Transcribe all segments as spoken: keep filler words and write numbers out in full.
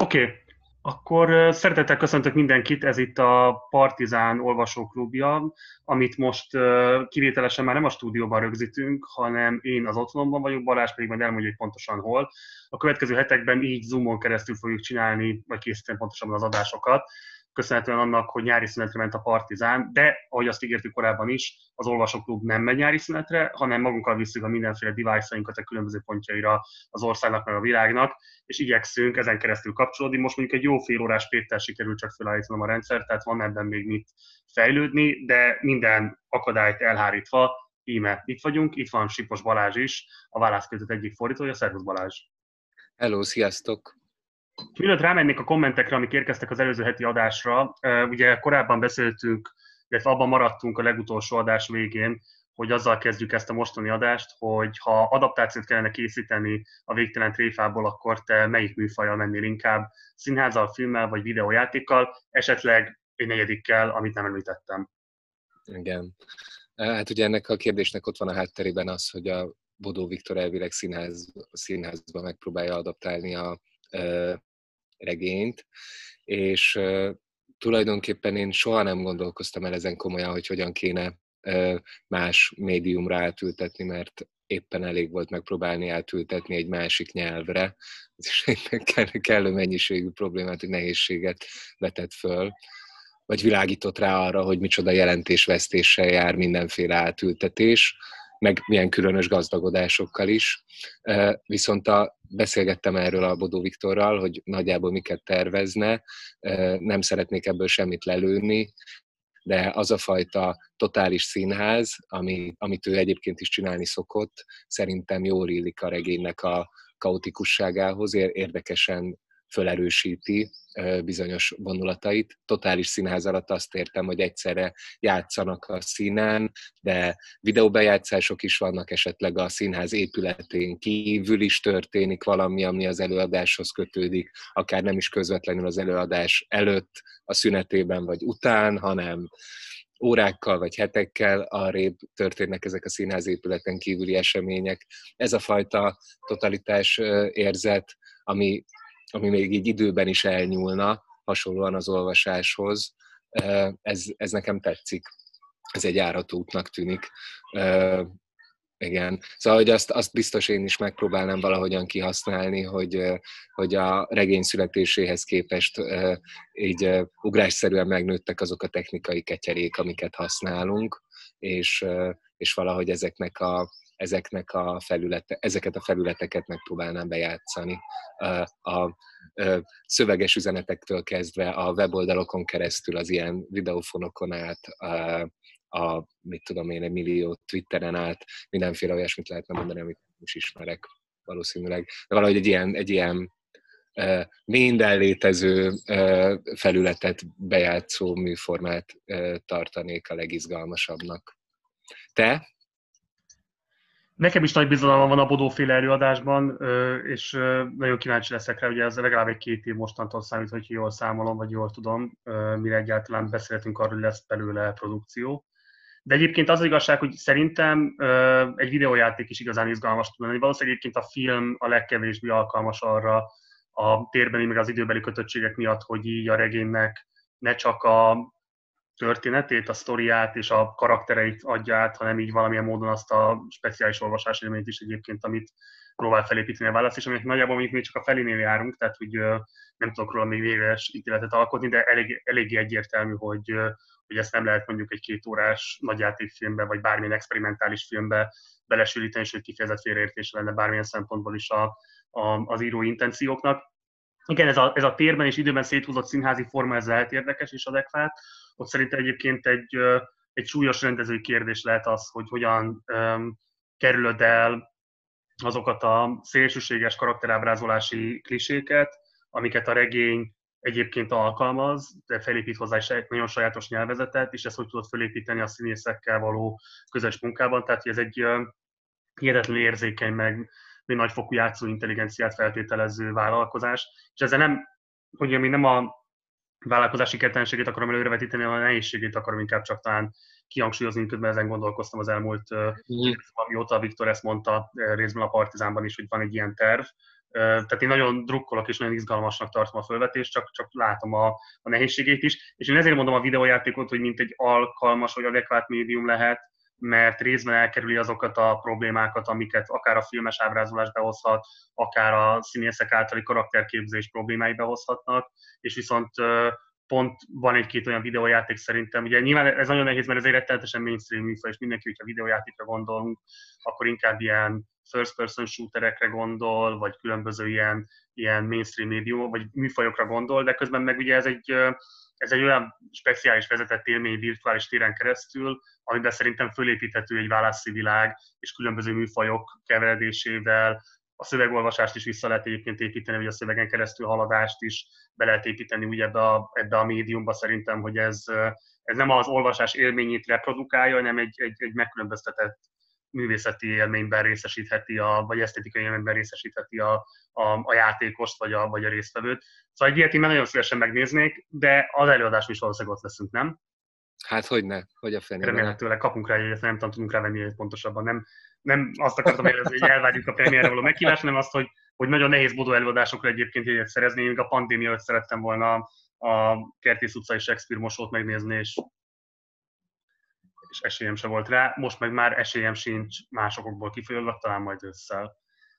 Oké, okay. Akkor ö, szeretettel köszöntök mindenkit, ez itt a Partizán olvasóklubja, amit most ö, kivételesen már nem a stúdióban rögzítünk, hanem én az otthonomban vagyok, Balázs pedig majd elmondja, hogy pontosan hol. A következő hetekben így Zoomon keresztül fogjuk csinálni, vagy készíteni pontosabban az adásokat, köszönhetően annak, hogy nyári szünetre ment a Partizán, de ahogy azt ígértük korábban is, az olvasóklub nem megy nyári szünetre, hanem magunkkal visszük a mindenféle device-ainkat a különböző pontjaira az országnak meg a világnak, és igyekszünk ezen keresztül kapcsolódni. Most mondjuk egy jó fél órás Péter sikerült csak felállítanom a rendszer, tehát van ebben még mit fejlődni, de minden akadályt elhárítva, íme itt vagyunk, itt van Sipos Balázs is, a Válaszközött egyik fordítója. Szervusz Balázs! Hello, sziasztok! Mielőtt rámennék a kommentekre, amik érkeztek az előző heti adásra, ugye korábban beszéltünk, illetve abban maradtunk a legutolsó adás végén, hogy azzal kezdjük ezt a mostani adást, hogy ha adaptációt kellene készíteni a Végtelen tréfából, akkor te melyik műfajjal mennél inkább? Színházzal, filmmel vagy videójátékkal, esetleg egy negyedikkel, amit nem említettem. Igen. Hát ugye ennek a kérdésnek ott van a hátterében az, hogy a Bodó Viktor elvileg színház, színházba megpróbálja adaptálni a e, regényt, és e, tulajdonképpen én soha nem gondolkoztam el ezen komolyan, hogy hogyan kéne e, más médiumra átültetni, mert éppen elég volt megpróbálni átültetni egy másik nyelvre, és egy kellő mennyiségű problémát, hogy nehézséget vetett föl, vagy világított rá arra, hogy micsoda jelentésvesztéssel jár mindenféle átültetés, meg milyen különös gazdagodásokkal is. Viszont a, beszélgettem erről a Bodó Viktorral, hogy nagyjából miket tervezne, nem szeretnék ebből semmit lelőni, de az a fajta totális színház, ami, amit ő egyébként is csinálni szokott, szerintem jól illik a regénynek a kaotikusságához, érdekesen felerősíti bizonyos vonulatait. Totális színház alatt azt értem, hogy egyszerre játszanak a színen, de videóbejátszások is vannak, esetleg a színház épületén kívül is történik valami, ami az előadáshoz kötődik, akár nem is közvetlenül az előadás előtt, a szünetében vagy után, hanem órákkal vagy hetekkel arrébb történnek ezek a színház épületen kívüli események. Ez a fajta totalitás érzet, ami ami még így időben is elnyúlna, hasonlóan az olvasáshoz, ez, ez nekem tetszik. Ez egy járató útnak tűnik. Igen. Szóval, hogy azt, azt biztos én is megpróbálnám valahogyan kihasználni, hogy, hogy a regény születéséhez képest így ugrásszerűen megnőttek azok a technikai ketyerék, amiket használunk, és, és valahogy ezeknek a ezeknek a felülete, ezeket a felületeket megpróbálnám bejátszani. A, a, a szöveges üzenetektől kezdve a weboldalokon keresztül, az ilyen videófonokon át, a, a mit tudom én, egy millió Twitteren át, mindenféle olyasmit lehetne mondani, amit nem is ismerek valószínűleg. De valahogy egy ilyen, egy ilyen minden létező felületet bejátszó műformát tartanék a legizgalmasabbnak. Te? Nekem is nagy bizalmam van a Bodóféle előadásban, és nagyon kíváncsi leszek rá, ugye ez legalább egy két év mostantól számít, hogy jól számolom, vagy jól tudom, mire egyáltalán beszélhetünk arról, hogy lesz belőle produkció. De egyébként az, az igazság, hogy szerintem egy videójáték is igazán izgalmas tud lenni. Valószínűleg egyébként a film a legkevésbé alkalmas arra a térbeli, meg az időbeli kötöttségek miatt, hogy így a regénynek ne csak a történetét, a sztoriát és a karaktereit adja át, hanem így valamilyen módon azt a speciális olvasás élményt is egyébként, amit próbál felépíteni a válasz, és aminek nagyjából mondjuk még csak a felénél járunk, tehát hogy nem tudok róla még végleges ítéletet alkotni, de elég, eléggé egyértelmű, hogy, hogy ezt nem lehet mondjuk egy két órás nagyjátékfilmbe, vagy bármilyen experimentális filmbe belesülíteni, és hogy kifejezett félreértés lenne bármilyen szempontból is a, a, az író intencióknak. Igen, ez a, ez a térben és időben széthúzott színházi forma, ez lehet érdekes és adekvát. Ott szerintem egyébként egy, egy súlyos rendezői kérdés lehet az, hogy hogyan um, kerülöd el azokat a szélsőséges karakterábrázolási kliséket, amiket a regény egyébként alkalmaz, de felépít hozzá is egy nagyon sajátos nyelvezetet, és ezt hogy tudod felépíteni a színészekkel való közös munkában. Tehát ez egy uh, hihetetlenül érzékeny, meg nagyfokú játszó intelligenciát feltételező vállalkozás, és ezzel nem, hogy még nem a vállalkozási sikertelenségét akarom előrevetíteni, hanem a nehézségét akarom inkább csak talán kihangsúlyozni, miközben ezen gondolkoztam az elmúlt mm. amióta Viktor ezt mondta részben a Partizánban is, hogy van egy ilyen terv, Tehát én nagyon drukkolok és nagyon izgalmasnak tartom a felvetést, csak, csak látom a, a nehézségét is. És én ezért mondom a videójátékot, hogy mint egy alkalmas vagy adekvát médium lehet, mert részben elkerüli azokat a problémákat, amiket akár a filmes ábrázolás behozhat, akár a színészek általi karakterképzés problémái behozhatnak, és viszont pont van egy-két olyan videójáték szerintem, ugye nyilván ez nagyon nehéz, mert ez egy rettenetesen mainstream műfaj, és mindenki, hogyha videójátékra gondolunk, akkor inkább ilyen first person shooterekre gondol, vagy különböző ilyen, ilyen mainstream médium, vagy műfajokra gondol, de közben meg ugye ez egy, ez egy olyan speciális vezetett élmény virtuális téren keresztül, amiben szerintem fölépíthető egy válaszi világ, és különböző műfajok keveredésével, a szövegolvasást is vissza lehet egyébként építeni, vagy a szövegen keresztül haladást is be lehet építeni úgy ebbe a, ebbe a médiumba szerintem, hogy ez, ez nem az olvasás élményét reprodukálja, hanem egy, egy, egy megkülönböztetett művészeti élményben részesítheti, a, vagy esztétikai élményben részesítheti a, a, a játékost, vagy a, vagy a résztvevőt. Szóval egy ilyet én nagyon szívesen megnéznék, de az előadás is valószínűleg ott leszünk, nem? Hát hogyne, hogy a fenében. Remélhetőleg kapunk rá egyet, nem tudom, tudunk rávenni pontosabban. Nem, nem azt akartam érezni, hogy elvárjuk a premierre való meghívást, hanem azt, hogy, hogy nagyon nehéz bodó előadásokra egyébként jegyet szerezni. Én még a pandémia előtt szerettem volna a Kertész utcai Shakespeare mosót megnézni, és, és esélyem se volt rá. Most meg már esélyem sincs másokból kifolyólag, talán majd ősszel.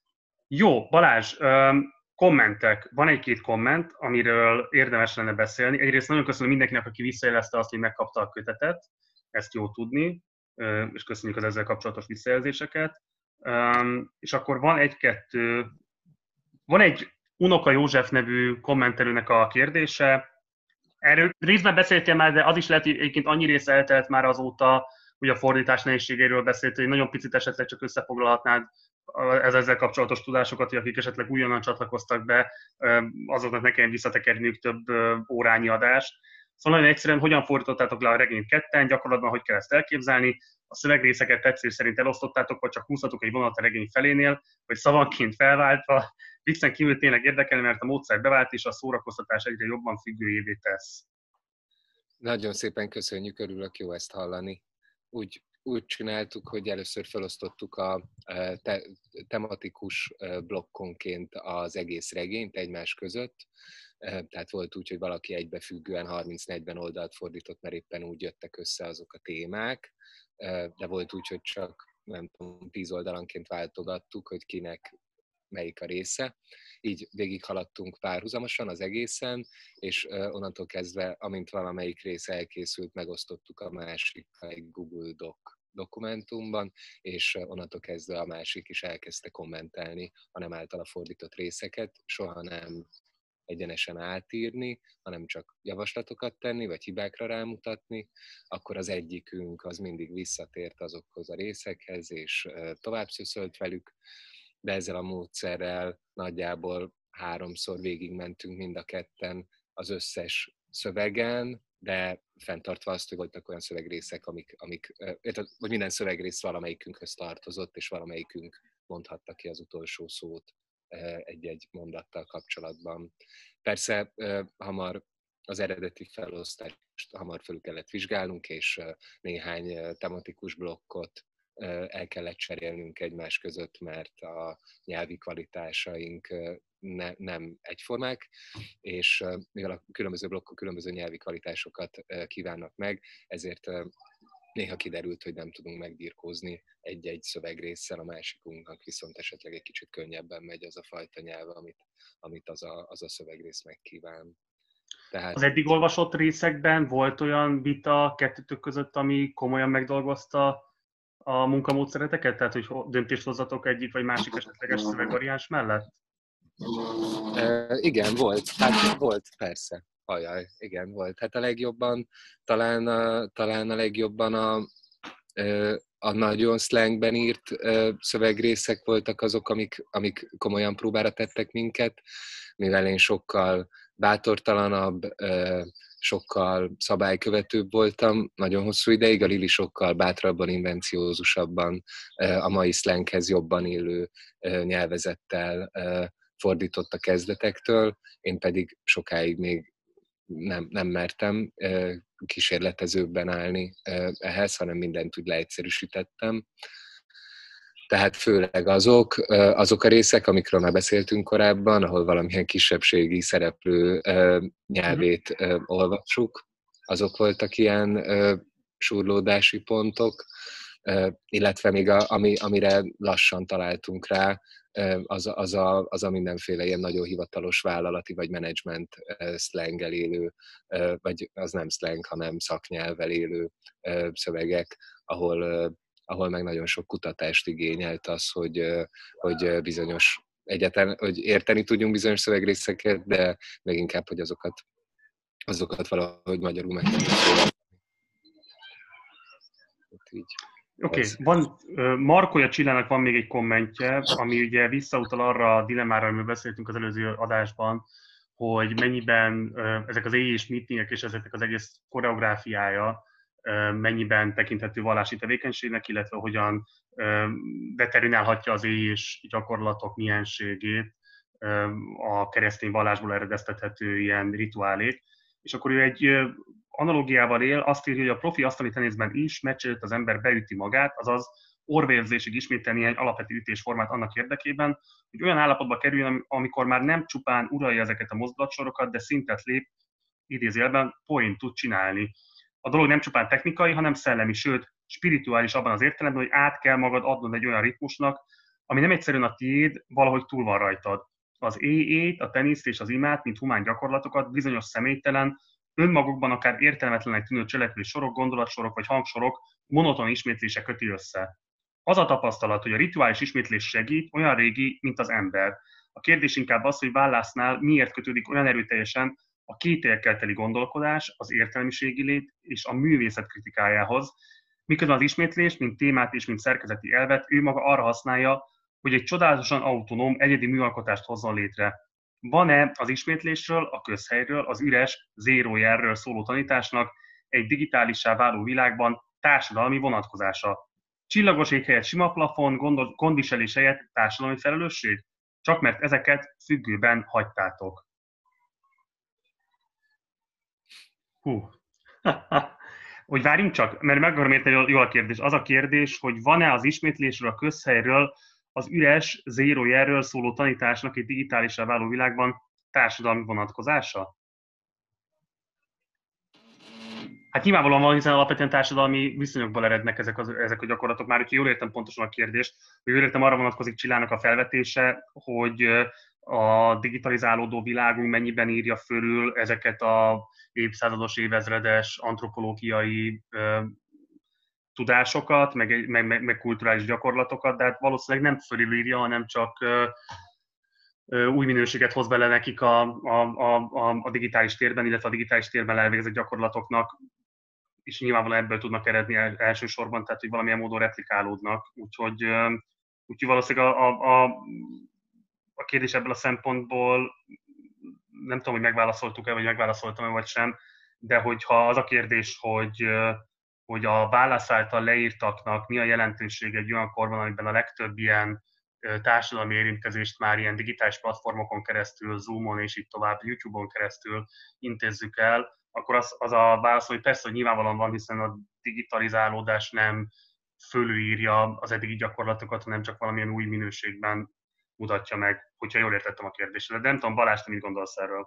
Jó, Balázs, kommentek. Van egy-két komment, amiről érdemes lenne beszélni. Egyrészt nagyon köszönöm mindenkinek, aki visszajelezte azt, hogy megkapta a kötetet. Ezt jó tudni, és köszönjük az ezzel kapcsolatos visszajelzéseket. És akkor van egy-kettő, van egy Unoka József nevű kommentelőnek a kérdése. Erről részben beszéltél már, de az is lehet, hogy egyébként annyi része eltelt már azóta, hogy a fordítás nehézségeiről beszélt, hogy nagyon picit esetleg csak összefoglalhatnád ez ezzel kapcsolatos tudásokat, hogy akik esetleg újonnan csatlakoztak be, azoknak ne kelljen visszatekerniük több órányi adást. Szóval nagyon egyszerűen, hogyan fordítottátok le a regényt ketten, gyakorlatban hogy kell ezt elképzelni, a szövegrészeket tetszés szerint elosztottátok, vagy csak húztatok egy vonalat a regény felénél, vagy szavanként felváltva. Viccen kívül tényleg érdekel, mert a módszer bevált, és a szórakoztatás egyre jobban függőjévé tesz. Nagyon szépen köszönjük, örülök, jó ezt hallani. Úgy, úgy csináltuk, hogy először felosztottuk a te, tematikus blokkonként az egész regényt egymás között. Tehát volt úgy, hogy valaki egybefüggően harminc-negyven oldalt fordított, mert éppen úgy jöttek össze azok a témák, de volt úgy, hogy csak nem tudom, tíz oldalanként váltogattuk, hogy kinek melyik a része. Így végighaladtunk párhuzamosan az egészen, és onnantól kezdve, amint valamelyik része elkészült, megosztottuk a másikkal egy Google Doc dokumentumban, és onnantól kezdve a másik is elkezdte kommentelni a nem általa fordított részeket, soha nem egyenesen átírni, hanem csak javaslatokat tenni, vagy hibákra rámutatni, akkor az egyikünk az mindig visszatért azokhoz a részekhez, és tovább szöszölt velük, de ezzel a módszerrel nagyjából háromszor végigmentünk mind a ketten az összes szövegen, de fenntartva azt, hogy voltak olyan szövegrészek, amik, amik vagy minden szövegrész valamelyikünkhöz tartozott, és valamelyikünk mondhatta ki az utolsó szót egy-egy mondattal kapcsolatban. Persze hamar az eredeti felosztást hamar felül kellett vizsgálnunk, és néhány tematikus blokkot el kellett cserélnünk egymás között, mert a nyelvi kvalitásaink ne, nem egyformák, és mivel a különböző blokkok különböző nyelvi kvalitásokat kívánnak meg, ezért néha kiderült, hogy nem tudunk megbirkózni egy-egy szövegrésszel, a másikunknak viszont esetleg egy kicsit könnyebben megy az a fajta nyelv, amit, amit az, a, az a szövegrész megkíván. Tehát... Az eddig olvasott részekben volt olyan vita kettőtök között, ami komolyan megdolgozta a munkamódszereteket? Tehát, hogy döntést hozzatok egyik vagy másik esetleges szövegvariáns mellett? E, igen, volt. Hát volt, persze. Ajaj, igen, volt. Hát a legjobban, talán a, talán a legjobban a, a nagyon slangben írt szövegrészek voltak azok, amik, amik komolyan próbára tettek minket, mivel én sokkal bátortalanabb, sokkal szabálykövetőbb voltam nagyon hosszú ideig, a Lili sokkal bátrabban, invenciózusabban, a mai slanghez jobban élő nyelvezettel fordított a kezdetektől, én pedig sokáig még nem, nem mertem kísérletezőbben állni ehhez, hanem mindent úgy leegyszerűsítettem. Tehát főleg azok, azok a részek, amikről már beszéltünk korábban, ahol valamilyen kisebbségi szereplő nyelvét olvassuk, azok voltak ilyen surlódási pontok, illetve még a, ami, amire lassan találtunk rá, az, az, a, az a mindenféle ilyen nagyon hivatalos vállalati vagy menedzsment szlenggel élő, vagy az nem szleng, hanem szaknyelvvel élő szövegek, ahol, ahol meg nagyon sok kutatást igényelt az, hogy, hogy bizonyos egyáltalán, hogy érteni tudjunk bizonyos szövegrészeket, de még inkább, hogy azokat, azokat valahogy magyarul meg tudjuk szóval. Oké, okay. Van, Markolya Csillának van még egy kommentje, ami ugye visszautal arra a dilemmára, amiről beszéltünk az előző adásban, hogy mennyiben ezek az éjjés meetingek és ezeknek az egész koreográfiája mennyiben tekinthető vallási tevékenységnek, illetve hogyan determinálhatja az éjjés gyakorlatok mienségét a keresztény vallásból eredeztethető ilyen rituálék. És akkor ő egy analógiával él, azt írja, hogy a profi asztali teniszben is meccs előtt az ember beüti magát, azaz orvérzésig ismételni egy alapvető ütésformát annak érdekében, hogy olyan állapotba kerüljön, amikor már nem csupán uralja ezeket a mozdulatsorokat, de szintet lép, idézőjelben poént tud csinálni. A dolog nem csupán technikai, hanem szellemi, sőt, spirituális abban az értelemben, hogy át kell magad adnod egy olyan ritmusnak, ami nem egyszerűen a tiéd, valahogy túl van rajtad. Az éjét, a teniszt és az imát, mint humán gyakorlatokat bizonyos személytelen, önmagukban akár értelmetlenek tűnő cselekvő sorok, gondolatsorok vagy hangsorok monoton ismétlése köti össze. Az a tapasztalat, hogy a rituális ismétlés segít, olyan régi, mint az ember. A kérdés inkább az, hogy vállásznál miért kötődik olyan erőteljesen a kételyekkel teli gondolkodás, az értelmiségi lét és a művészet kritikájához, miközben az ismétlés, mint témát és mint szerkezeti elvet ő maga arra használja, hogy egy csodálatosan autonóm, egyedi műalkotást hozzon létre. Van-e az ismétlésről, a közhelyről, az üres, zéró jelről szóló tanításnak egy digitálissá váló világban társadalmi vonatkozása? Csillagos ég helyett sima plafon, gondviselés helyett társadalmi felelősség? Csak mert ezeket függőben hagytátok. Hú. Hogy várjunk csak, mert meg akarom érteni jól a kérdés. Az a kérdés, hogy van-e az ismétlésről, a közhelyről, az üres, zéró jelről szóló tanításnak egy digitálisá váló világban társadalmi vonatkozása? Hát nyilvánvalóan van, hiszen alapvetően társadalmi viszonyokból erednek ezek, az, ezek a gyakorlatok. Már, hogyha jól értem pontosan a kérdést, hogy jól értem, arra vonatkozik Csillának a felvetése, hogy a digitalizálódó világunk mennyiben írja fölül ezeket a évszázados, évezredes antropológiai ö, tudásokat, meg, meg, meg, meg kulturális gyakorlatokat, de hát valószínűleg nem fölülírja, hanem csak ö, ö, új minőséget hoz bele nekik a, a, a, a digitális térben, illetve a digitális térben elvégzett gyakorlatoknak, és nyilvánvalóan ebből tudnak eredni elsősorban, tehát hogy valamilyen módon replikálódnak. Úgyhogy, ö, úgyhogy valószínűleg a, a, a, a kérdés ebből a szempontból, nem tudom, hogy megválaszoltuk-e, vagy megválaszoltam-e, vagy sem, de hogyha az a kérdés, hogy hogy a válasz által leírtaknak mi a jelentősége egy olyan korban, amiben a legtöbb ilyen társadalmi érintkezést már ilyen digitális platformokon keresztül, Zoomon és így tovább, YouTube-on keresztül intézzük el, akkor az, az a válasz, hogy persze, hogy nyilvánvalóan van, hiszen a digitalizálódás nem fölülírja az eddigi gyakorlatokat, hanem csak valamilyen új minőségben mutatja meg, hogyha jól értettem a kérdésedet. De nem tudom, Balázs, te mit gondolsz erről?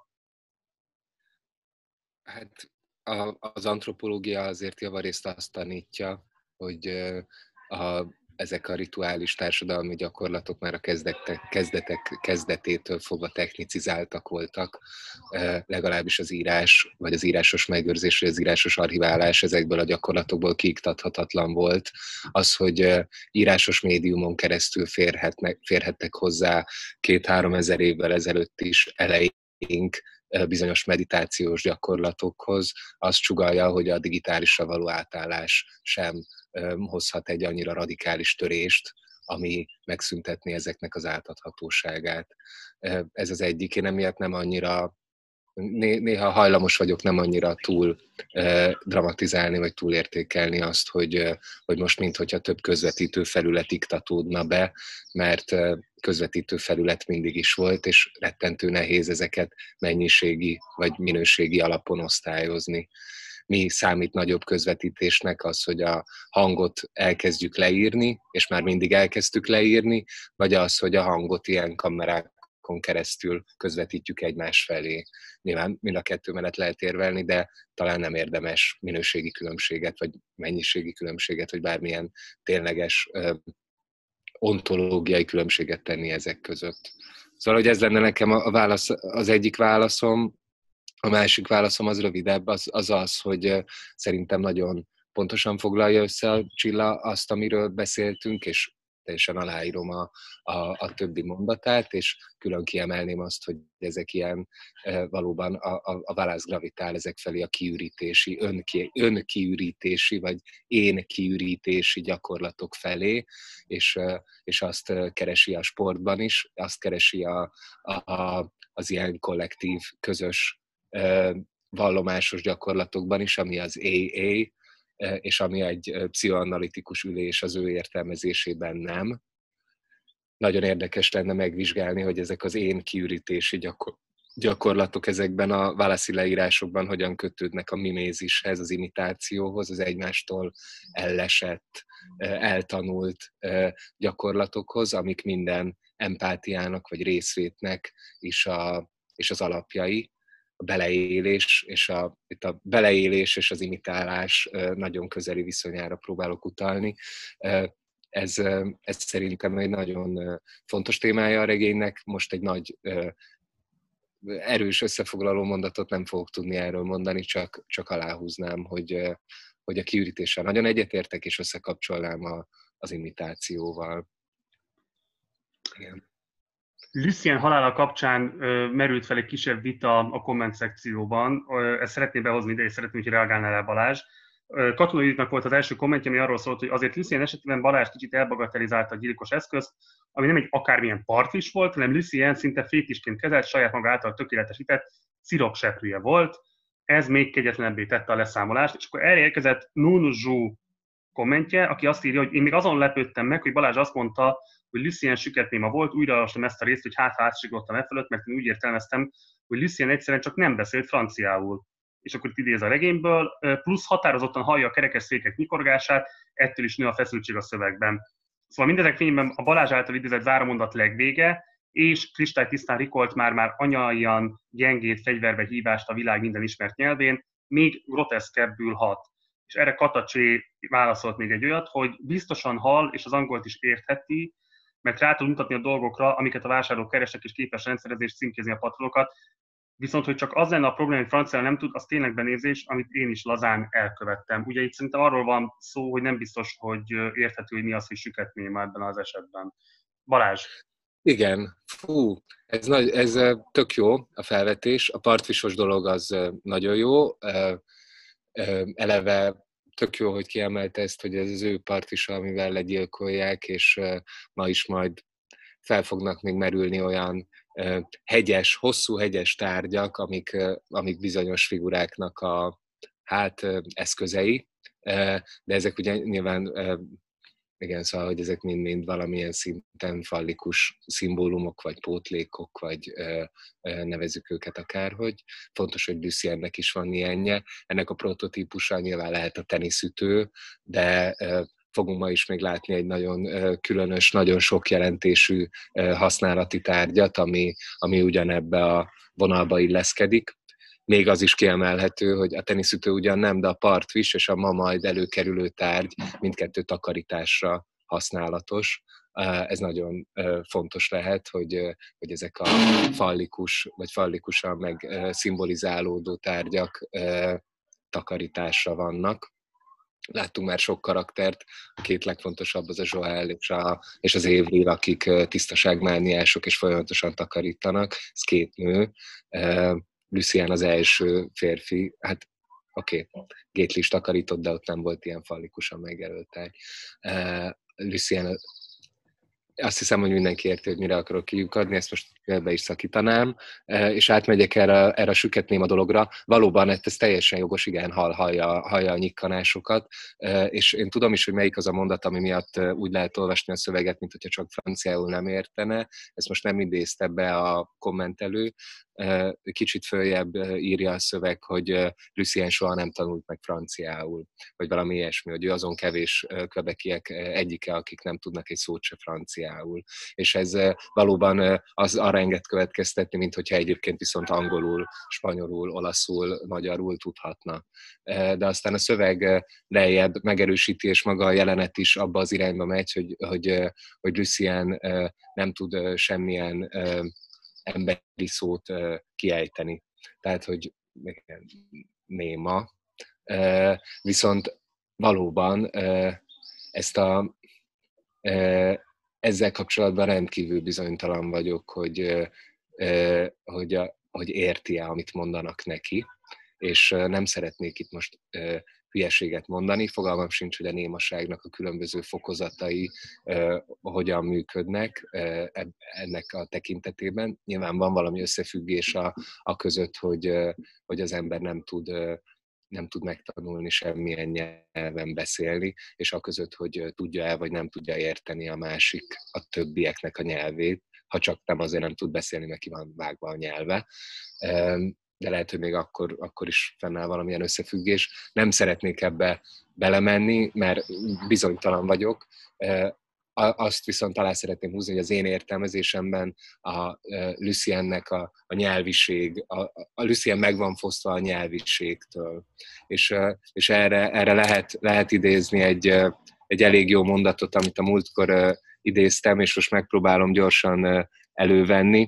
Hát az antropológia azért javarészt azt tanítja, hogy a, ezek a rituális társadalmi gyakorlatok már a kezdetek, kezdetek kezdetétől fogva technicizáltak voltak, legalábbis az írás, vagy az írásos megőrzés, vagy az írásos archiválás ezekből a gyakorlatokból kiiktathatatlan volt. Az, hogy írásos médiumon keresztül férhetnek, férhettek hozzá két-három ezer évvel ezelőtt is eleink bizonyos meditációs gyakorlatokhoz, az csugalja, hogy a digitálisra való átállás sem hozhat egy annyira radikális törést, ami megszüntetné ezeknek az átadhatóságát. Ez az egyik, én emiatt nem annyira, néha hajlamos vagyok nem annyira túl dramatizálni, vagy túl értékelni azt, hogy, hogy most minthogyha több közvetítő felület iktatódna be, mert közvetítő felület mindig is volt, és rettentő nehéz ezeket mennyiségi vagy minőségi alapon osztályozni. mi számít nagyobb közvetítésnek, az, hogy a hangot elkezdjük leírni, és már mindig elkezdtük leírni, vagy az, hogy a hangot ilyen kamerákon keresztül közvetítjük egymás felé. Nyilván mind a kettő mellett lehet érvelni, de talán nem érdemes minőségi különbséget, vagy mennyiségi különbséget, vagy bármilyen tényleges ontológiai különbséget tenni ezek között. Szóval, hogy ez lenne nekem a válasz, az egyik válaszom, a másik válaszom az rövidebb, az az, az hogy szerintem nagyon pontosan foglalja össze a Csilla azt, amiről beszéltünk, és teljesen aláírom a, a, a többi mondatát, és külön kiemelném azt, hogy ezek ilyen valóban a, a, a válasz gravitál ezek felé a kiürítési, önki, önkiürítési, vagy én kiürítési gyakorlatok felé, és, és azt keresi a sportban is, azt keresi a, a, az ilyen kollektív, közös vallomásos gyakorlatokban is, ami az á á, és ami egy pszichoanalitikus ülés az ő értelmezésében nem. Nagyon érdekes lenne megvizsgálni, hogy ezek az én kiürítési gyakor- gyakorlatok ezekben a válaszi leírásokban hogyan kötődnek a mimézishez, az imitációhoz, az egymástól ellesett, eltanult gyakorlatokhoz, amik minden empátiának vagy részvétnek is a, és az alapjai. A beleélés és, a, itt a beleélés és az imitálás nagyon közeli viszonyára próbálok utalni. Ez, ez szerintem egy nagyon fontos témája a regénynek. Most egy nagy erős összefoglaló mondatot nem fogok tudni erről mondani, csak, csak aláhúznám, hogy, hogy a kiürítéssel nagyon egyetértek, és összekapcsolnám a, az imitációval. Igen. Lucien halála kapcsán ö, merült fel egy kisebb vita a komment szekcióban. Ö, ezt szeretném behozni ide, és szeretném, hogy reagálnál rá Balázs. Ö, Katonai Juditnak volt az első kommentje, ami arról szólt, hogy azért Lucien esetében Balázs kicsit elbagatelizálta a gyilkos eszközt, ami nem egy akármilyen partlis volt, hanem Lucien szinte fétisként kezelt, saját maga által tökéletesített szirokseprűje volt. Ez még kegyetlenebbé tette a leszámolást, és akkor erre érkezett Nunu Zhu kommentje, aki azt írja, hogy én még azon lepődtem meg, hogy Balázs azt mondta, hogy Lucien sükertnéma volt, újra olvastam ezt a részt, hogy hát átsiklottam e fölött, mert én úgy értelmeztem, hogy Lucien egyszerűen csak nem beszélt franciául. És akkor itt idéz a regényből, plusz határozottan hallja a kerekes székek nyikorgását, ettől is nő a feszültség a szövegben. Szóval mindezek fényben a Balázs által idézett zárómondat legvége, és kristálytisztán rikolt már-már anyaian gyengét fegyverbe hívást a világ minden ismert nyelvén, még groteszkebbül hat. És erre Katacsé válaszolt még egy olyat, hogy biztosan hall, és az angolt is értheti, mert rá tud mutatni a dolgokra, amiket a vásárlók keresnek, és képes rendszerezni és címkézni a patronokat. Viszont, hogy csak az lenne a probléma, hogy franciául nem tud, az tényleg benézés, amit én is lazán elkövettem. Ugye itt szerintem arról van szó, hogy nem biztos, hogy érthető, hogy mi az, hogy süketnéma ebben az esetben. Balázs. Igen, fú, ez, nagy, ez tök jó a felvetés. A partvisos dolog az nagyon jó. Eleve tök jó, hogy kiemelte ezt, hogy ez az ő partisa, amivel legyilkolják, és ma is majd fel fognak még merülni olyan hegyes, hosszú hegyes tárgyak, amik, amik bizonyos figuráknak a hát eszközei, de ezek ugye nyilván igen, szóval, hogy ezek mind-mind valamilyen szinten fallikus szimbólumok, vagy pótlékok, vagy ö, ö, nevezzük őket akárhogy. Fontos, hogy Luciennek is van ilyenje. Ennek a prototípusa nyilván lehet a teniszütő, de ö, fogunk ma is még látni egy nagyon ö, különös, nagyon sok jelentésű ö, használati tárgyat, ami, ami ugyanebbe a vonalba illeszkedik. Még az is kiemelhető, hogy a teniszütő ugyan nem, de a partvis és a ma majd előkerülő tárgy mindkettő takarításra használatos. Ez nagyon fontos lehet, hogy, hogy ezek a fallikus, vagy fallikusan meg szimbolizálódó tárgyak takarításra vannak. Láttunk már sok karaktert, a két legfontosabb az a Joel és, a, és az Avril, akik tisztaságmániások és folyamatosan takarítanak. Ez két nő. Lucien az első férfi, hát oké, okay, Gately is takarított, de ott nem volt ilyen fallikusan megjelölt tárgy. Uh, Lucien, azt hiszem, hogy mindenki érti, hogy mire akarok kiukadni, ezt most be is szakítanám, és átmegyek erre, erre a süket néma dologra. Valóban ez teljesen jogos, igen, hall, hallja, hallja a nyikkanásokat, és én tudom is, hogy melyik az a mondat, ami miatt úgy lehet olvasni a szöveget, mint hogyha csak franciául nem értene. Ezt most nem idézte be a kommentelő. Kicsit följebb írja a szöveg, hogy Lucien soha nem tanult meg franciául, vagy valami ilyesmi, hogy ő azon kevés quebeciek egyike, akik nem tudnak egy szót se franciául. És ez valóban az arra enged következtetni, mint hogyha egyébként viszont angolul, spanyolul, olaszul, magyarul tudhatna. De aztán a szöveg lejjebb megerősíti, és maga a jelenet is abba az irányba megy, hogy, hogy, hogy Lucien nem tud semmilyen emberi szót kiejteni. Tehát, hogy néma. Viszont valóban ezt a, ezzel kapcsolatban rendkívül bizonytalan vagyok, hogy, hogy, hogy érti-e, amit mondanak neki, és nem szeretnék itt most hülyeséget mondani, fogalmam sincs, hogy a némaságnak a különböző fokozatai uh, hogyan működnek uh, ennek a tekintetében. Nyilván van valami összefüggés a, a között, hogy, uh, hogy az ember nem tud, uh, nem tud megtanulni semmilyen nyelven beszélni, és a között, hogy uh, tudja-e vagy nem tudja érteni a másik, a többieknek a nyelvét, ha csak nem azért nem tud beszélni, neki van vágva a nyelve. Um, de lehet, hogy még akkor, akkor is fennáll valamilyen összefüggés. Nem szeretnék ebbe belemenni, mert bizonytalan vagyok. Azt viszont alá szeretném húzni, hogy az én értelmezésemben a Luciennek a, a nyelviség, a, a Lucien meg van fosztva a nyelviségtől. És, és erre, erre lehet, lehet idézni egy, egy elég jó mondatot, amit a múltkor idéztem, és most megpróbálom gyorsan elővenni.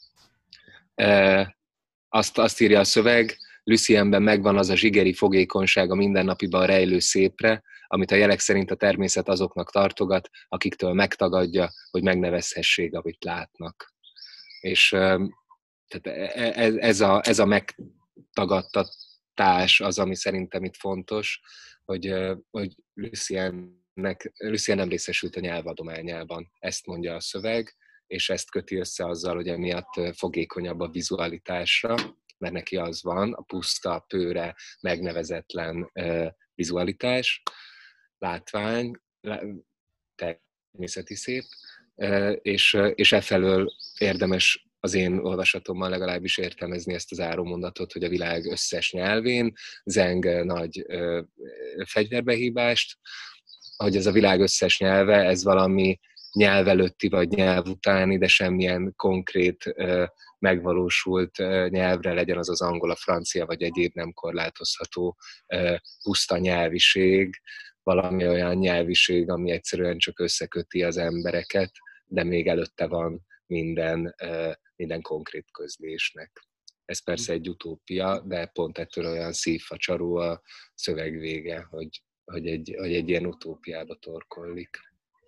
Azt, azt írja a szöveg, Lucienben megvan az a zsigeri fogékonyság a mindennapiban rejlő szépre, amit a jelek szerint a természet azoknak tartogat, akiktől megtagadja, hogy megnevezhessék, amit látnak. És tehát ez a, ez a megtagadtatás az, ami szerintem itt fontos, hogy, hogy Luciennek, Lucien nem részesült a nyelvadományában. Ezt mondja a szöveg, és ezt köti össze azzal, hogy emiatt fogékonyabb a vizualitásra, mert neki az van, a puszta, pőre, megnevezetlen vizualitás, látvány, természeti szép, és, és efelől érdemes az én olvasatommal legalábbis értelmezni ezt az árómondatot, hogy a világ összes nyelvén zeng nagy fegyverbehívást, hogy ez a világ összes nyelve, ez valami nyelv előtti vagy nyelv utáni, de semmilyen konkrét, megvalósult nyelvre, legyen az az angol, a francia vagy egyéb nem korlátozható puszta nyelviség, valami olyan nyelviség, ami egyszerűen csak összeköti az embereket, de még előtte van minden, minden konkrét közlésnek. Ez persze egy utópia, de pont ettől olyan szívfacsaró a szöveg vége, hogy, hogy, egy, hogy egy ilyen utópiába torkollik.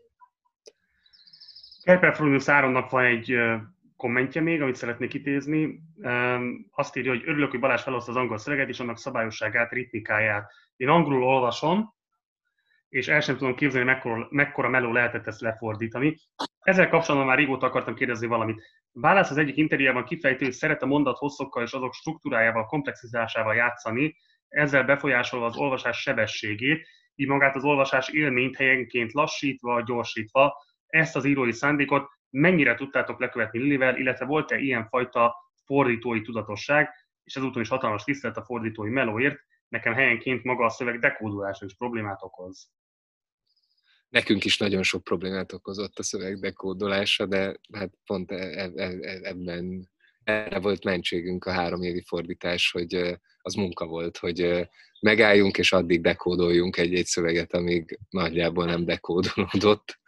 Kerper Fronius Áronnak van egy kommentje még, amit szeretnék idézni. Azt írja, hogy örülök, hogy Balázs felhozta az angol szöveget és annak szabályosságát, ritmikáját. Én angolul olvasom, és el sem tudom képzelni, mekkora, mekkora meló lehetett ezt lefordítani. Ezzel kapcsolatban már régóta akartam kérdezni valamit. Válasz az egyik interjújában kifejtő, hogy szeret a mondat hosszokkal és azok struktúrájával, komplexizásával játszani, ezzel befolyásolva az olvasás sebességét, így magát az olvasás élményt helyenként lassítva, gyorsítva. Ezt az írói szándékot mennyire tudtátok lekövetni Lilivel, illetve volt-e ilyenfajta fordítói tudatosság, és ezúton is hatalmas tisztelet a fordítói melóért, nekem helyenként maga a szöveg dekódolása is problémát okoz. Nekünk is nagyon sok problémát okozott a szöveg dekódolása, de hát pont ebben erre volt mentségünk a három évi fordítás, hogy az munka volt, hogy megálljunk és addig dekódoljunk egy-egy szöveget, amíg nagyjából nem dekódolódott.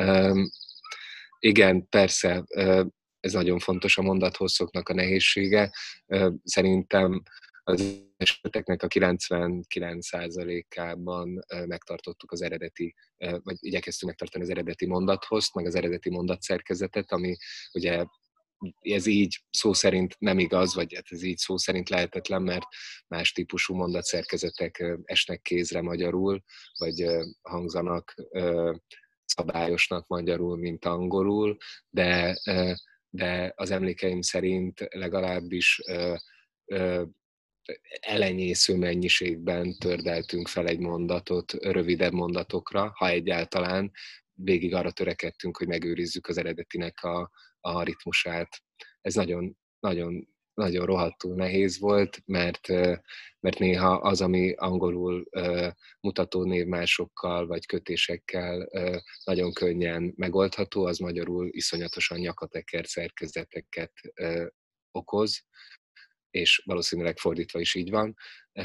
Igen, persze, ez nagyon fontos a mondathosszoknak a nehézsége. Szerintem az eseteknek a kilencvenkilenc százalékában megtartottuk az eredeti, vagy igyekeztünk megtartani az eredeti mondathozt, meg az eredeti mondatszerkezetet, ami ugye ez így szó szerint nem igaz, vagy ez így szó szerint lehetetlen, mert más típusú mondatszerkezetek esnek kézre magyarul, vagy hangzanak szabályosnak magyarul, mint angolul, de, de az emlékeim szerint legalábbis ö, ö, elenyésző mennyiségben tördeltünk fel egy mondatot rövidebb mondatokra, ha egyáltalán. Végig arra törekedtünk, hogy megőrizzük az eredetinek a, a ritmusát. Ez nagyon, nagyon, nagyon rohadtul nehéz volt, mert, mert néha az, ami angolul mutató névmásokkal vagy kötésekkel nagyon könnyen megoldható, az magyarul iszonyatosan nyakateker szerkezeteket okoz, és valószínűleg fordítva is így van,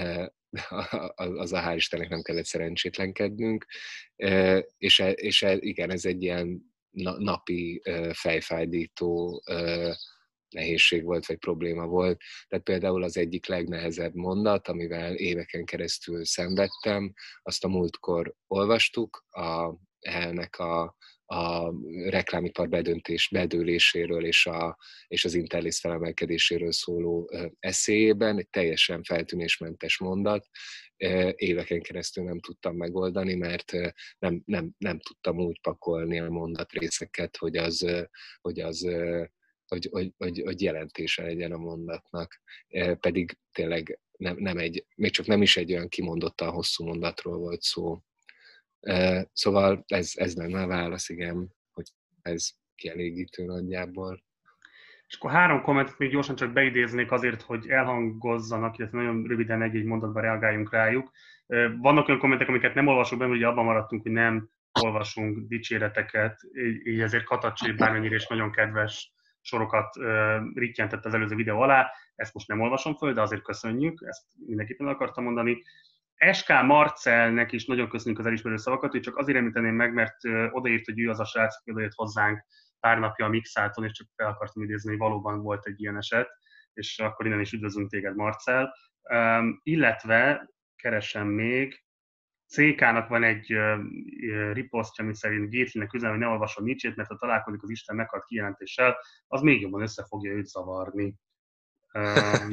az a hál' Istennek nem kellett szerencsétlenkednünk, és, és igen, ez egy ilyen napi fejfájdító nehézség volt, vagy probléma volt. Tehát például az egyik legnehezebb mondat, amivel éveken keresztül szenvedtem, azt a múltkor olvastuk, a Hellnek a a reklámipar bedöntés, bedőléséről és, a, és az Interlace felemelkedéséről szóló eszéjében, egy teljesen feltűnésmentes mondat. Éveken keresztül nem tudtam megoldani, mert nem, nem, nem tudtam úgy pakolni a mondatrészeket, hogy az, hogy az hogy, hogy, hogy, hogy jelentése legyen a mondatnak. Pedig tényleg nem, nem egy, még csak nem is egy olyan kimondottan hosszú mondatról volt szó. Szóval ez, ez lenne a válasz, igen, hogy ez kielégítő nagyjából. És akkor három kommentet még gyorsan csak beidéznék azért, hogy elhangozzanak, illetve nagyon röviden egy-egy mondatban reagáljunk rájuk. Vannak olyan kommentek, amiket nem olvasok be, ugye abban maradtunk, hogy nem olvasunk dicséreteket, így ezért Katacsi bármennyire is nagyon kedves sorokat rittyentett az előző videó alá. Ezt most nem olvasom föl, de azért köszönjük, ezt mindenképpen akartam mondani. es ká Marcelnek is nagyon köszönjük az elismerő szavakat, hogy csak azért említeném meg, mert odaírt, hogy ő az a srác, aki odajött hozzánk pár napja a Mixáton, és csak fel akartam idézni, hogy valóban volt egy ilyen eset, és akkor innen is üdvözlünk téged, Marcel. Um, illetve keresem még, cé ká-nak van egy uh, riposztja, ami szerint Gatelynek üzen, hogy ne olvasson Nietzsét, mert ha találkozik az Isten meghalt kijelentéssel, az még jobban össze fogja őt zavarni. Um,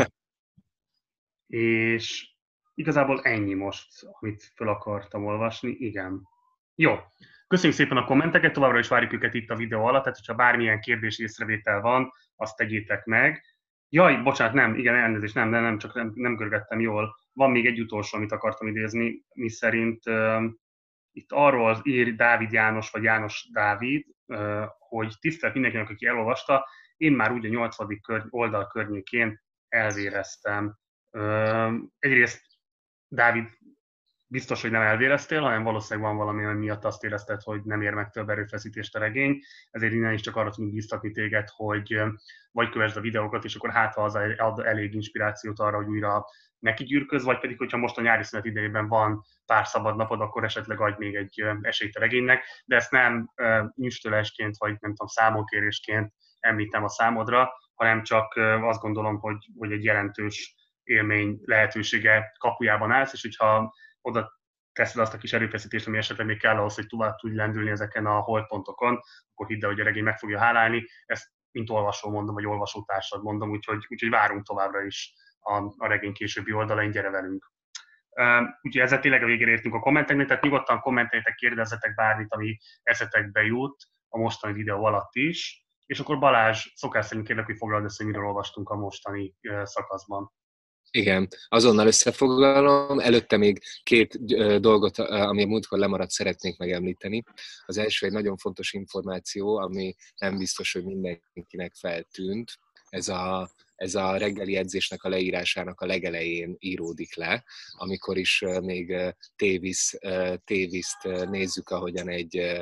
és igazából ennyi most, amit fel akartam olvasni, igen. Jó, köszönjük szépen a kommenteket, továbbra is várjuk őket itt a videó alatt, tehát hogyha bármilyen kérdés, észrevétel van, azt tegyétek meg. Jaj, bocsánat, nem, igen, elnézést, nem, nem, nem csak nem, nem görgettem jól. Van még egy utolsó, amit akartam idézni, mi szerint uh, itt arról ír Dávid János, vagy János Dávid, uh, hogy tisztelt mindenkinek, aki elolvasta, én már úgy a nyolcvadik oldal környékén elvéreztem. Uh, egyrészt Dávid, biztos, hogy nem elvéreztél, hanem valószínűleg van valami, ami miatt azt érezted, hogy nem ér meg több erőfeszítést a regény, ezért innen is csak arra tudunk biztatni téged, hogy vagy kövesd a videókat, és akkor hát ha az ad elég inspirációt arra, hogy újra nekigyűrköz, vagy pedig, hogyha most a nyári szünet idejében van pár szabad napod, akkor esetleg adj még egy esélyt a regénynek, de ezt nem nyüstölésként, vagy nem tudom, számolkérésként említem a számodra, hanem csak azt gondolom, hogy, hogy egy jelentős élmény lehetősége kapujában állsz, és hogyha oda teszed azt a kis erőfeszítést, ami esetleg még kell ahhoz, hogy tovább tudj lendülni ezeken a holdpontokon, akkor hidd el, hogy a regény meg fogja hálálni. Ezt mint olvasó mondom, vagy olvasótársad mondom, úgyhogy, úgyhogy várunk továbbra is a, a regény későbbi oldalain, gyere velünk. Uh, úgyhogy ezzel tényleg a végére értünk a kommenteknek, tehát nyugodtan kommenteljétek, kérdezzetek bármit, ami eszetekbe jut a mostani videó alatt is. És akkor Balázs, szokás szerint kérlek, hogy foglald össze, miről olvastunk a mostani uh, szakaszban. Igen, azonnal összefoglalom. Előtte még két dolgot, ami a múltkor lemaradt, szeretnék megemlíteni. Az első egy nagyon fontos információ, ami nem biztos, hogy mindenkinek feltűnt. Ez a, ez a reggeli edzésnek a leírásának a legelején íródik le, amikor is még tévisz, téviszt nézzük, ahogyan egy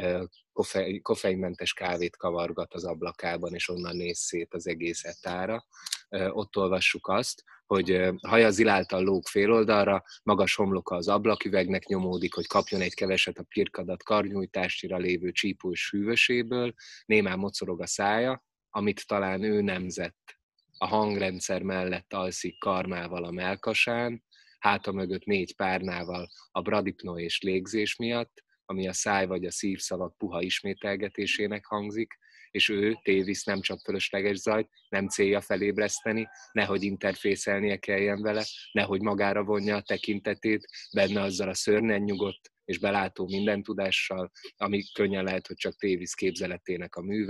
koffeinmentes kávét kavargat az ablakában, és onnan néz szét az egész etára. Ott olvassuk azt, hogy haja ziláltan lóg féloldalra, magas homloka az ablaküvegnek nyomódik, hogy kapjon egy keveset a pirkadat karnyújtásra lévő csípős hűvöséből, némán mocorog a szája, amit talán ő nemzett. A hangrendszer mellett alszik karmával a mellkasán, háta mögött négy párnával a bradipnoe és légzés miatt, ami a száj vagy a szívszavak puha ismételgetésének hangzik, és ő, tévisz, nem csak fölösleges zajt, nem célja felébreszteni, nehogy interfészelnie kelljen vele, nehogy magára vonja a tekintetét, benne azzal a szörnyen nyugodt és belátó mindentudással, ami könnyen lehet, hogy csak tévisz képzeletének a műve,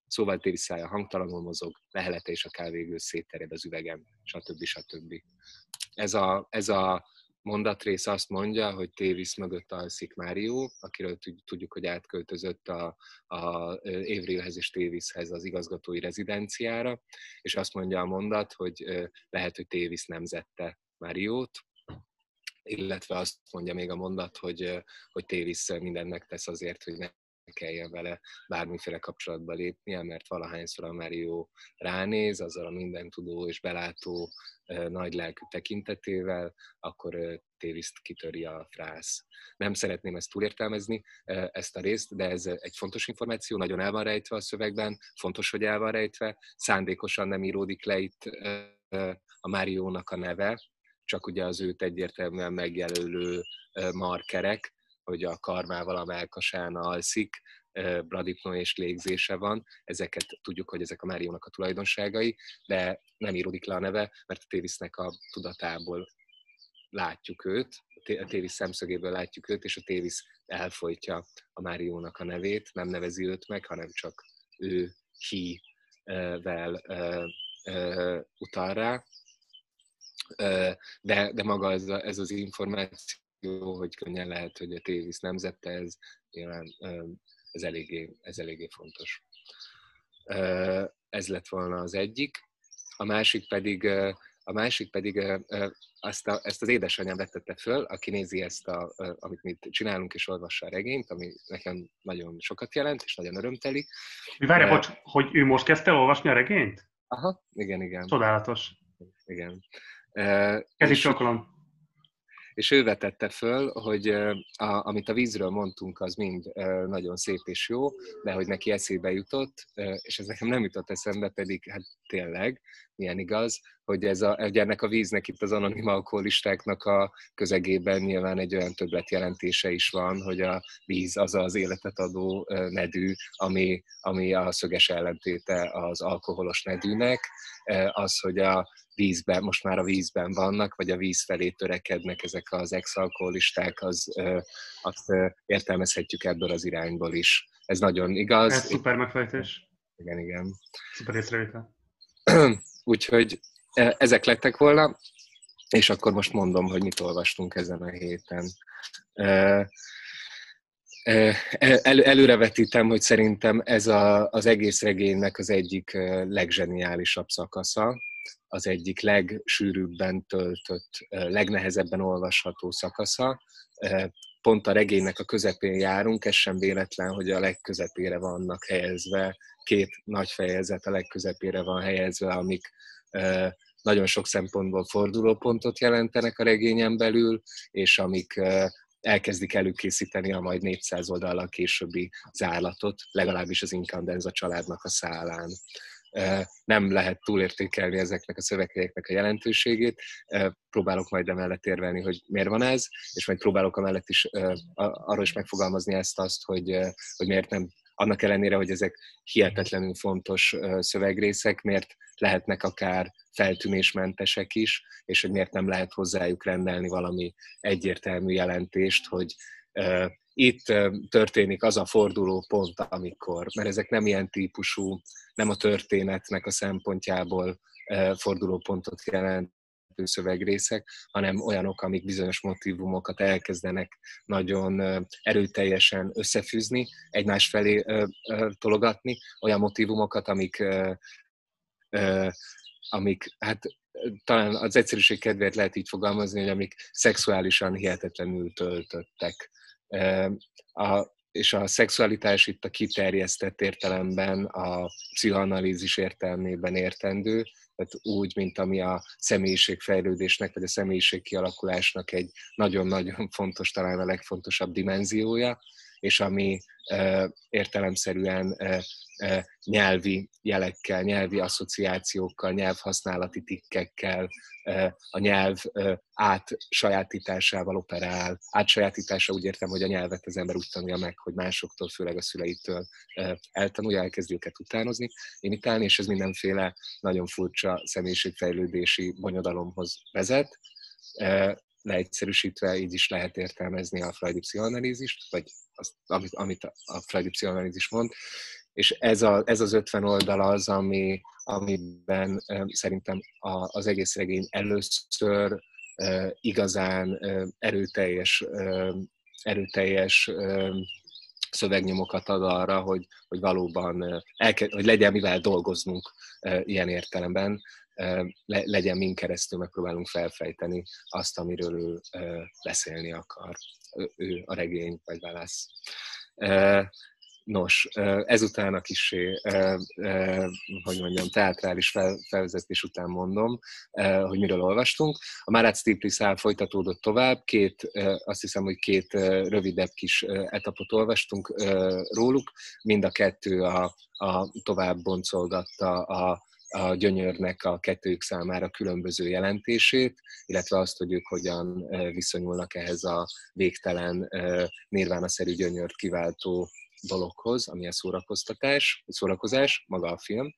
Szóval Tévis szája hangtalanul mozog, lehelete és a kávégőz szétterjed az üvegen, stb. stb. Ez a, ez a mondatrész azt mondja, hogy Tévis mögött alszik Mário, akiről tudjuk, hogy átköltözött a, a Avrilhez és Tévishez az igazgatói rezidenciára, és azt mondja a mondat, hogy lehet, hogy Tévis nemzette Máriót, illetve azt mondja még a mondat, hogy, hogy Tévis mindent megtesz azért, hogy ne kelljen vele bármiféle kapcsolatba lépnie, mert valahányszor a Mário ránéz, azzal a mindentudó és belátó nagy lelkű tekintetével, akkor Téviszt kitöri a frász. Nem szeretném ezt túlértelmezni, ezt a részt, de ez egy fontos információ, nagyon el van rejtve a szövegben, fontos, hogy el van rejtve, szándékosan nem íródik le itt a Máriónak a neve, csak ugye az őt egyértelműen megjelölő markerek, hogy a karmával a mellkasán alszik, bradipno és légzése van, ezeket tudjuk, hogy ezek a Máriónak a tulajdonságai, de nem íródik le a neve, mert a Tévisnek a tudatából látjuk őt, a Tévis szemszögéből látjuk őt, és a Tévis elfojtja a Máriónak a nevét, nem nevezi őt meg, hanem csak ő, he-vel utal rá. De, de maga ez, a, ez az információ, hogy könnyen lehet, hogy a Tévis nemzette, ez, nyilván, ez, eléggé, ez eléggé fontos. Ez lett volna az egyik. A másik pedig, a másik pedig azt a, ezt az édesanyám vetette föl, aki nézi ezt, a, amit mi csinálunk, és olvassa a regényt, ami nekem nagyon sokat jelent, és nagyon örömteli. Várj, uh, bocs, hogy ő most kezdte olvasni a regényt? Aha, igen, igen. Csodálatos. Igen. Ez is sokolom. És ő vetette föl, hogy a, amit a vízről mondtunk, az mind nagyon szép és jó, de hogy neki eszébe jutott, és ez nekem nem jutott eszembe, pedig hát tényleg, milyen igaz, hogy ez a, ennek a víznek itt az anonim alkoholistáknak a közegében nyilván egy olyan többletjelentése is van, hogy a víz az az életet adó nedű, ami, ami a szöges ellentéte az alkoholos nedűnek, az, hogy a vízben, most már a vízben vannak, vagy a víz felé törekednek ezek az ex-alkoholisták, az, azt értelmezhetjük ebből az irányból is. Ez nagyon igaz. Ez szuper megfejtés. Igen, igen. Szuper észrevétel. Úgyhogy ezek lettek volna, és akkor most mondom, hogy mit olvastunk ezen a héten. El, előrevetítem, hogy szerintem ez a, az egész regénynek az egyik legzseniálisabb szakasza, az egyik legsűrűbben töltött, legnehezebben olvasható szakasza. Pont a regénynek a közepén járunk, ez sem véletlen, hogy a legközepére vannak helyezve, két nagy fejezet a legközepére van helyezve, amik nagyon sok szempontból fordulópontot jelentenek a regényen belül, és amik elkezdik előkészíteni a majd négyszáz oldallal későbbi zárlatot, legalábbis az Incandenza családnak a szálán. Nem lehet túlértékelni ezeknek a szövegeknek a jelentőségét. Próbálok majd emellett érvelni, hogy miért van ez, és majd próbálok amellett is arról is megfogalmazni ezt azt, hogy, hogy miért nem, annak ellenére, hogy ezek hihetetlenül fontos szövegrészek, miért lehetnek akár feltűnésmentesek is, és hogy miért nem lehet hozzájuk rendelni valami egyértelmű jelentést, hogy itt történik az a forduló pont, amikor, mert ezek nem ilyen típusú, nem a történetnek a szempontjából fordulópontot jelentő szövegrészek, hanem olyanok, amik bizonyos motivumokat elkezdenek nagyon erőteljesen összefűzni, egymás felé tologatni, olyan motivumokat, amik, amik hát talán az egyszerűség kedvéért lehet így fogalmazni, hogy amik szexuálisan hihetetlenül töltöttek. A, és a szexualitás itt a kiterjesztett értelemben, a pszichoanalízis értelmében értendő, tehát úgy, mint ami a személyiségfejlődésnek, vagy a személyiség kialakulásnak egy nagyon-nagyon fontos, talán a legfontosabb dimenziója, és ami e, értelemszerűen e, e, nyelvi jelekkel, nyelvi asszociációkkal, nyelvhasználati tikkekkel, e, a nyelv e, átsajátításával operál. Átsajátítása úgy értem, hogy a nyelvet az ember úgy tanulja meg, hogy másoktól, főleg a szüleitől e, eltanulja, elkezdi őket utánozni, imitálni, és ez mindenféle nagyon furcsa személyiségfejlődési bonyodalomhoz vezet. E, leegyszerűsítve így is lehet értelmezni a freudi pszichoanalízist, vagy azt, amit, amit a freudi pszichoanalízis mond, és ez, a, ez az ötven oldal az, ami, amiben szerintem a, az egész regény először igazán erőteljes, erőteljes szövegnyomokat ad arra, hogy, hogy valóban elke, hogy legyen mivel dolgoznunk ilyen értelemben, le, legyen min keresztül megpróbálunk felfejteni azt, amiről ő beszélni akar, ő a regény vagy Wallace. Nos, ezután a kisé, hogy mondjam, teátrális felvezetés után mondom, hogy miről olvastunk. A Marat Stiflis szál folytatódott tovább, két, azt hiszem, hogy két rövidebb kis etapot olvastunk róluk, mind a kettő a, a tovább boncolgatta a, a gyönyörnek a kettőjük számára különböző jelentését, illetve azt, hogy ők hogyan viszonyulnak ehhez a végtelen nirvánaszerű gyönyört kiváltó dologhoz, ami a szórakoztatás, szórakozás, maga a film.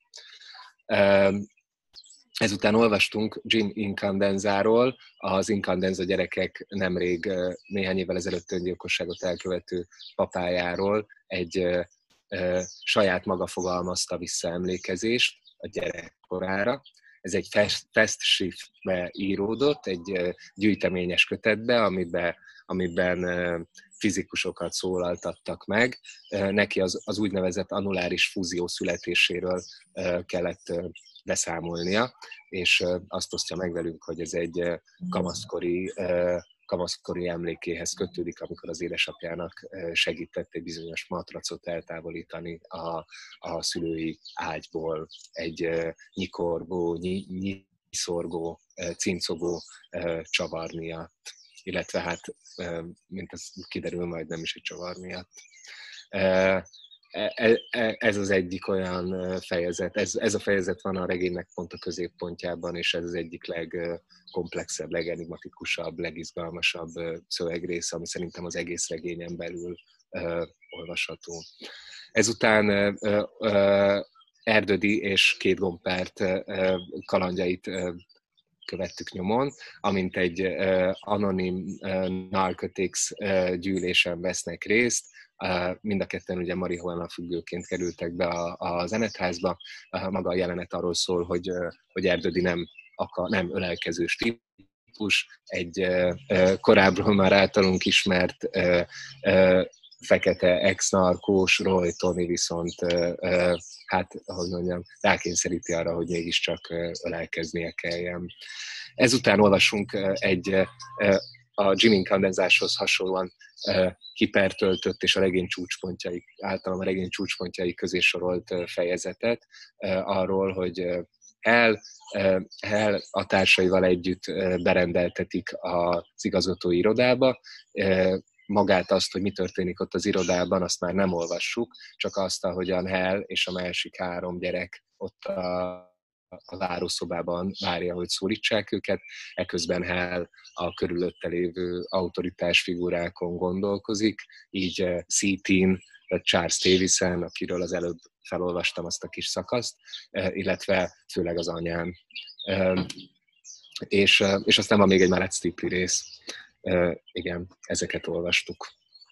Ezután olvastunk Jim Incandenzáról, az Incandenza gyerekek nemrég, néhány évvel ezelőtt öngyilkosságot elkövető papájáról egy saját maga fogalmazta visszaemlékezést a gyerekkorára. Ez egy festschriftbe íródott, egy gyűjteményes kötetbe, amiben, amiben fizikusokat szólaltattak meg. Neki az, az úgynevezett annuláris fúzió születéséről kellett beszámolnia, és azt osztja meg velünk, hogy ez egy kamaszkori, kamaszkori emlékéhez kötődik, amikor az édesapjának segített egy bizonyos matracot eltávolítani a, a szülői ágyból, egy nyikorgó, nyiszorgó, cincogó csavar miatt, illetve hát, mint ez kiderül, majd nem is egy csavar miatt. Ez az egyik olyan fejezet, ez, ez a fejezet van a regénynek pont a középpontjában, és ez az egyik legkomplexebb, legenigmatikusabb, legizgalmasabb szövegrész, ami szerintem az egész regényen belül olvasható. Ezután Erdődy és Két Gombpárt kalandjait követtük nyomon, amint egy anonim narcotics gyűlésen vesznek részt. Mind a ketten ugye marihuana függőként kerültek be a, a zenetházba. Maga a jelenet arról szól, hogy, hogy Erdődy nem, akar, nem ölelkezős típus, egy korábbról már általunk ismert fekete ex-narkós, Roy Tony viszont, hát, ahogy mondjam, rákényszeríti arra, hogy mégiscsak ölelkeznie kelljen. Ezután olvasunk egy a Jim Incandenzáshoz hasonlóan hipertöltött és a regény csúcspontjai, általában a regény csúcspontjai közé sorolt fejezetet arról, hogy Hal, Hal a társaival együtt berendeltetik az igazgatói irodába. Magát azt, hogy mi történik ott az irodában, azt már nem olvassuk, csak azt, ahogyan Hal és a másik három gyerek ott a a várószobában várja, hogy szólítsák őket, eközben Hal a körülötte lévő autoritás figurákon gondolkozik, így Seatin, Charles Davison, akiről az előbb felolvastam azt a kis szakaszt, illetve főleg az anyám. És, és aztán van még egy Marat Stiflis rész. Igen, ezeket olvastuk.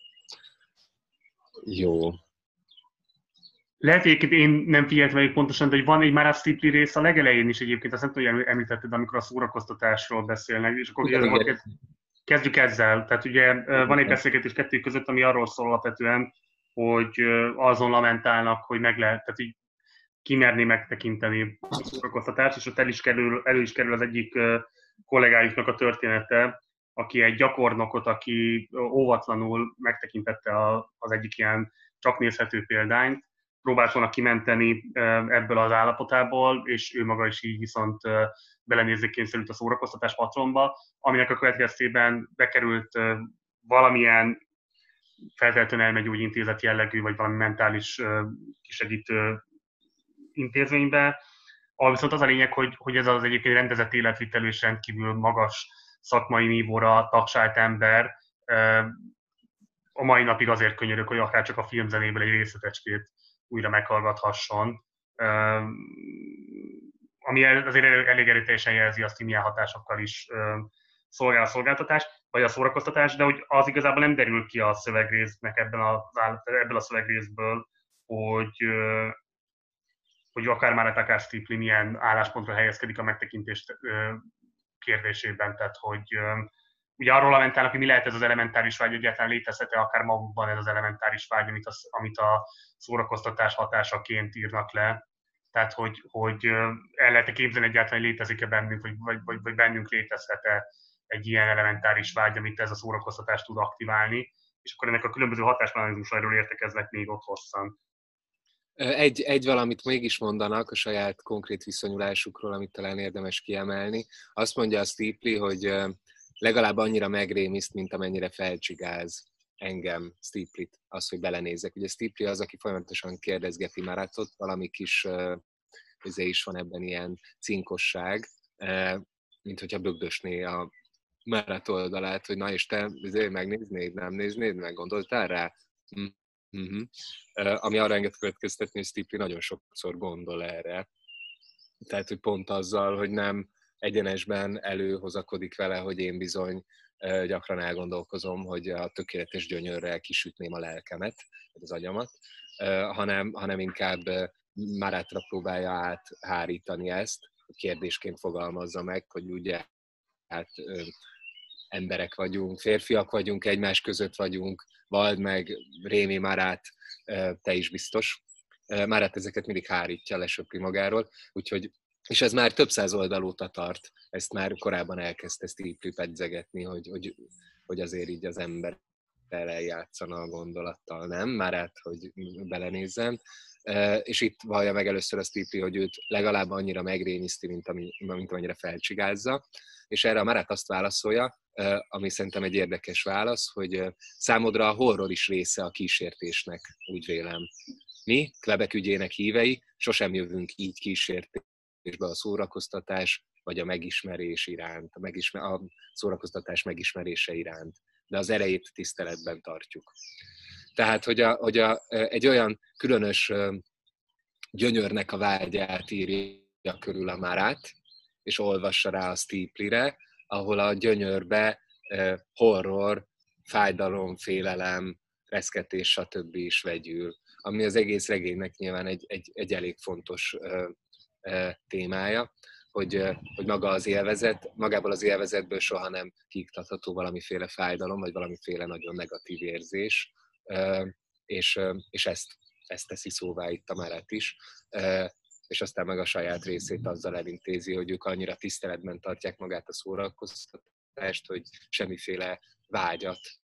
Jó. Lehet, hogy én nem figyeltem meg pontosan, de hogy van egy Marat Stiflis rész a legelején is egyébként, azt nem tudom, hogy említetted, amikor a szórakoztatásról beszélnek, és akkor igen, igen. Kezdjük ezzel. Tehát ugye van egy beszélgetés kettő között, ami arról szól alapvetően, hogy azon lamentálnak, hogy meg lehet, tehát így kimerni megtekinteni a szórakoztatást, és ott el is kerül, elő is kerül az egyik kollégájuknak a története, aki egy gyakornokot, aki óvatlanul megtekintette az egyik ilyen csak nézhető példányt, próbált volna kimenteni ebből az állapotából, és ő maga is így viszont belenézni kényszerült a szórakoztatás patronba, aminek a következtében bekerült valamilyen feltétlenül elmegyógyintézet jellegű, vagy valami mentális kisegítő intézménybe. Ahol viszont az a lényeg, hogy, hogy ez az egyébként rendezett életvitelű és rendkívül magas szakmai nívóra tagsált ember a mai napig azért könyörök, hogy akár csak a filmzenéből egy részletecskét újra meghallgathasson. Ami azért elég erőteljesen jelzi azt, hogy milyen hatásokkal is szolgál a szolgáltatás, vagy a szórakoztatás, de hogy az igazából nem derül ki a szövegrésznek ebben a, ebből a szövegrészből, hogy, hogy akár már akár Stipley milyen álláspontra helyezkedik a megtekintést kérdésében. Tehát, hogy ugye arról lamentálnak, hogy mi lehet ez az elementáris vágy, egyáltalán létezhet-e akár magukban ez az elementáris vágy, amit a, amit a szórakoztatás hatásaként írnak le. Tehát, hogy, hogy el lehet-e képzelni egyáltalán, hogy létezik-e bennünk, vagy, vagy, vagy, vagy bennünk létezhet-e egy ilyen elementáris vágy, amit ez a szórakoztatás tud aktiválni, és akkor ennek a különböző hatásmechanizmusairól értekeznek még ott hosszan. Egy, egy valamit mégis mondanak a saját konkrét viszonyulásukról, amit talán érdemes kiemelni. Azt mondja a Stipley, hogy legalább annyira megrémiszt, mint amennyire felcsigáz engem, Stipley-t, az, hogy belenézek. Ugye Stipley az, aki folyamatosan kérdezgeti Maratot, valami kis közé is van ebben ilyen cinkosság, mint hogyha bögdösné a Marat oldalát, hogy na és te megnéznéd, nem néznéd, meg gondoltál rá? Uh-huh. Ami arra enged következtetni, hogy Stipley nagyon sokszor gondol erre. Tehát, hogy pont azzal, hogy nem egyenesben előhozakodik vele, hogy én bizony gyakran elgondolkozom, hogy a tökéletes gyönyörrel kisütném a lelkemet, az agyamat, hanem, hanem inkább Maratra próbálja áthárítani ezt, hogy kérdésként fogalmazza meg, hogy ugye hát emberek vagyunk, férfiak vagyunk, egymás között vagyunk, vald meg, Rémi Marat, te is biztos. Marat ezeket mindig hárítja, lesöpri magáról, úgyhogy, és ez már több száz oldal óta tart, ezt már korábban elkezdte Stipley pedzegetni, hogy, hogy, hogy azért így az ember eljátszana a gondolattal, nem? Marat, hogy belenézzen. És itt vallja meg először a Stipley, hogy őt legalább annyira megrémiszti, mint, ami, mint amennyire felcsigázza, és erre a Marat azt válaszolja, ami szerintem egy érdekes válasz, hogy számodra a horror is része a kísértésnek, úgy vélem. Mi, Quebec ügyének hívei, sosem jövünk így kísértésbe a szórakoztatás vagy a megismerés iránt, a, megismer- a szórakoztatás megismerése iránt, de az erejét tiszteletben tartjuk. Tehát, hogy, a, hogy a, egy olyan különös gyönyörnek a vágyát írja körül a Marat, és olvassa rá a Stipleyre, ahol a gyönyörbe horror, fájdalom, félelem, reszketés, stb. Is vegyül, ami az egész regénynek nyilván egy, egy, egy elég fontos témája, hogy, hogy maga az élvezet, magából az élvezetből soha nem kiiktatható valamiféle fájdalom, vagy valamiféle nagyon negatív érzés, és, és ezt, ezt teszi szóvá itt a Marat is, és aztán meg a saját részét azzal elintézi, hogy ők annyira tiszteletben tartják magát a szórakoztatást, hogy semmiféle vágyat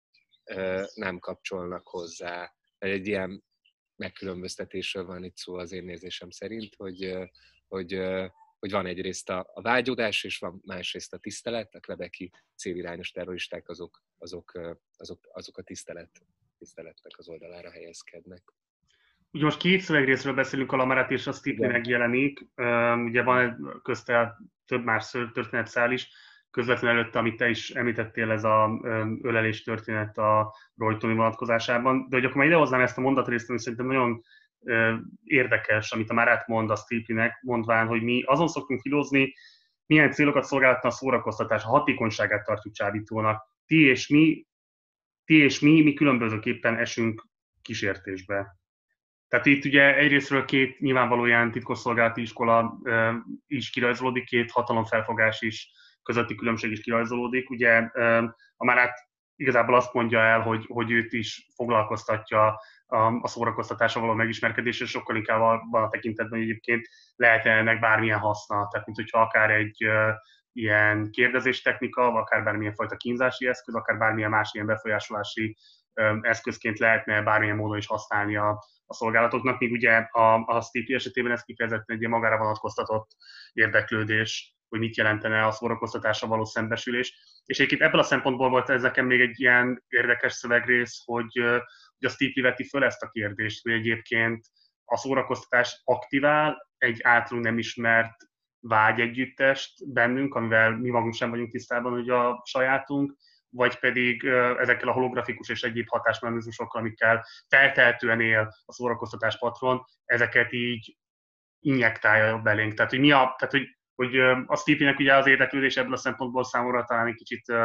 nem kapcsolnak hozzá. Egy ilyen megkülönböztetésről van itt szó az én nézésem szerint, hogy, hogy, hogy van egyrészt a, a vágyódás, és van másrészt a tisztelet, a quebeci célirányos terroristák azok, azok, azok, azok a tisztelet, tiszteletnek az oldalára helyezkednek. Ugye most két szövegrészről beszélünk, a Marat és a Stipley megjelenik. Ugye van közte több más történetszál is, közvetlenül előtte, amit te is említettél, ez a ölelés történet a Roy Tony vonatkozásában. De hogy akkor már idehoznám ezt a mondatrészt, ami szerintem nagyon érdekes, amit a Marat mond a Stipleynek, mondván, hogy mi azon szoktunk filózni, milyen célokat szolgálhatna a szórakoztatás, a hatékonyságát tartjuk csábítónak. Ti és mi, ti és mi, mi különbözőképpen esünk kísértésbe. Tehát itt ugye egyrésztről két nyilvánvalóan titkosszolgálati iskola is kirajzolódik, két hatalomfelfogás is, közötti különbség is kirajzolódik. Ugye a Marat igazából azt mondja el, hogy, hogy őt is foglalkoztatja a, a szórakoztatással való megismerkedés, és sokkal inkább van a tekintetben, hogy egyébként lehet ennek bármilyen haszna. Tehát, mint hogyha akár egy uh, ilyen kérdezéstechnika, vagy akár bármilyen fajta kínzási eszköz, akár bármilyen más ilyen befolyásolási um, eszközként lehetne bármilyen módon is használni a, a szolgálatoknak, míg ugye a, a Stipley esetében ez kifejezetten egy magára vonatkoztatott érdeklődés, hogy mit jelentene a szórakoztatásra való szembesülés. És egyébként ebből a szempontból volt ez nekem még egy ilyen érdekes szövegrész, hogy, hogy a Stipley veti föl ezt a kérdést, hogy egyébként a szórakoztatás aktivál egy általunk nem ismert vágyegyüttest bennünk, amivel mi magunk sem vagyunk tisztában, hogy a sajátunk, vagy pedig ezekkel a holografikus és egyéb hatásmechanizmusokkal, amikkel feltehetően él a szórakoztatás patron, ezeket így injektálja belénk. Tehát, hogy mi a, tehát, hogy hogy a Stipleynek ugye az érdeklődés ebből a szempontból számomra talán egy kicsit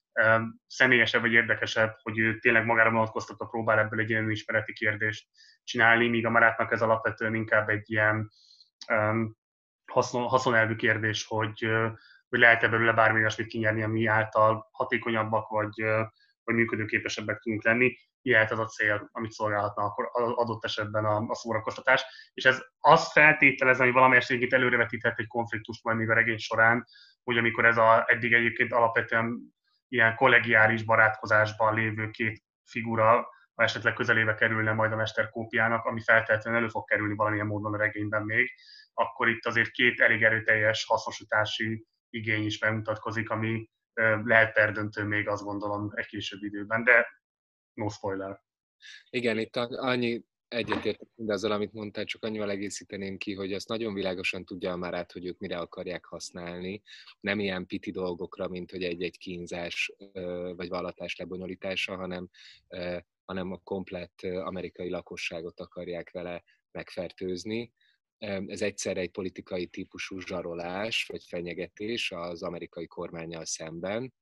személyesebb vagy érdekesebb, hogy ő tényleg magára vonatkoztatva próbál ebből egy ilyen ismereti kérdést csinálni, míg a Marátnak ez alapvetően inkább egy ilyen haszon, haszonelvű kérdés, hogy, hogy lehet-e belőle bármi olyasmit kinyerni, ami által hatékonyabbak vagy, vagy működőképesebbek tudunk lenni. Ilyen lehet az a cél, amit szolgálhatna akkor adott esetben a, a szórakoztatás. És ez azt feltételezem, hogy valamelyest egyébként előrevetíthet egy konfliktust majd még a regény során, hogy amikor ez a, eddig egyébként alapvetően ilyen kollegiális barátkozásban lévő két figura, ha esetleg közelébe kerülne majd a mesterkópiának, ami feltétlenül elő fog kerülni valamilyen módon a regényben még, akkor itt azért két elég erőteljes hasznosítási igény is megmutatkozik, ami lehet perdöntő még azt gondolom egy később időben, de no spoiler. Igen, itt annyi egyetértek mindazzal, amit mondtál, csak annyival egészíteném ki, hogy azt nagyon világosan tudja a Marát, hogy ők mire akarják használni. Nem ilyen piti dolgokra, mint hogy egy-egy kínzás vagy vallatás lebonyolítása, hanem, hanem a komplett amerikai lakosságot akarják vele megfertőzni. Ez egyszerre egy politikai típusú zsarolás vagy fenyegetés az amerikai kormánnyal szemben.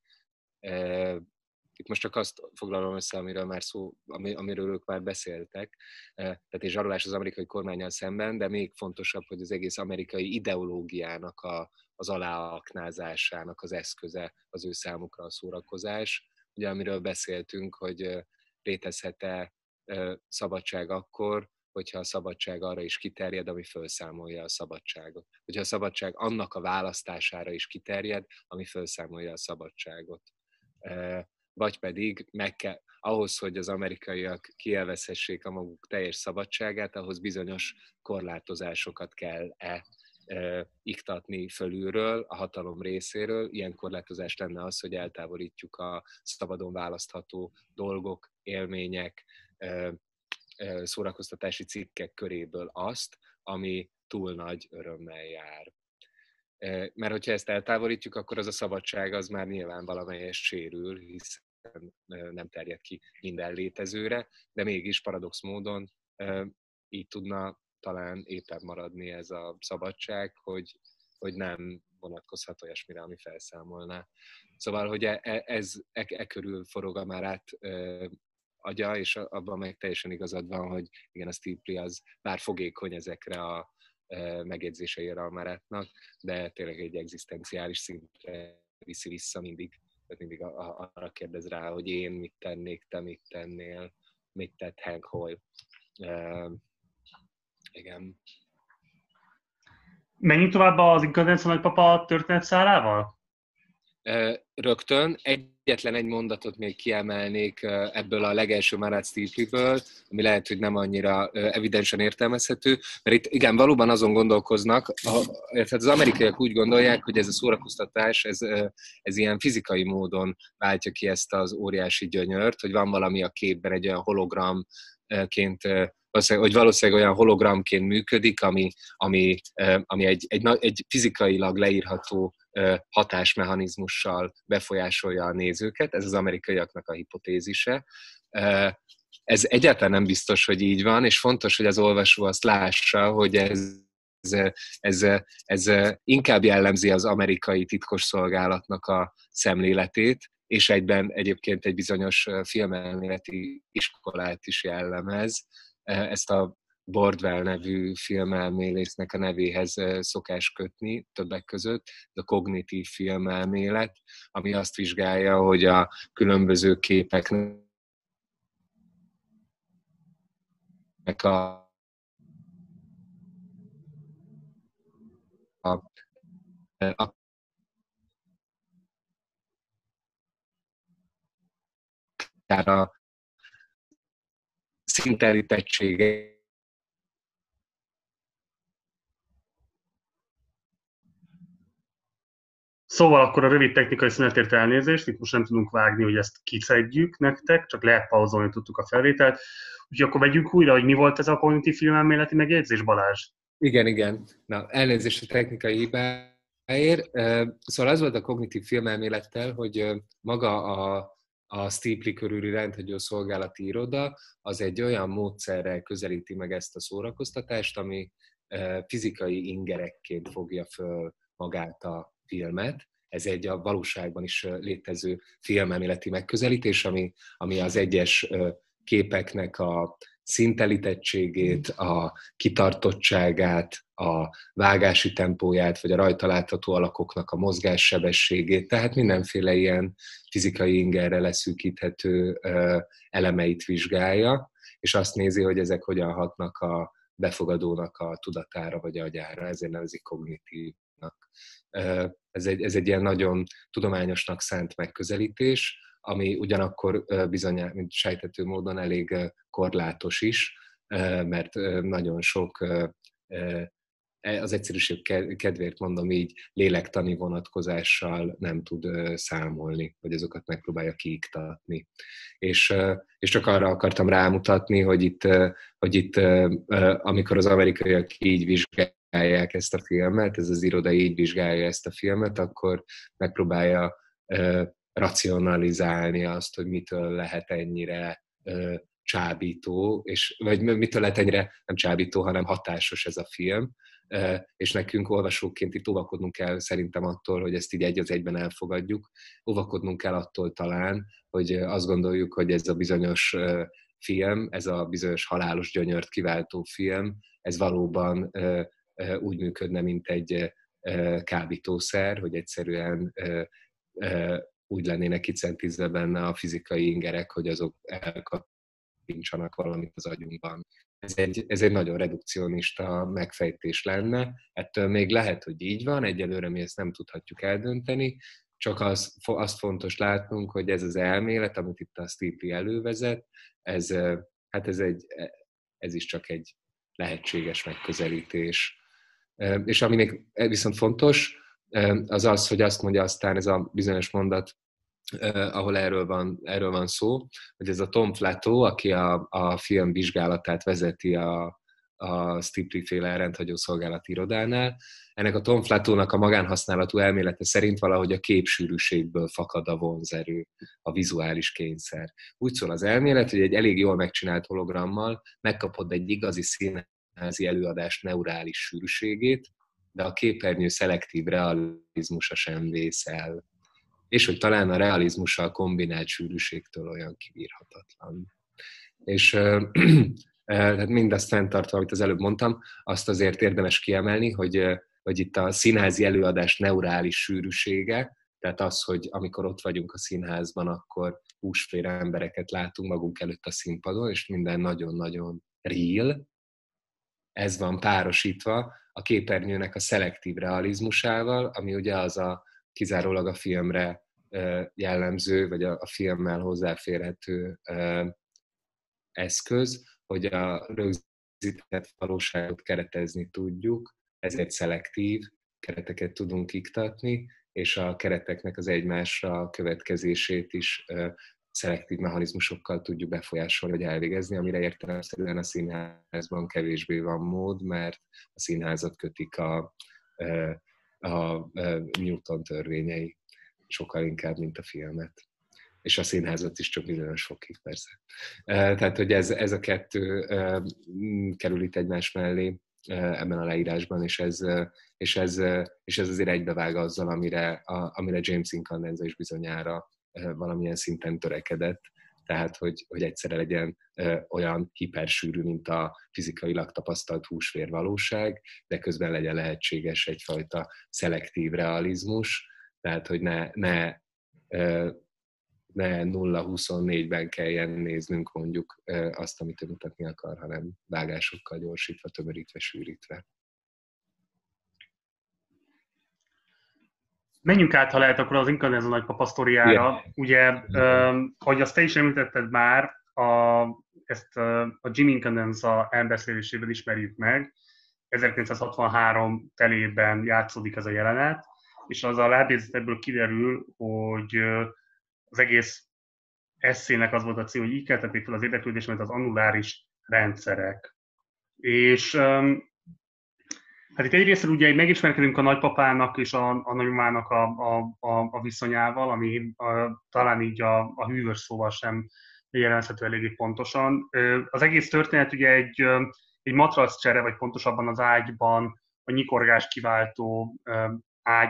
Itt most csak azt foglalom össze, amiről már szó, amiről ők már beszéltek. Tehát egy zsarolás az amerikai kormánnyal szemben, de még fontosabb, hogy az egész amerikai ideológiának a, az aláaknázásának az eszköze az ő számukra a szórakozás. Ugye amiről beszéltünk, hogy létezhet-e szabadság akkor, hogyha a szabadság arra is kiterjed, ami felszámolja a szabadságot. Hogyha a szabadság annak a választására is kiterjed, ami felszámolja a szabadságot. Vagy pedig meg kell, ahhoz, hogy az amerikaiak kielvezhessék a maguk teljes szabadságát, ahhoz bizonyos korlátozásokat kell-e e, iktatni fölülről, a hatalom részéről. Ilyen korlátozás lenne az, hogy eltávolítjuk a szabadon választható dolgok, élmények, e, e, szórakoztatási cikkek köréből azt, ami túl nagy örömmel jár. Mert hogyha ezt eltávolítjuk, akkor az a szabadság az már nyilván valamelyest sérül, hiszen nem terjed ki minden létezőre, de mégis paradox módon így tudna talán éppen maradni ez a szabadság, hogy, hogy nem vonatkozhat olyasmire, ami felszámolná. Szóval, hogy ez e, e körül forog a Marát agya, és abban meg teljesen igazad van, hogy igen, a Stipley az bár fogékony ezekre a megjegyzéseire a Marátnak, de tényleg egy egzisztenciális szintre viszi vissza mindig. Tehát mindig arra kérdez rá, hogy én mit tennék, te mit tennél, mit tett Hank Hoyle. Uh, igen. Menjünk tovább az Inkadenca nagypapa történetszálával? Rögtön egyetlen egy mondatot még kiemelnék ebből a legelső Marat Stipley-ből, ami lehet, hogy nem annyira evidensen értelmezhető, mert itt igen, valóban azon gondolkoznak, az amerikaiak úgy gondolják, hogy ez a szórakoztatás, ez, ez ilyen fizikai módon váltja ki ezt az óriási gyönyört, hogy van valami a képben, egy olyan hologramként, hogy valószínűleg olyan hologramként működik, ami, ami, ami egy, egy, egy fizikailag leírható hatásmechanizmussal befolyásolja a nézőket. Ez az amerikaiaknak a hipotézise. Ez egyáltalán nem biztos, hogy így van, és fontos, hogy az olvasó azt lássa, hogy ez, ez, ez inkább jellemzi az amerikai titkosszolgálatnak a szemléletét, és egyben egyébként egy bizonyos filmelméleti iskolát is jellemez. Ezt a Bordwell nevű filmelmélésznek a nevéhez szokás kötni többek között, a kognitív filmelmélet, ami azt vizsgálja, hogy a különböző képeknek a, a, a a szintelítettsége Szóval akkor a rövid technikai szünetért elnézést, itt most nem tudunk vágni, hogy ezt kiszedjük nektek, csak lehet pauzolni tudtuk a felvételt. Úgyhogy akkor vegyünk újra, hogy mi volt ez a kognitív filmelméleti megjegyzés, Balázs? Igen, igen. Na, elnézést a technikai hibáért. Szóval az volt a kognitív filmelmélettel, hogy maga a, a Stipley körüli rendhagyó szolgálati iroda az egy olyan módszerrel közelíti meg ezt a szórakoztatást, ami fizikai ingerekként fogja föl magát a filmet, ez egy a valóságban is létező filmelméleti megközelítés, ami, ami az egyes képeknek a szintelítettségét, a kitartottságát, a vágási tempóját, vagy a rajta látható alakoknak a mozgássebességét, tehát mindenféle ilyen fizikai ingerre leszűkíthető elemeit vizsgálja, és azt nézi, hogy ezek hogyan hatnak a befogadónak a tudatára vagy agyára, ezért nevezik kognitívnak. Ez egy, ez egy ilyen nagyon tudományosnak szánt megközelítés, ami ugyanakkor bizony, mint sejthető módon elég korlátos is, mert nagyon sok, az egyszerűség kedvéért mondom így, lélektani vonatkozással nem tud számolni, vagy azokat megpróbálja kiiktatni. És, és csak arra akartam rámutatni, hogy itt, hogy itt amikor az amerikaiak így vizsgálják ezt a filmet, ez az iroda így vizsgálja ezt a filmet, akkor megpróbálja racionalizálni azt, hogy mitől lehet ennyire ö, csábító, és, vagy mitől lehet ennyire nem csábító, hanem hatásos ez a film, ö, és nekünk olvasóként itt óvakodnunk kell szerintem attól, hogy ezt így egy az egyben elfogadjuk. Óvakodnunk kell attól talán, hogy azt gondoljuk, hogy ez a bizonyos ö, film, ez a bizonyos halálos gyönyört kiváltó film, ez valóban ö, ö, úgy működne, mint egy ö, kábítószer, hogy egyszerűen ö, ö, úgy lennének kicentizve benne a fizikai ingerek, hogy azok elkapincsanak valamit az agyunkban. Ez egy, ez egy nagyon redukcionista megfejtés lenne. Ettől még lehet, hogy így van, egyelőre mi ezt nem tudhatjuk eldönteni, csak az, azt fontos látnunk, hogy ez az elmélet, amit itt a Stipley elővezet, ez, hát ez, egy, ez is csak egy lehetséges megközelítés. És ami még viszont fontos, az az, hogy azt mondja aztán ez a bizonyos mondat, ahol erről van, erről van szó, hogy ez a Tom Flatto, aki a, a film vizsgálatát vezeti a, a Stipley-féle rendhagyó szolgálati irodánál. Ennek a Tom Flattónak a magánhasználatú elmélete szerint valahogy a képsűrűségből fakad a vonzerő, a vizuális kényszer. Úgy szól az elmélet, hogy egy elég jól megcsinált hologrammal megkapod egy igazi színházi előadás neurális sűrűségét, de a képernyő szelektív realizmusa sem vész el. És hogy talán a realizmussal kombinált sűrűségtől olyan kibírhatatlan. És tehát mindazt fenntartva, amit az előbb mondtam, azt azért érdemes kiemelni, hogy, hogy itt a színházi előadás neurális sűrűsége, tehát az, hogy amikor ott vagyunk a színházban, akkor húsfér embereket látunk magunk előtt a színpadon, és minden nagyon-nagyon real. Ez van párosítva a képernyőnek a szelektív realizmusával, ami ugye az a kizárólag a filmre jellemző, vagy a filmmel hozzáférhető eszköz, hogy a rögzített valóságot keretezni tudjuk, ezért szelektív kereteket tudunk iktatni, és a kereteknek az egymásra következését is szelektív mechanizmusokkal tudjuk befolyásolni, vagy elvégezni, amire értelemszerűen a színházban kevésbé van mód, mert a színházat kötik a, a, a Newton törvényei sokkal inkább, mint a filmet. És a színházat is csak bizonyos fokig, persze. Tehát, hogy ez, ez a kettő kerül itt egymás mellé ebben a leírásban, és ez, és ez, és ez azért egybevág azzal, amire, a, amire James Incandenza is bizonyára valamilyen szinten törekedett, tehát, hogy, hogy egyszerre legyen olyan hipersűrű, mint a fizikailag tapasztalt húsvér valóság, de közben legyen lehetséges egyfajta szelektív realizmus, tehát, hogy ne, ne, ne nulla huszonnégyben kelljen néznünk mondjuk azt, amit ő mutatni akar, hanem vágásokkal gyorsítva, tömörítve, sűrítve. Menjünk át, ha lehet, akkor az Incandenza nagypapa sztoriára. Yeah. Ugye, uh, ahogy azt te is említetted már, a, ezt uh, a Jim Incandenza elbeszélésében ismerjük meg. ezerkilencszázhatvanhárom telében játszódik ez a jelenet, és az a lábjegyzetből kiderül, hogy uh, az egész eszének az volt a cél, hogy így keltették fel az érdeklődésemet az annuláris rendszerek. És um, hát itt egyrészt ugye megismerkedünk a nagypapának és a, a nagymamának a, a, a viszonyával, ami a, talán így a, a hűvös szóval sem jellemezhető eléggé pontosan. Az egész történet ugye egy, egy matraccsere, vagy pontosabban az ágyban a nyikorgás kiváltó ágy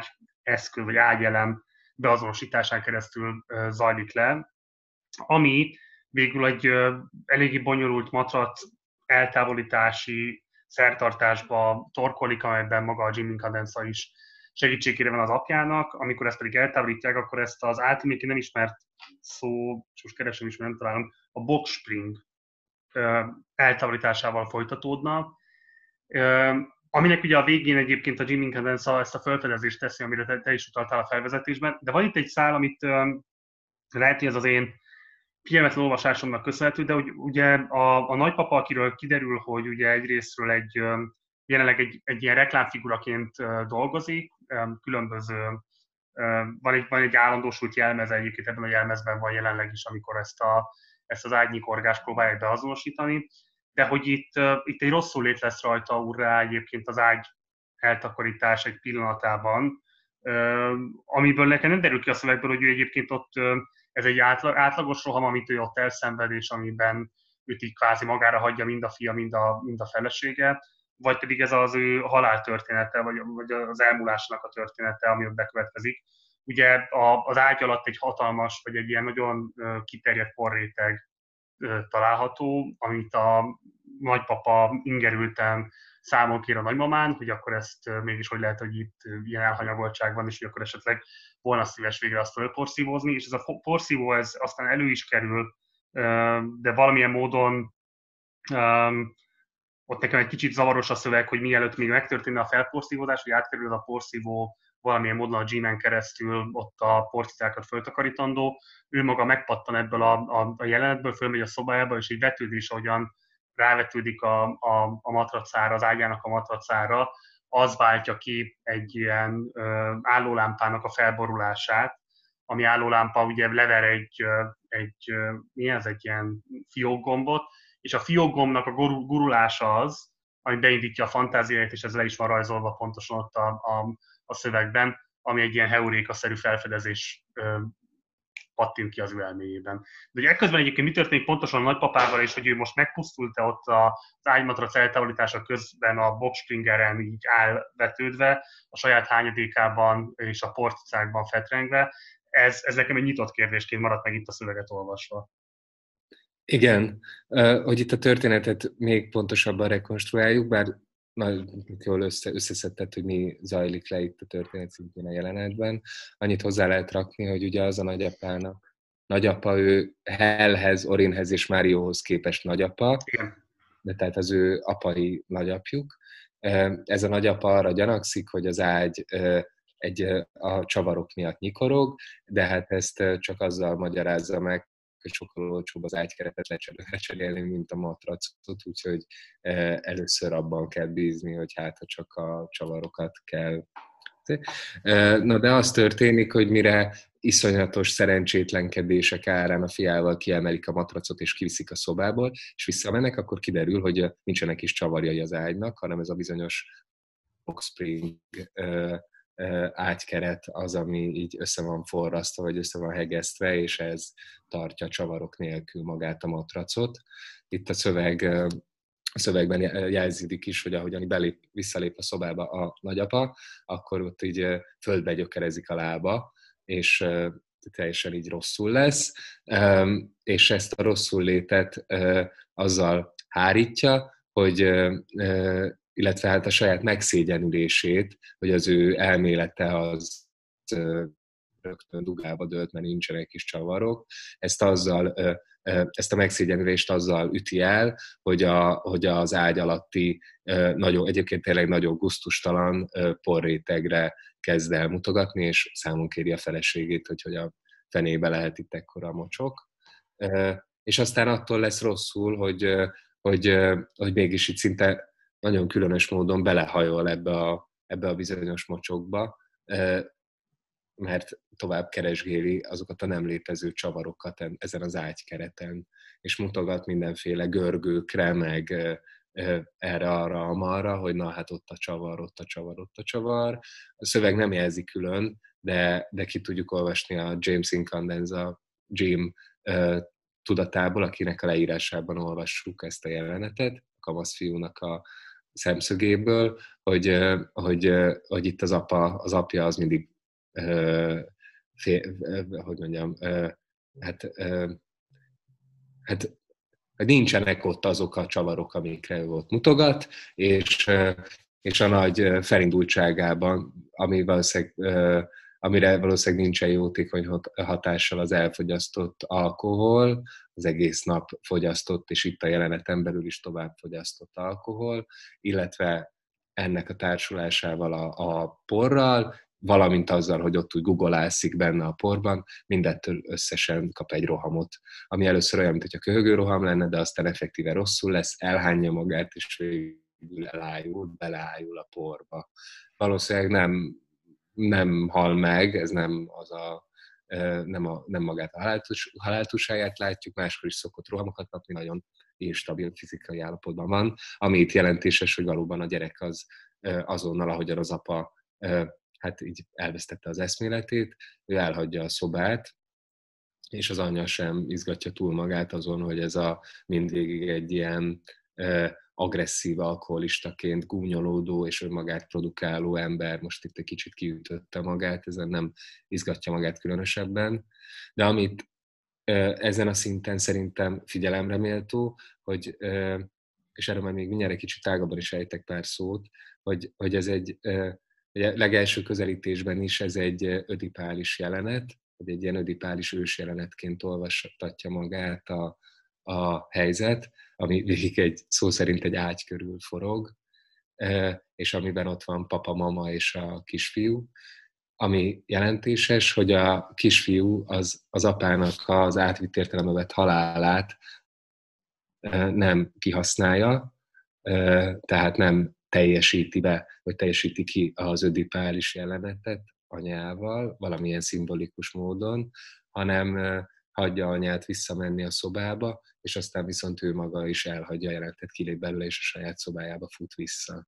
eszköz vagy ágyelem beazonosításán keresztül zajlik le, ami végül egy eléggé bonyolult matrac eltávolítási szertartásba torkolik, amelyben maga a Jim Incandenza is segítségére van az apjának. Amikor ezt pedig eltávolítják, akkor ezt az általában nem ismert szó, és most keresem is, nem találom, a boxspring eltávolításával folytatódna, aminek ugye a végén egyébként a Jim Incandenza ezt a felfedezést teszi, amire te, te is utaltál a felvezetésben, de van itt egy szál, amit lehet, hogy ez az én figyelmetlen olvasásomnak köszönhető, de hogy ugye a, a nagypapa, akiről kiderül, hogy ugye egyrésztről egy, jelenleg egy, egy ilyen reklámfiguraként dolgozik, különböző, van egy, van egy állandósult jelmeze, egyébként ebben a jelmezben van jelenleg is, amikor ezt, a, ezt az ágynyikorgást próbálják beazonosítani, de hogy itt, itt egy rosszul lét lesz rajta urrá egyébként az ágy eltakarítás egy pillanatában, amiből nekem nem derül ki a szövegből, hogy ő egyébként ott ez egy átlag, átlagos roham, amit ő ott elszenved, és amiben őt így kvázi magára hagyja mind a fia, mind a, mind a felesége, vagy pedig ez az ő haláltörténete, vagy, vagy az elmúlásnak a története, ami ott bekövetkezik. Ugye a, az ágy alatt egy hatalmas, vagy egy ilyen nagyon kiterjedt porréteg található, amit a nagypapa ingerülten számon kér a nagymamán, hogy akkor ezt mégis hogy lehet, hogy itt ilyen elhanyagoltság van, és hogy akkor esetleg volna szíves végre azt fölporszívózni, és ez a porszívó ez aztán elő is kerül, de valamilyen módon ott nekem egy kicsit zavaros a szöveg, hogy mielőtt még megtörténne a felporszívózás, hogy átkerül az a porszívó valamilyen módon a G-men keresztül ott a porcicákat föltakarítandó, ő maga megpattan ebből a, a, a jelenetből, fölmegy a szobájába, és egy vetődés, ahogyan rávetődik a, a, a matracára, az ágyának a matracára, az váltja ki egy ilyen ö, állólámpának a felborulását, ami állólámpa ugye lever egy, egy mi ez, egy ilyen fiókgombot, és a fiókgombnak a gurulása az, ami beindítja a fantáziáját, és ez le is van rajzolva pontosan ott a, a, a szövegben, ami egy ilyen heuréka-szerű felfedezés ö, pattint ki az ő elméjében. De ugye ekközben egyébként mi történik pontosan a nagypapával, és hogy ő most megpusztult-e ott az ágymatrac eltávolítása közben a boxspringeren így elvetődve, a saját hányadékában és a porcicákban fetrengve, ez, ez nekem egy nyitott kérdésként maradt meg itt a szöveget olvasva. Igen, hogy itt a történetet még pontosabban rekonstruáljuk, bár nagyon jól össze, összeszedted, hogy mi zajlik le itt a történet szintén a jelenetben. Annyit hozzá lehet rakni, hogy ugye az a nagyapának, nagyapa ő Hellhez, Orinhez és Márióhoz képest nagyapa, Igen. de tehát az ő apai nagyapjuk. Ez a nagyapa arra gyanakszik, hogy az ágy egy, a csavarok miatt nyikorog, de hát ezt csak azzal magyarázza meg, hogy sokkal olcsóbb az ágykeretet lecserélni, mint a matracot, úgyhogy először abban kell bízni, hogy hát ha csak a csavarokat kell. Na de az történik, hogy mire iszonyatos szerencsétlenkedések árán a fiával kiemelik a matracot és kiviszik a szobából, és visszamennek, akkor kiderül, hogy nincsenek is csavarjai az ágynak, hanem ez a bizonyos boxspring ágykeret az, ami így össze van forrasztva, vagy össze van hegesztve, és ez tartja csavarok nélkül magát a matracot. Itt a szöveg, a szövegben jelződik is, hogy ahogyan belép, visszalép a szobába a nagyapa, akkor ott így földbe gyökerezik a lába, és teljesen így rosszul lesz, és ezt a rosszul létet azzal hárítja, hogy illetve hát a saját megszégyenülését, hogy az ő elmélete az rögtön dugába dőlt, mert nincsenek kis csavarok. Ezt, azzal, ezt a megszégyenülést azzal üti el, hogy, a, hogy az ágy alatti nagyon, egyébként tényleg nagyon gusztustalan porrétegre kezd el mutogatni, és számon kéri a feleségét, hogy, hogy a fenébe lehet itt ekkora mocsok. És aztán attól lesz rosszul, hogy, hogy, hogy mégis itt szinte nagyon különös módon belehajol ebbe a, ebbe a bizonyos mocsokba, mert tovább keresgéli azokat a nem létező csavarokat ezen az ágykereten, és mutogat mindenféle görgőkre, meg erre-arra, amarra, hogy na hát ott a csavar, ott a csavar, ott a csavar. A szöveg nem jelzi külön, de, de ki tudjuk olvasni a James Incandenza, Jim tudatából, akinek a leírásában olvassuk ezt a jelenetet, a kamaszfiúnak a szemszögéből, hogy, hogy, hogy itt az apa, az apja az mindig fél, hogy mondjam, hát, hát nincsenek ott azok a csavarok, amikre ő ott mutogat, és, és a nagy felindultságában, ami valószínűleg, amire valószínűleg nincsen jótékony hatással az elfogyasztott alkohol, az egész nap fogyasztott, és itt a jeleneten belül is tovább fogyasztott alkohol, illetve ennek a társulásával a, a porral, valamint azzal, hogy ott úgy googolászik benne a porban, mindettől összesen kap egy rohamot, ami először olyan, mintha köhögő roham lenne, de aztán effektíve rosszul lesz, elhányja magát, és végül elájul, beleájul a porba. Valószínűleg nem, nem hal meg, ez nem az a nem, a, nem magát a haláltus, haláltusáját látjuk, máskor is szokott rohamokat kapni, nagyon instabil fizikai állapotban van, ami itt jelentéses, hogy valóban a gyerek az azonnal, ahogyan az apa hát így elvesztette az eszméletét, ő elhagyja a szobát, és az anyja sem izgatja túl magát azon, hogy ez a mindvégig egy ilyen agresszív alkoholistaként gúnyolódó és önmagát produkáló ember most itt egy kicsit kiütötte magát, ezen nem izgatja magát különösebben. De amit ezen a szinten szerintem figyelemre méltó, hogy, és erről már még mindjárt egy kicsit tágabban is ejtek pár szót, hogy, hogy ez egy, ugye legelső közelítésben is ez egy ödipális jelenet, vagy egy ilyen ödipális ősjelenetként olvastatja magát a, a helyzet, ami végig egy, szó szerint egy ágy körül forog, és amiben ott van papa, mama és a kisfiú, ami jelentéses, hogy a kisfiú az, az apának az átvitt értelembe vett halálát nem kihasználja, tehát nem teljesíti be, vagy teljesíti ki az ödipális jelenetet anyával, valamilyen szimbolikus módon, hanem hagyja anyát visszamenni a szobába, és aztán viszont ő maga is elhagyja a jelenetet, kilép belőle, és a saját szobájába fut vissza.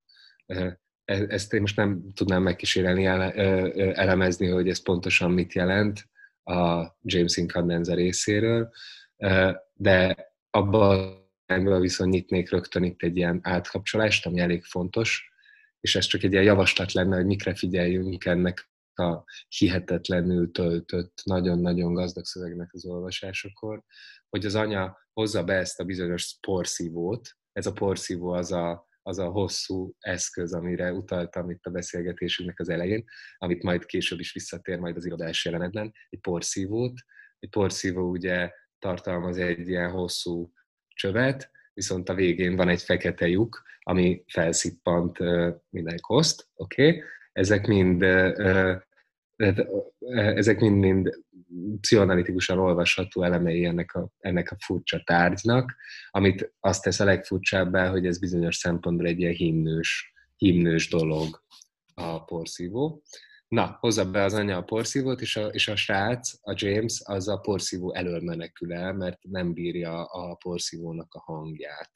Ezt én most nem tudnám megkísérelni, elemezni, hogy ez pontosan mit jelent a James Incandenza részéről, de abban viszont nyitnék rögtön itt egy ilyen átkapcsolást, ami elég fontos, és ez csak egy ilyen javaslat lenne, hogy mikre figyeljünk ennek a hihetetlenül töltött, nagyon-nagyon gazdag szövegnek az olvasásakor, hogy az anya hozza be ezt a bizonyos porszívót. Ez a porszívó az a, az a hosszú eszköz, amire utaltam itt a beszélgetésünknek az elején, amit majd később is visszatér majd az irodás jelenetben, egy porszívót. Egy porszívó ugye tartalmaz egy ilyen hosszú csövet, viszont a végén van egy fekete lyuk, ami felszippant uh, minden koszt, oké? Okay? Ezek mind uh, ezek mind-mind pszichoanalitikusan olvasható elemei ennek a, ennek a furcsa tárgynak, amit azt tesz a legfurcsábbá, hogy ez bizonyos szempontból egy ilyen himnős, himnős dolog a porszívó. Na, hozza be az anya a porszívót, és a, és a srác, a James, az a porszívó elől menekül el, mert nem bírja a porszívónak a hangját.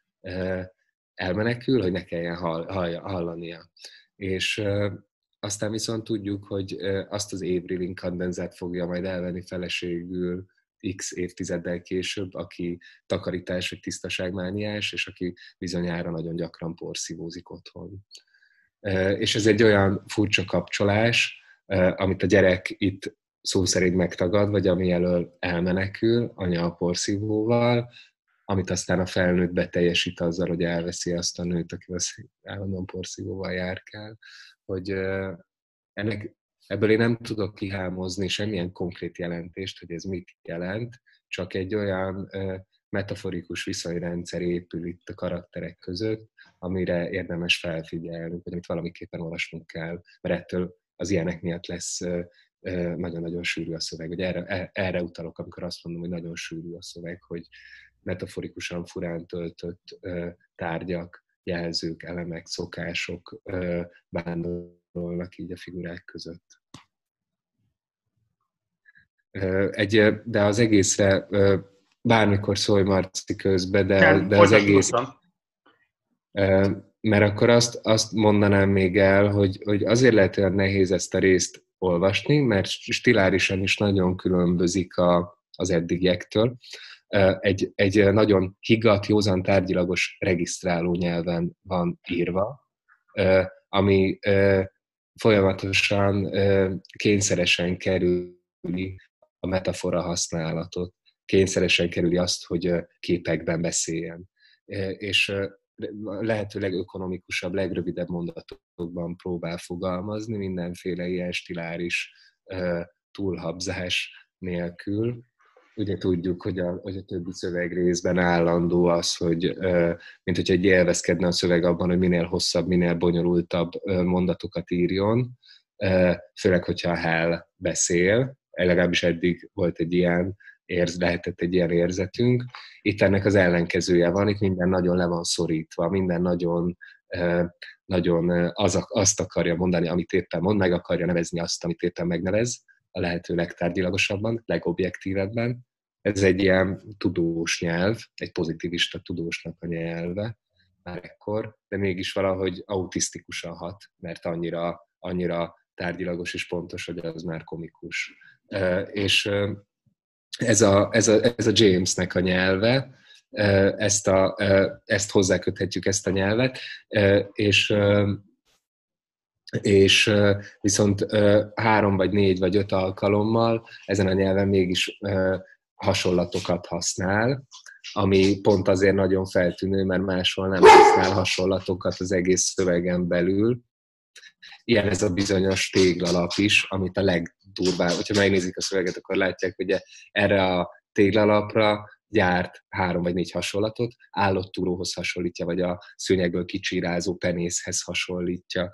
Elmenekül, hogy ne kelljen hall, hall, hallania. És aztán viszont tudjuk, hogy azt az Avril Incandenzát fogja majd elvenni feleségül x évtizeddel később, aki takarítás vagy tisztaságmániás, és aki bizonyára nagyon gyakran porszívózik otthon. És ez egy olyan furcsa kapcsolás, amit a gyerek itt szó szerint megtagad, vagy ami elől elmenekül anya a porszívóval, amit aztán a felnőtt beteljesít azzal, hogy elveszi azt a nőt, aki állandóan porszívóval járkál, hogy ennek, ebből én nem tudok kihámozni semmilyen konkrét jelentést, hogy ez mit jelent, csak egy olyan metaforikus viszonyrendszer épül itt a karakterek között, amire érdemes felfigyelnünk, vagy amit valamiképpen olvasnunk kell, mert ettől az ilyenek miatt lesz nagyon-nagyon sűrű a szöveg. Hogy erre, erre utalok, amikor azt mondom, hogy nagyon sűrű a szöveg, hogy metaforikusan furán töltött tárgyak, jelzők, elemek, szokások vándorolnak így a figurák között. Egy, de az egészre bármikor szólj, Marci, közbe, de, de az egész... Mert akkor azt, azt mondanám még el, hogy, hogy azért lehet olyan nehéz ezt a részt olvasni, mert stilárisan is nagyon különbözik a, az eddigiektől. Egy, egy nagyon higgadt, józan tárgyilagos regisztráló nyelven van írva, ami folyamatosan kényszeresen kerüli a metafora használatot, kényszeresen kerüli azt, hogy képekben beszéljen. És lehetőleg ökonomikusabb, legrövidebb mondatokban próbál fogalmazni, mindenféle ilyen stiláris túlhabzás nélkül. Ugye tudjuk, hogy a, hogy a többi szövegrészben állandó az, hogy mint hogyha egy élvezkedne a szöveg abban, hogy minél hosszabb, minél bonyolultabb mondatokat írjon, főleg, hogyha a Hal beszél, legalábbis eddig volt egy ilyen, érz, lehetett egy ilyen érzetünk. Itt ennek az ellenkezője van, itt minden nagyon le van szorítva, minden nagyon, nagyon az, azt akarja mondani, amit éppen mond, meg akarja nevezni azt, amit éppen megnevez, a lehető legtárgyilagosabban, legobjektívebben. Ez egy ilyen tudós nyelv, egy pozitivista tudósnak a nyelve már ekkor, de mégis valahogy autisztikusan hat, mert annyira, annyira tárgyilagos és pontos, hogy az már komikus. És ez a, ez a, ez a Jamesnek a nyelve, ezt, a, ezt hozzáköthetjük, ezt a nyelvet, és és viszont három vagy négy vagy öt alkalommal ezen a nyelven mégis hasonlatokat használ, ami pont azért nagyon feltűnő, mert máshol nem használ hasonlatokat az egész szövegen belül. Ilyen ez a bizonyos téglalap is, amit a legdurvább, hogyha megnézik a szöveget, akkor látják, hogy erre a téglalapra gyárt három vagy négy hasonlatot, állott túróhoz hasonlítja, vagy a szőnyegből kicsírázó penészhez hasonlítja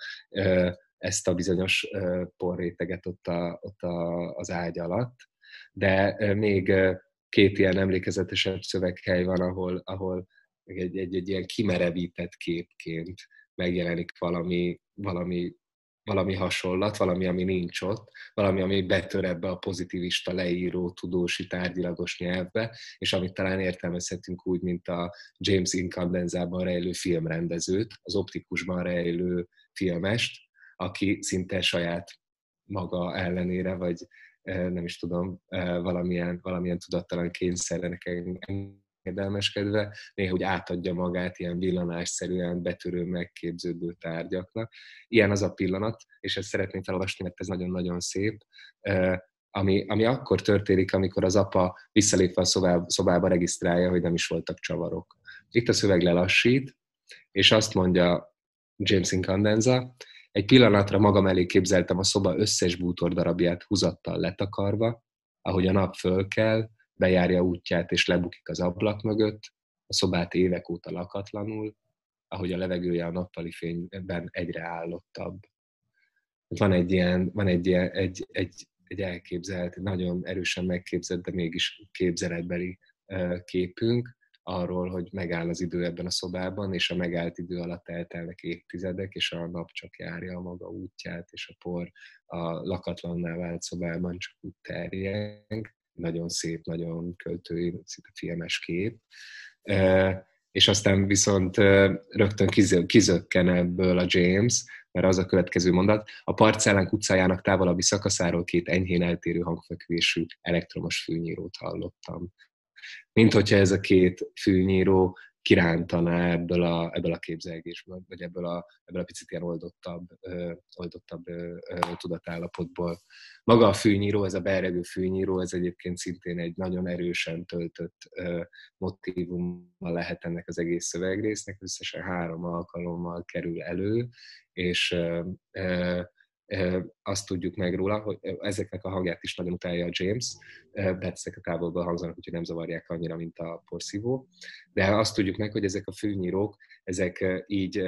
ezt a bizonyos porréteget ott, a, ott a, az ágy alatt. De még két ilyen emlékezetesebb szöveghely van, ahol, ahol egy, egy, egy ilyen kimerevített képként megjelenik valami, valami, valami hasonlat, valami, ami nincs ott, valami, ami betör ebbe a pozitivista, leíró, tudósi, tárgyilagos nyelvbe, és amit talán értelmezhetünk úgy, mint a James Incandenzában rejlő filmrendezőt, az Optikusban rejlő filmest, aki szinte saját maga ellenére, vagy nem is tudom, valamilyen, valamilyen tudattalan kényszernek engedelmeskedve, néha úgy átadja magát ilyen villanásszerűen betörő, megképződő tárgyaknak. Ilyen az a pillanat, és ezt szeretném felolvasni, mert ez nagyon-nagyon szép, ami, ami akkor történik, amikor az apa visszalépve a szobába, szobába regisztrálja, hogy nem is voltak csavarok. Itt a szöveg lelassít, és azt mondja James Incandenza: egy pillanatra magam elé képzeltem a szoba összes bútordarabját húzattal letakarva, ahogy a nap fölkel, bejárja útját és lebukik az ablak mögött, a szobát évek óta lakatlanul, ahogy a levegője a nappali fényben egyre állottabb. Van egy ilyen, van egy, ilyen, egy, egy, egy elképzelt, nagyon erősen megképzett, de mégis képzeletbeli képünk arról, hogy megáll az idő ebben a szobában, és a megállt idő alatt eltelnek évtizedek, és a nap csak járja a maga útját, és a por a lakatlanná vált szobában csak úgy terjeng. Nagyon szép, nagyon költői, szinte filmes kép. És aztán viszont rögtön kizökken ebből a James, mert az a következő mondat: a parcellánk utcájának távolabbi szakaszáról két enyhén eltérő hangfekvésű elektromos fűnyírót hallottam. Mint hogyha ez a két fűnyíró kirántaná ebből a, ebből a képzelgésből, vagy ebből a, ebből a picit ilyen oldottabb, ö, oldottabb ö, ö, tudatállapotból. Maga a fűnyíró, ez a beregő fűnyíró, ez egyébként szintén egy nagyon erősen töltött ö, motívuma lehet ennek az egész szövegrésznek, összesen három alkalommal kerül elő, és ö, ö, azt tudjuk meg róla, hogy ezeknek a hangját is nagyon utálja a James, de ezek a távolból hangzanak, úgyhogy nem zavarják annyira, mint a porszívó. De azt tudjuk meg, hogy ezek a fűnyírók, ezek így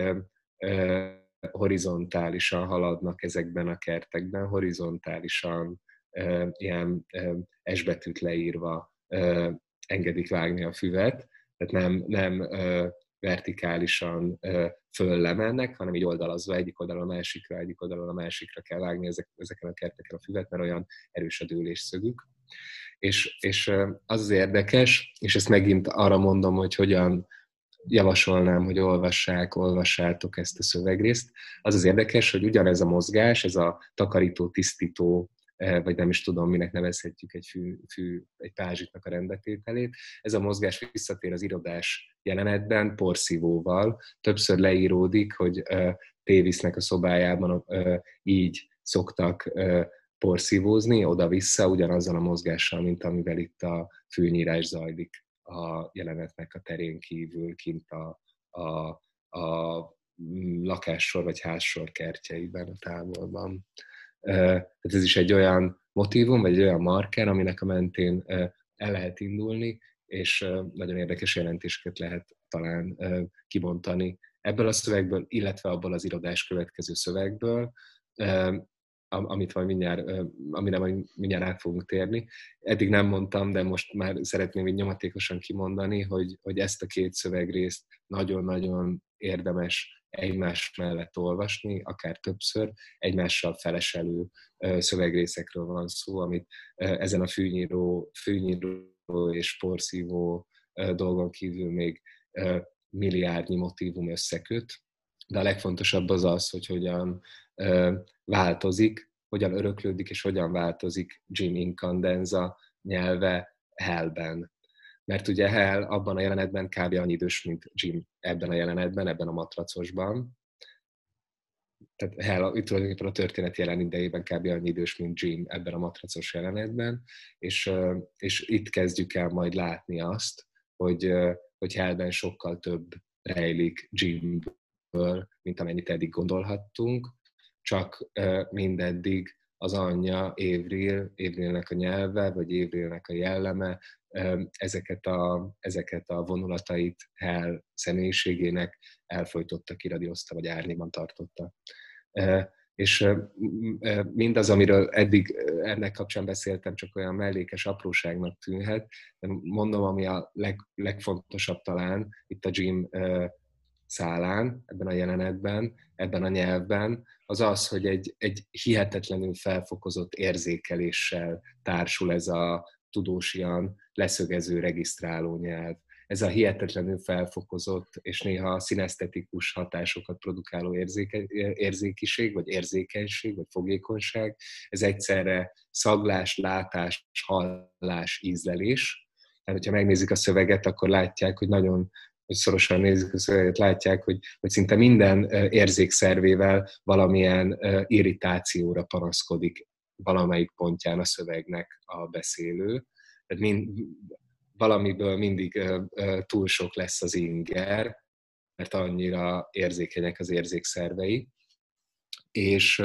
horizontálisan haladnak ezekben a kertekben, horizontálisan ilyen S-betűt leírva engedik vágni a füvet, tehát nem, nem vertikálisan föllemennek, hanem így oldalazva egyik oldalon a másikra, egyik oldalon a másikra kell vágni ezek, ezeken a kerteken a füvet, mert olyan erős a dőlésszögük. És, és az az érdekes, és ezt megint arra mondom, hogy hogyan javasolnám, hogy olvassák, olvassátok ezt a szövegrészt. Az az érdekes, hogy ugyanez a mozgás, ez a takarító, tisztító, vagy nem is tudom, minek nevezhetjük egy, fű, fű, egy pázsitnak a rendbetételét. Ez a mozgás visszatér az irodás jelenetben porszívóval. Többször leíródik, hogy Tévisznek a szobájában így szoktak porszívózni, oda-vissza, ugyanazzal a mozgással, mint amivel itt a fűnyírás zajlik a jelenetnek a terén kívül, kint a, a, a lakássor vagy házsor kertjeiben, a távolban. Tehát ez is egy olyan motívum, vagy egy olyan marker, aminek a mentén el lehet indulni, és nagyon érdekes jelentéseket lehet talán kibontani ebből a szövegből, illetve abból az irodás következő szövegből, amit majd mindjárt, amire majd mindjárt át fogunk térni. Eddig nem mondtam, de most már szeretném így nyomatékosan kimondani, hogy, hogy ezt a két szövegrészt nagyon-nagyon érdemes egymás mellett olvasni, akár többször, egymással feleselő szövegrészekről van szó, amit ezen a fűnyíró, fűnyíró és porszívó dolgon kívül még milliárdnyi motívum összeköt, de a legfontosabb az az, hogy hogyan változik, hogyan öröklődik és hogyan változik Jim Incandenza nyelve Hellben. Mert ugye Hell abban a jelenetben kb. Annyi idős, mint Jim ebben a jelenetben, ebben a matracosban. Tehát Hell itt tulajdonképpen a történet jelen idejében kb. Annyi idős, mint Jim ebben a matracos jelenetben, és, és itt kezdjük el majd látni azt, hogy, hogy Hellben sokkal több rejlik Jimből, mint amennyit eddig gondolhattunk, csak mindeddig az anyja, Avril, Avrilnek a nyelve, vagy Avrilnek a jelleme, ezeket a, ezeket a vonulatait Hell személyiségének elfojtotta, kiradiozta, vagy árnyban tartotta. És mindaz, amiről eddig ennek kapcsán beszéltem, csak olyan mellékes apróságnak tűnhet, de mondom, ami a leg, legfontosabb talán itt a Jim szálán, ebben a jelenetben, ebben a nyelvben, az az, hogy egy, egy hihetetlenül felfokozott érzékeléssel társul ez a tudósian leszögező, regisztráló nyelv. Ez a hihetetlenül felfokozott és néha szinesztetikus hatásokat produkáló érzéke, érzékiség, vagy érzékenység, vagy fogékonyság, ez egyszerre szaglás, látás, hallás, ízlelés. Tehát, hogyha megnézik a szöveget, akkor látják, hogy nagyon hogy szorosan nézik a szöveget, látják, hogy, hogy szinte minden érzékszervével valamilyen irritációra panaszkodik valamelyik pontján a szövegnek a beszélő. Tehát mind, valamiből mindig túl sok lesz az inger, mert annyira érzékenyek az érzékszervei. És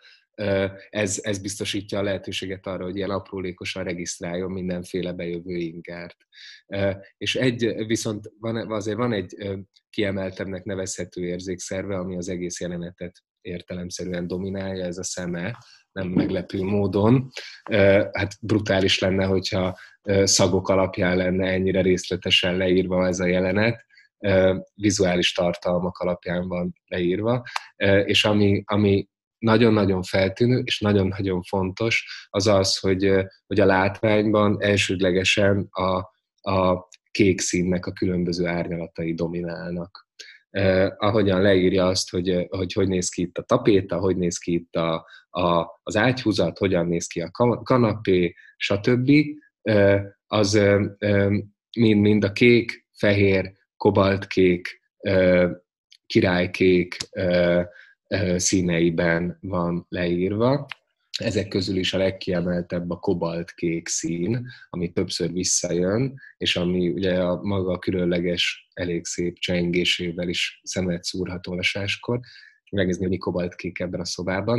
ez, ez biztosítja a lehetőséget arra, hogy ilyen aprólékosan regisztráljon mindenféle bejövő ingert. És egy, viszont van, azért van egy kiemeltebbnek nevezhető érzékszerve, ami az egész jelenetet értelemszerűen dominálja, ez a szeme, nem meglepő módon. Hát brutális lenne, hogyha szagok alapján lenne ennyire részletesen leírva ez a jelenet, vizuális tartalmak alapján van leírva, és ami, ami nagyon-nagyon feltűnő és nagyon-nagyon fontos, az az, hogy, hogy a látványban elsődlegesen a, a kék színnek a különböző árnyalatai dominálnak. Eh, ahogyan leírja azt, hogy, hogy hogy néz ki itt a tapéta, hogy néz ki itt a, a, az ágyhúzat, hogyan néz ki a kanapé, stb. Eh, az eh, mind, mind a kék, fehér, kobaltkék, eh, királykék eh, eh, színeiben van leírva. Ezek közül is a legkiemeltebb a kobaltkék szín, ami többször visszajön, és ami ugye a maga különleges, elég szép csengésével is szemet szúrhat olvasáskor. Megnézni, hogy mi kobaltkék ebben a szobában.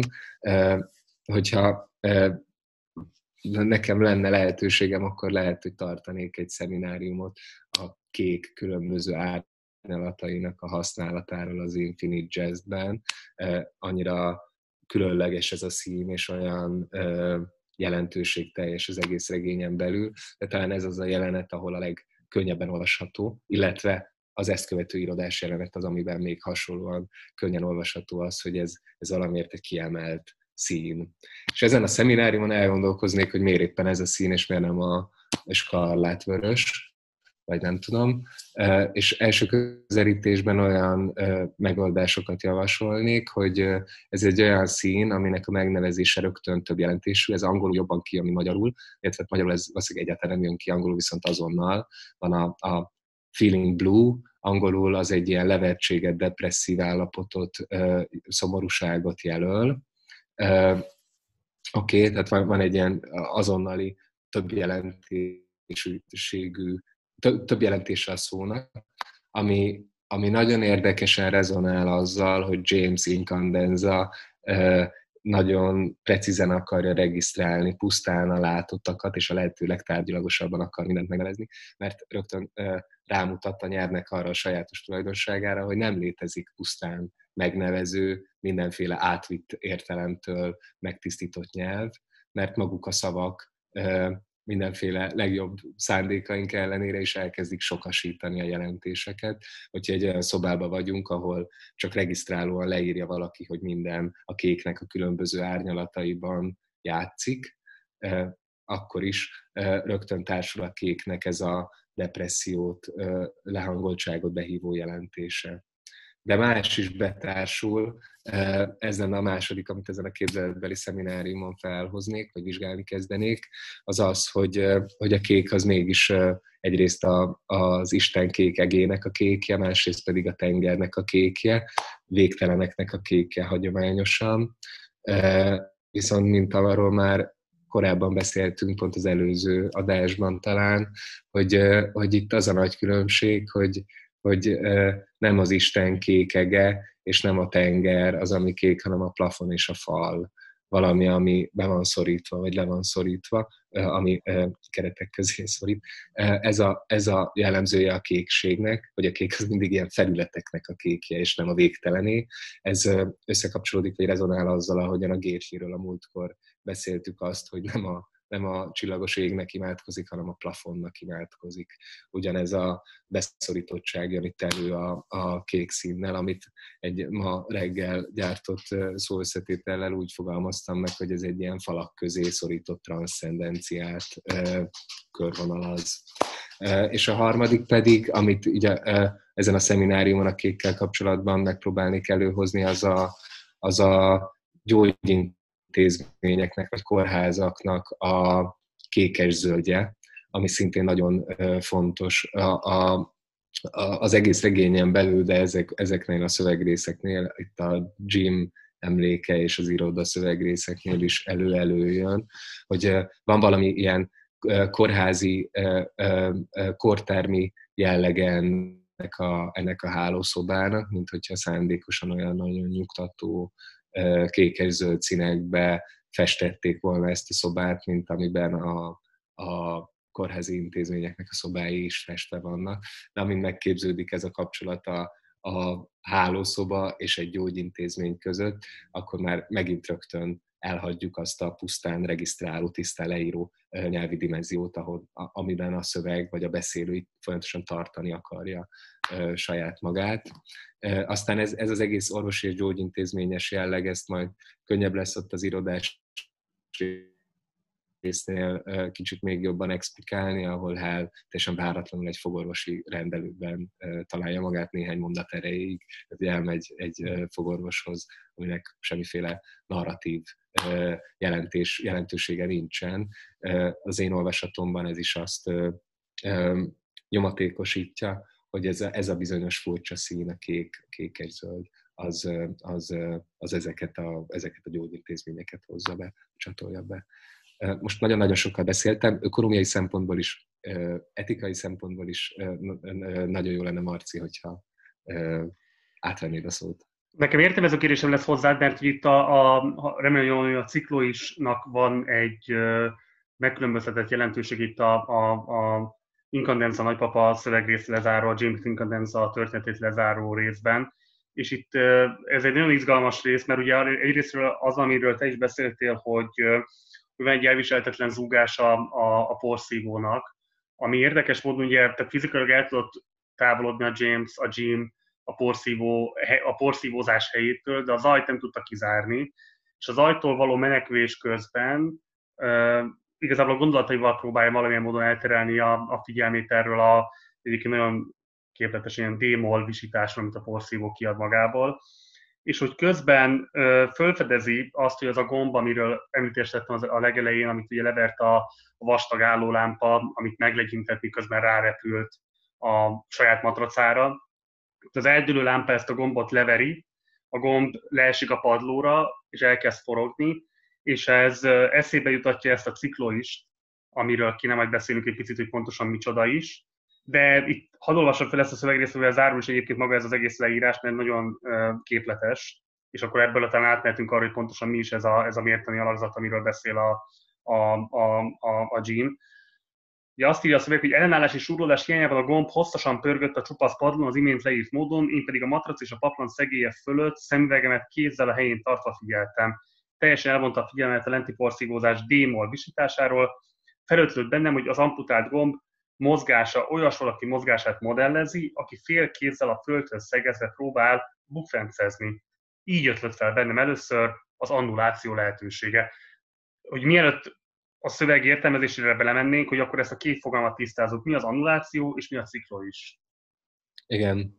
Hogyha nekem lenne lehetőségem, akkor lehet, hogy tartanék egy szemináriumot a kék különböző árnyalatainak a használatáról az Infinite Jest-ben. Annyira különleges ez a szín, és olyan ö, jelentőségteljes az egész regényen belül, de talán ez az a jelenet, ahol a legkönnyebben olvasható, illetve az ezt követő irodás jelenet az, amiben még hasonlóan könnyen olvasható az, hogy ez, ez valamiért egy kiemelt szín. És ezen a szemináriumon elgondolkoznék, hogy miért éppen ez a szín, és miért nem a skarlátvörös, vagy nem tudom, és első közelítésben olyan megoldásokat javasolnék, hogy ez egy olyan szín, aminek a megnevezése rögtön több jelentésű, ez angolul jobban kijön, mint magyarul, illetve magyarul ez valószínűleg egyáltalán nem jön ki, angolul viszont azonnal van a, a feeling blue, angolul az egy ilyen levertséget, depresszív állapotot, szomorúságot jelöl. Oké, okay, tehát van, van egy ilyen azonnali több jelentésségű, több, több jelentése a szónak, ami, ami nagyon érdekesen rezonál azzal, hogy James Incandenza nagyon precízen akarja regisztrálni pusztán a látottakat, és a lehető legtárgyilagosabban akar mindent megnevezni, mert rögtön rámutat a nyelvnek arra a sajátos tulajdonságára, hogy nem létezik pusztán megnevező, mindenféle átvitt értelemtől megtisztított nyelv, mert maguk a szavak mindenféle legjobb szándékaink ellenére is elkezdik sokasítani a jelentéseket. Hogyha egy olyan szobában vagyunk, ahol csak regisztrálóan leírja valaki, hogy minden a kéknek a különböző árnyalataiban játszik, akkor is rögtön társul a kéknek ez a depressziót, lehangoltságot behívó jelentése. De más is betársul, ez lenne a második, amit ezen a képzeletbeli szemináriumon felhoznék, vagy vizsgálni kezdenék, az az, hogy, hogy a kék az mégis egyrészt a, az Isten kék egének a kékje, másrészt pedig a tengernek a kékje, végteleneknek a kékje hagyományosan. Viszont, mint arról már korábban beszéltünk, pont az előző adásban talán, hogy, hogy itt az a nagy különbség, hogy hogy nem az Isten kékege, és nem a tenger az, ami kék, hanem a plafon és a fal. Valami, ami be van szorítva, vagy le van szorítva, ami keretek közé szorít. Ez a, ez a jellemzője a kékségnek, hogy a kék az mindig ilyen felületeknek a kékje, és nem a végtelené. Ez összekapcsolódik, vagy rezonál azzal, ahogyan a Gérfiről a múltkor beszéltük azt, hogy nem a nem a csillagos égnek imádkozik, hanem a plafonnak imádkozik. Ugyanez a beszorítottság jön itt elő a, a kék színnel, amit egy ma reggel gyártott szóösszetétellel úgy fogalmaztam meg, hogy ez egy ilyen falak közé szorított transzcendenciát körvonalaz. És a harmadik pedig, amit ugye ezen a szemináriumon a kékkel kapcsolatban megpróbálnék előhozni, az a, az a gyógyintézményeknek vagy kórházaknak a kékes-zöldje, ami szintén nagyon fontos a, a, az egész regényen belül, de ezek, ezeknél a szövegrészeknél, itt a Jim emléke és az iroda szövegrészeknél is elő-előjön, hogy van valami ilyen kórházi, kortermi jellege ennek a, ennek a hálószobának, mint hogyha szándékosan olyan nagyon nyugtató kékes-zöld színekbe festették volna ezt a szobát, mint amiben a, a kórházi intézményeknek a szobái is festve vannak. De amint megképződik ez a kapcsolat a, a hálószoba és egy gyógyintézmény között, akkor már megint rögtön elhagyjuk azt a pusztán regisztráló, tisztán leíró nyelvi dimenziót, ahol, amiben a szöveg vagy a beszélő folyamatosan tartani akarja saját magát. Aztán ez, ez az egész orvosi és gyógyintézményes jelleg, ezt majd könnyebb lesz ott az irodás résznél kicsit még jobban explikálni, ahol Hal teljesen váratlanul egy fogorvosi rendelőben találja magát néhány mondat erejéig, tehát elmegy egy fogorvoshoz, aminek semmiféle narratív jelentés, jelentősége nincsen. Az én olvasatomban ez is azt nyomatékosítja, hogy ez a, ez a bizonyos furcsa szín, a kék, kékes-zöld, az, az, az ezeket, a, ezeket a gyógyintézményeket hozza be, csatolja be. Most nagyon-nagyon sokat beszéltem, ökonomiai szempontból is, etikai szempontból is nagyon jó lenne, Marci, hogyha átvennéd a szót. Nekem értelmező kérdésem lesz hozzá, mert itt a, a remélem, hogy a cikloisnak van egy megkülönböztetett jelentőség itt a, a, a Incandenza nagypapa szövegrész lezáró, a James Incandenza történetét lezáró részben. És itt ez egy nagyon izgalmas rész, mert ugye egyrésztről az, amiről te is beszéltél, hogy van egy elviselhetetlen zúgás a, a, a porszívónak, ami érdekes módon ugye, tehát fizikailag el tudott távolodni a James, a Jim, a, porszívó, a porszívózás helyétől, de az ajt nem tudta kizárni, és az ajtól való menekvés közben uh, igazából a gondolataival próbálja valamilyen módon elterelni a, a figyelmét erről a egyébként nagyon képletes ilyen démol visításra, amit a porszívó kiad magából, és hogy közben ö, fölfedezi azt, hogy az a gomb, amiről említést tettem a legelején, amit ugye levert a, a vastag állólámpa, amit meglegyintett, miközben rárepült a saját matracára, az eldülő lámpa ezt a gombot leveri, a gomb leesik a padlóra, és elkezd forogni, és ez eszébe jutatja ezt a ciklóist, amiről kéne majd beszélnünk egy picit, hogy pontosan micsoda is. De itt hadd olvassam fel ezt a szövegrészt, amivel zárul is egyébként maga ez az egész leírás, mert nagyon képletes, és akkor ebből talán átmehetünk arra, hogy pontosan mi is ez a, ez a mértani alakzat, amiről beszél a, a, a, a, a Jean. Ugye azt írja a szöveg, hogy ellenállás és súrlódás hiányában a gomb hosszasan pörgött a csupasz padlón az imént leírt módon, én pedig a matrac és a paplan szegélye fölött szemüvegemet kézzel a helyén tartva figyeltem. Teljesen elvonta a figyelmet a lenti porszívózás D-moll visításáról. Felötlött bennem, hogy az amputált gomb mozgása olyas valaki mozgását modellezi, aki fél kézzel a földhöz szegezve próbál bukfencezni. Így ötlött fel bennem először az annuláció lehetősége. Hogy mielőtt a szöveg értelmezésére belemennénk, hogy akkor ezt a két fogalmat tisztázunk. Mi az annuláció és mi a ciklóis? Igen.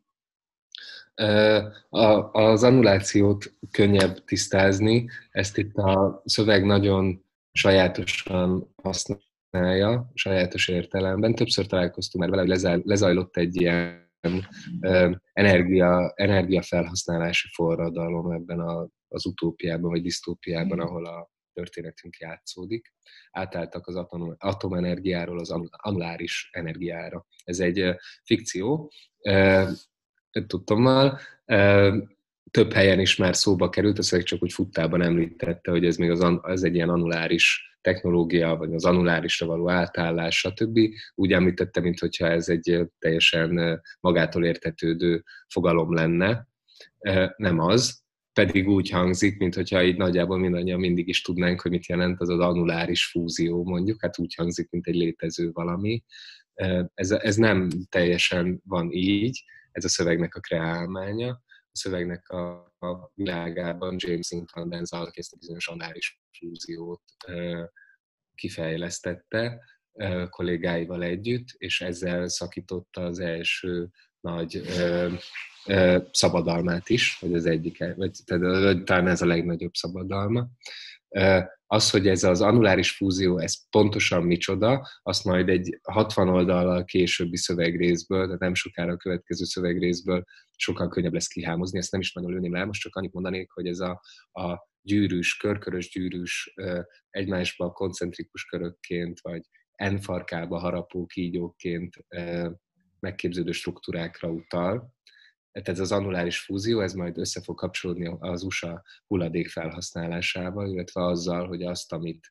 Az annulációt könnyebb tisztázni, ezt itt a szöveg nagyon sajátosan használja, sajátos értelemben. Többször találkoztunk már vele, hogy lezajlott egy ilyen energia, energiafelhasználási forradalom ebben a, az utópiában vagy disztópiában, ahol a történetünk játszódik. Átálltak az atom, atomenergiáról az annuláris energiára. Ez egy fikció, tudtommal. Több helyen is már szóba került, a szöveg csak úgy futtában említette, hogy ez még az, az egy ilyen annuláris technológia, vagy az annulárisra való átállás, stb. Úgy említette, mintha ez egy teljesen magától értetődő fogalom lenne. Nem az, pedig úgy hangzik, mintha így nagyjából mindannyian mindig is tudnánk, hogy mit jelent az az annuláris fúzió, mondjuk, hát úgy hangzik, mint egy létező valami. Ez, ez nem teljesen van így, ez a szövegnek a kreálmánya. A szövegnek a, a világában James Hinton Benza, aki ezt a bizonyos annuláris fúziót kifejlesztette kollégáival együtt, és ezzel szakította az első nagy ö, ö, szabadalmát is, vagy az egyik, vagy tehát, talán ez a legnagyobb szabadalma. Az, hogy ez az annuláris fúzió, ez pontosan micsoda, azt majd egy hatvan oldallal későbbi szövegrészből, tehát nem sokára a következő szövegrészből sokkal könnyebb lesz kihámozni, ezt nem is nagyon lőném le, most csak annyit mondanék, hogy ez a, a gyűrűs, körkörös gyűrűs, egymásba koncentrikus körökként, vagy N-farkába harapó kígyóként megképződő struktúrákra utal. Tehát ez az annuláris fúzió, ez majd össze fog kapcsolódni az u es á hulladék felhasználásával, illetve azzal, hogy azt, amit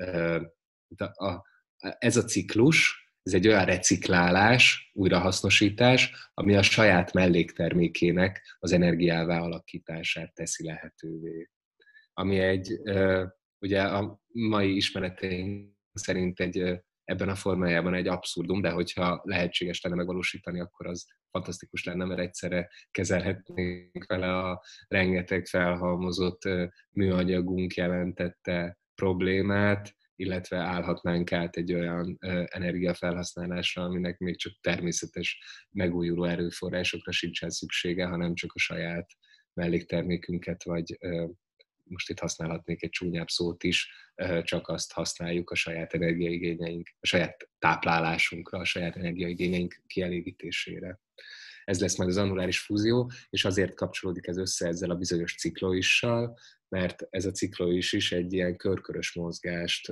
ez a ciklus, ez egy olyan reciklálás, újrahasznosítás, ami a saját melléktermékének az energiává alakítását teszi lehetővé. Ami egy, ugye a mai ismereteink szerint egy, ebben a formájában egy abszurdum, de hogyha lehetséges lenne megvalósítani, akkor az fantasztikus lenne, mert egyszerre kezelhetnénk vele a rengeteg felhalmozott műanyagunk jelentette problémát, illetve állhatnánk át egy olyan energiafelhasználásra, aminek még csak természetes megújuló erőforrásokra sincsen szüksége, hanem csak a saját melléktermékünket, vagy most itt használhatnék egy csúnyább szót is, csak azt használjuk a saját energiaigényeink, a saját táplálásunkra, a saját energiaigényeink kielégítésére. Ez lesz majd az annuláris fúzió, és azért kapcsolódik ez össze ezzel a bizonyos cikloissal, mert ez a ciklois is egy ilyen körkörös mozgást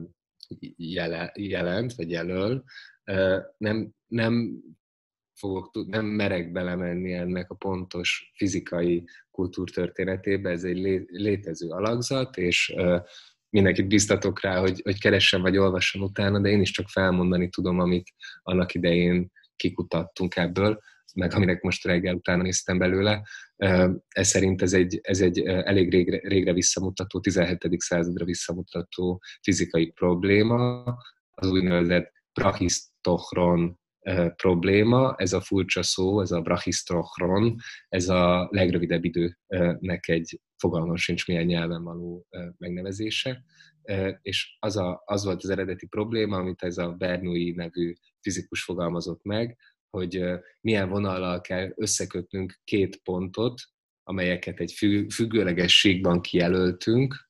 jelent, vagy jelöl. Nem, nem fogok, nem merek belemenni ennek a pontos fizikai kultúrtörténetébe, ez egy létező alakzat, és mindenkit biztatok rá, hogy, hogy keressen vagy olvasson utána, de én is csak felmondani tudom, amit annak idején kikutattunk ebből, meg aminek most reggel utána néztem belőle. Ez szerint ez egy, ez egy elég régre, régre visszamutató, tizenhetedik századra visszamutató fizikai probléma, az úgynevezett brachisztochron probléma, ez a furcsa szó, ez a brachisztochron, ez a legrövidebb időnek egy, fogalmam sincs milyen nyelven való megnevezése, és az, a, az volt az eredeti probléma, amit ez a Bernoulli nevű fizikus fogalmazott meg, hogy milyen vonallal kell összekötnünk két pontot, amelyeket egy függőleges síkban kijelöltünk,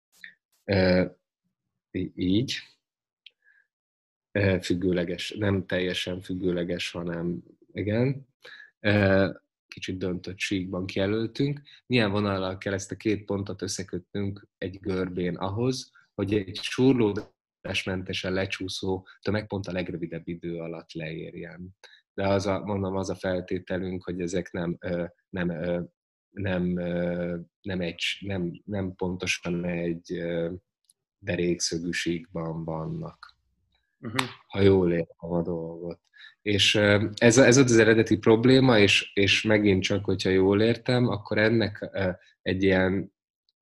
így, függőleges, nem teljesen függőleges, hanem igen, kicsit döntött síkban kijelöltünk. Milyen vonallal kell ezt a két pontot összekötnünk egy görbén ahhoz, hogy egy súrlódásmentesen lecsúszó tömegpont a legrövidebb idő alatt leérjen. De az a, mondom, az a feltételünk, hogy ezek nem, nem, nem, nem, egy, nem, nem pontosan egy derékszögű síkban vannak. Uh-huh. Ha jól értem a dolgot. És ez, ez az eredeti probléma, és, és megint csak, hogyha jól értem, akkor ennek egy ilyen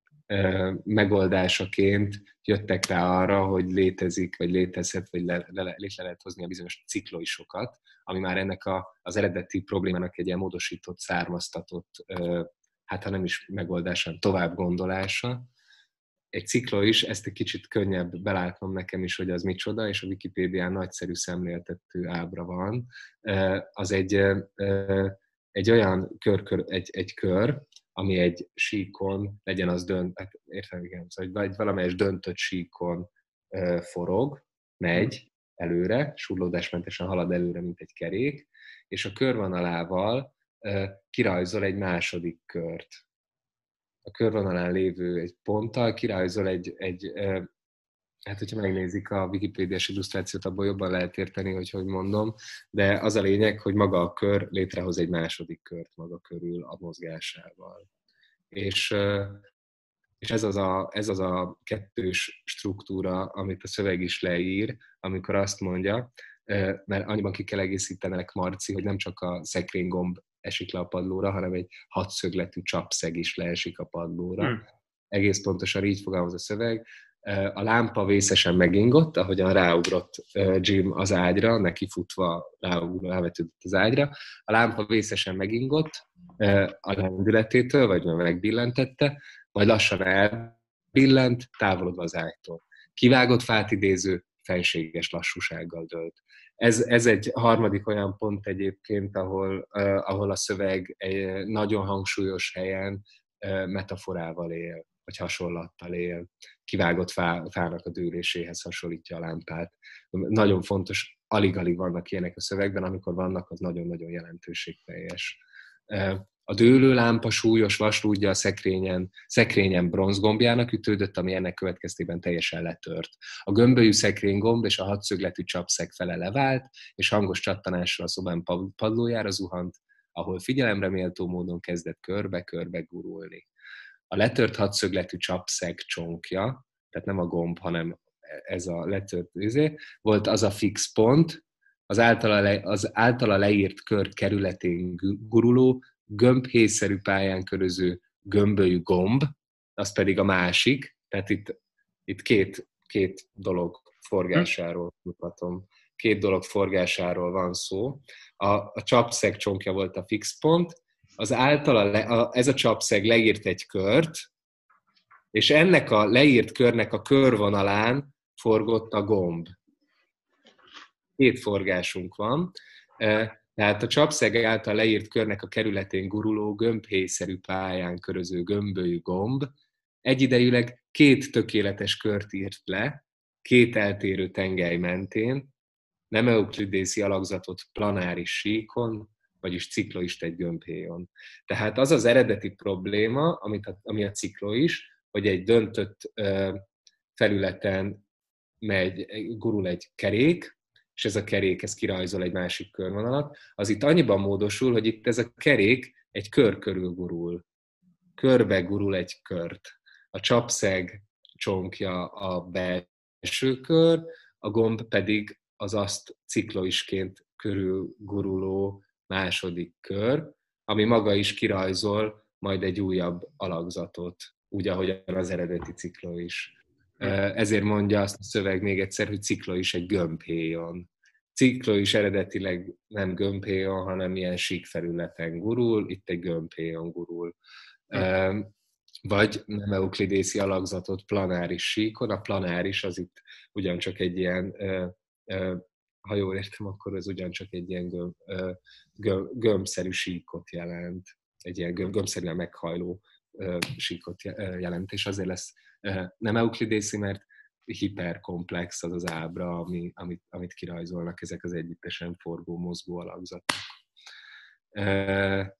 megoldásaként jöttek rá arra, hogy létezik, vagy létezhet, vagy le, le, létre lehet hozni a bizonyos cikloisokat, ami már ennek a, az eredeti problémának egy ilyen módosított, származtatott, hát ha nem is megoldása, tovább gondolása. Egy ciklois, ezt egy kicsit könnyebb belátnom nekem is, hogy az micsoda, és a Wikipédián nagyszerű szemléltető ábra van. Az egy, egy olyan kör, kör egy, egy kör, ami egy síkon, legyen az dönt, hát értem, igen, szóval egy valamelyes döntött síkon forog, megy előre, surlódásmentesen halad előre, mint egy kerék, és a körvonalával kirajzol egy második kört. A körvonalán lévő egy ponttal kirajzol egy, egy hát hogyha megnézik a Wikipédiás illusztrációt, abból jobban lehet érteni, hogy hogy mondom, de az a lényeg, hogy maga a kör létrehoz egy második kört maga körül a mozgásával. És, és ez, az a, ez az a kettős struktúra, amit a szöveg is leír, amikor azt mondja, mert annyiban ki kell egészítenek, Marci, hogy nem csak a szekrénygomb esik le a padlóra, hanem egy hatszögletű csapszeg is leesik a padlóra. Hmm. Egész pontosan így fogalmaz a szöveg. A lámpa vészesen megingott, ahogyan ráugrott Jim az ágyra, neki futva rávetődött az ágyra. A lámpa vészesen megingott a lendületétől, vagy megbillentette, majd lassan elbillent, távolodva az ágytól. Kivágott fát idéző, fenséges lassúsággal dőlt. Ez, ez egy harmadik olyan pont egyébként, ahol, ahol a szöveg egy nagyon hangsúlyos helyen metaforával él, vagy hasonlattal él. Kivágott fá, fának a dőléséhez hasonlítja a lámpát. Nagyon fontos, alig-alig vannak ilyenek a szövegben, amikor vannak, az nagyon-nagyon jelentőségteljes. A dőlő lámpa súlyos vasrúdja a szekrényen, szekrényen bronzgombjának ütődött, ami ennek következtében teljesen letört. A gömbölyű szekrénygomb és a hatszögletű csapszeg fele levált, és hangos csattanással a szobán padlójára zuhant, ahol figyelemre méltó módon kezdett körbe-körbe gurulni. A letört hatszögletű csapszeg csonkja, tehát nem a gomb, hanem ez a letört izé, volt az a fix pont, az általa, le, az általa leírt kör kerületén guruló, gömbhéjszerű pályán köröző gömbölyű gomb, az pedig a másik, tehát itt, itt két, két dolog forgásáról mutatom. Két dolog forgásáról van szó. A, a csapszeg csonkja volt a fix pont, az általa le, a, ez a csapszeg leírt egy kört, és ennek a leírt körnek a körvonalán forgott a gomb. Két forgásunk van. Tehát a csapszeg által leírt körnek a kerületén guruló, gömbhéjszerű pályán köröző gömbölyű gomb egyidejűleg két tökéletes kört írt le, két eltérő tengely mentén, nem euklidészi alakzatot planáris síkon, vagyis cikloist egy gömbhéjon. Tehát az az eredeti probléma, amit a, ami a ciklois, hogy egy döntött ö, felületen megy, gurul egy kerék, és ez a kerék, ez kirajzol egy másik körvonalat, az itt annyiban módosul, hogy itt ez a kerék egy kör körül gurul. Körbe gurul egy kört. A csapszeg csonkja a belső kör, a gomb pedig az azt cikloisként körül guruló második kör, ami maga is kirajzol majd egy újabb alakzatot, úgy, ahogyan az eredeti ciklois. Ezért mondja azt a szöveg még egyszer, hogy ciklois egy gömbhéjon. Ciklois eredetileg nem gömbhéjon, hanem ilyen sík felületen gurul, itt egy gömbhéjon gurul. Vagy nem euklidészi alakzatot planáris síkon, a planáris az itt ugyancsak egy ilyen, ha jól értem, akkor ez ugyancsak egy ilyen gömb, gömb, gömbszerű síkot jelent, egy ilyen gömb, gömbszerűen meghajló síkot jelent, és azért lesz nem euklidészi, mert hiperkomplex az az ábra, ami, amit, amit kirajzolnak ezek az együttesen forgó, mozgó alakzatok.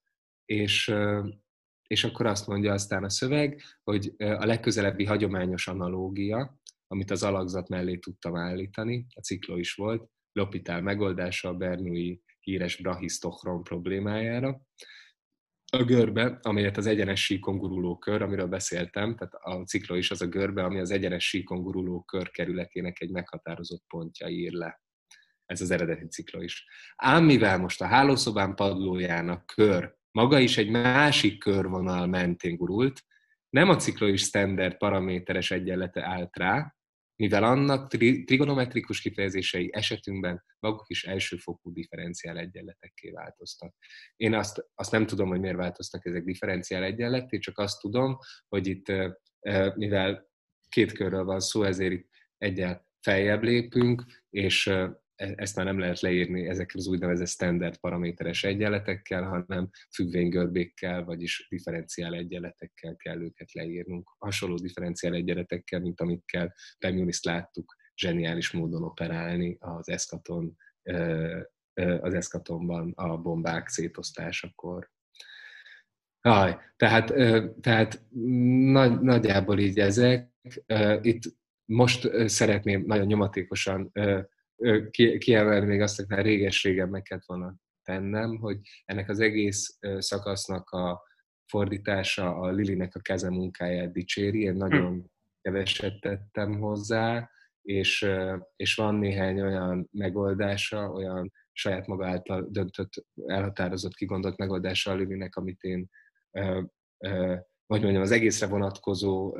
és, és akkor azt mondja aztán a szöveg, hogy a legközelebbi hagyományos analógia, amit az alakzat mellé tudtam állítani, a cikló is volt, L'Hôpital megoldása a Bernoulli híres brachisztochron problémájára. A görbe, amelyet az egyenes síkon guruló kör, amiről beszéltem, tehát a cikló is az a görbe, ami az egyenes síkon guruló kör kerületének egy meghatározott pontja ír le. Ez az eredeti cikló is. Ám mivel most a hálószobán padlóján a kör maga is egy másik körvonal mentén gurult, nem a ciklóis standard paraméteres egyenlete állt rá, mivel annak tri- trigonometrikus kifejezései esetünkben maguk is elsőfokú differenciál egyenletekké változtak. Én azt, azt nem tudom, hogy miért változtak ezek differenciál egyenletté, csak azt tudom, hogy itt, mivel két körről van szó, ezért itt egyel feljebb lépünk, és ezt már nem lehet leírni ezekkel az úgynevezett standard paraméteres egyenletekkel, hanem függvénygörbékkel, vagyis differenciál egyenletekkel kell őket leírnunk. Hasonló differenciál egyenletekkel, mint amikkel Bernoullit láttuk zseniális módon operálni az eszkaton, az eszkatonban a bombák szétosztásakor. Aj, tehát, tehát nagy, nagyjából így ezek. Itt most szeretném nagyon nyomatékosan kiemelni még azt, hogy már réges-régen meg kellett volna tennem, hogy ennek az egész szakasznak a fordítása a Lilinek a kezemunkáját dicséri. Én nagyon keveset tettem hozzá, és, és van néhány olyan megoldása, olyan saját maga által döntött, elhatározott, kigondolt megoldása a Lilinek, amit én, hogy mondjam, az egészre vonatkozó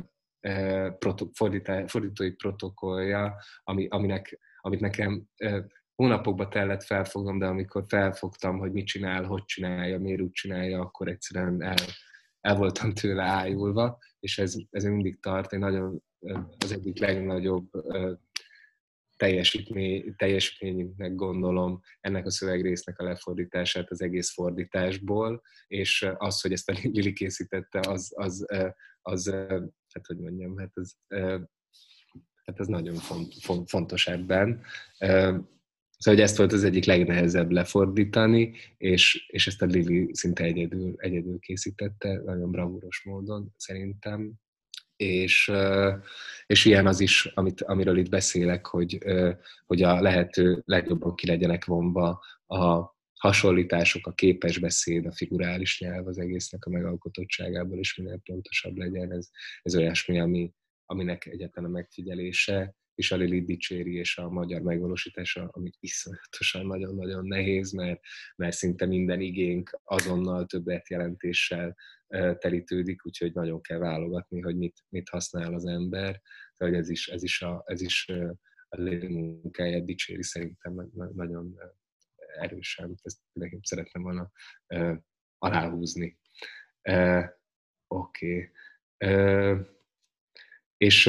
fordítói protokollja, ami, aminek amit nekem hónapokba tellett felfognom, de amikor felfogtam, hogy mit csinál, hogy csinálja, miért úgy csinálja, akkor egyszerűen el, el voltam tőle ájulva, és ez, ez mindig tart. Én nagyon az egyik legnagyobb teljesítmény, teljesítménynek gondolom ennek a szövegrésznek a lefordítását az egész fordításból, és az, hogy ezt a Lili készítette, az, az, az, az hát hogy mondjam, hát az Hát ez nagyon font, font, fontos ebben. Szóval, hogy ezt volt az egyik legnehezebb lefordítani, és, és ezt a Lili szinte egyedül, egyedül készítette, nagyon bravúros módon szerintem. És, és ilyen az is, amit, amiről itt beszélek, hogy, hogy a lehető legjobban ki legyenek vonva a hasonlítások, a képesbeszéd, a figurális nyelv az egésznek a megalkotottságából is minél pontosabb legyen. Ez, ez olyasmi, ami, aminek egyetlen a megfigyelése, és a Lili dicséri, és a magyar megvalósítása, ami iszonyatosan nagyon-nagyon nehéz, mert, mert szinte minden igénk azonnal többletjelentéssel telítődik, úgyhogy nagyon kell válogatni, hogy mit, mit használ az ember. Tehát ez is, ez is a, ez is a Lili munkáját dicséri szerintem nagyon erősen. Ezt nekem szeretném volna aláhúzni. Oké. Okay. És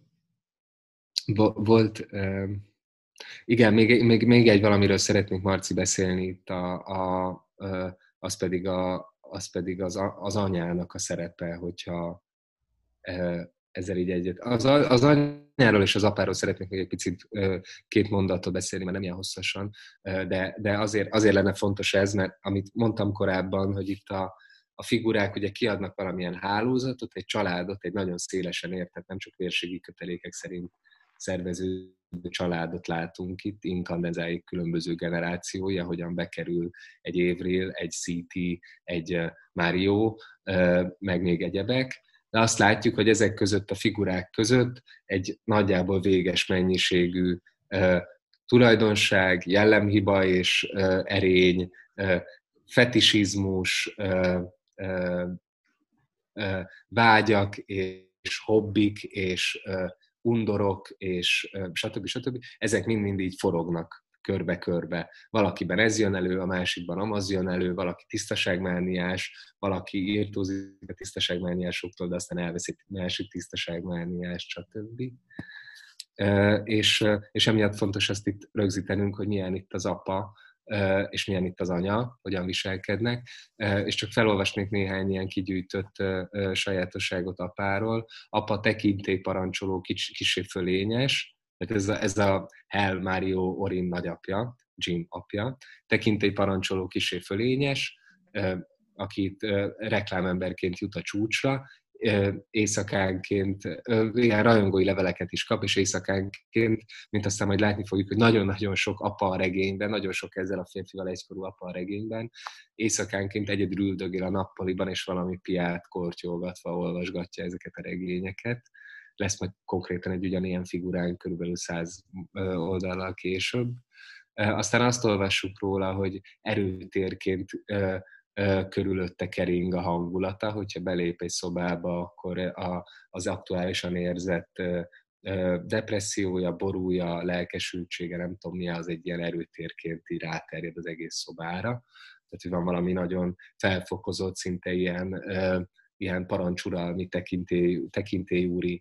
volt, igen, még, még, még egy valamiről szeretnék, Marci, beszélni itt, a, a, az pedig, a, az, pedig az, az anyának a szerepe, hogyha ezzel így egyet. Az, az anyáról és az apáról szeretnék még egy picit két mondatot beszélni, mert nem ilyen hosszasan, de, de azért, azért lenne fontos ez, mert amit mondtam korábban, hogy itt a A figurák ugye kiadnak valamilyen hálózatot, egy családot, egy nagyon szélesen értett, nem csak vérségi kötelékek szerint szerveződő családot látunk itt, inkandenzáik különböző generációja, hogyan bekerül egy Avril, egy cé té, egy Mario, meg még egyebek. De azt látjuk, hogy ezek között, a figurák között egy nagyjából véges mennyiségű tulajdonság, jellemhiba és erény, fetisizmus, vágyak és hobbik és undorok és stb. stb. Ezek mind-mind így forognak körbe-körbe. Valakiben ez jön elő, a másikban amaz jön elő, valaki tisztaságmániás, valaki írtózik a tisztaságmániásoktól, de aztán elveszi a másik tisztaságmániás, stb. És, és emiatt fontos azt itt rögzítenünk, hogy milyen itt az apa, és milyen itt az anya, hogyan viselkednek, és csak felolvasnék néhány ilyen kigyűjtött sajátosságot apáról. Apa tekintélyparancsoló, kis, kissé fölényes, tehát ez a, ez a Hal Mario Orin nagyapja, Jim apja, tekintélyparancsoló, kissé fölényes, akit reklámemberként jut a csúcsra, éjszakánként ilyen rajongói leveleket is kap, és éjszakánként, mint aztán majd látni fogjuk, hogy nagyon-nagyon sok apa a regényben, nagyon sok ezzel a férfival egykorú apa a regényben, éjszakánként egyedül üldögél a nappaliban, és valami piát kortyolgatva olvasgatja ezeket a regényeket. Lesz majd konkrétan egy ugyanilyen figurán körülbelül száz oldallal később. Aztán azt olvassuk róla, hogy erőtérként körülötte kering a hangulata, hogyha belép egy szobába, akkor a, az aktuálisan érzett depressziója, borúja, lelkesültsége, nem tudom mi, az egy ilyen erőtérként így ráterjed az egész szobára. Tehát, hogy van valami nagyon felfokozott, szinte ilyen, ilyen parancsuralmi tekintély, tekintélyúri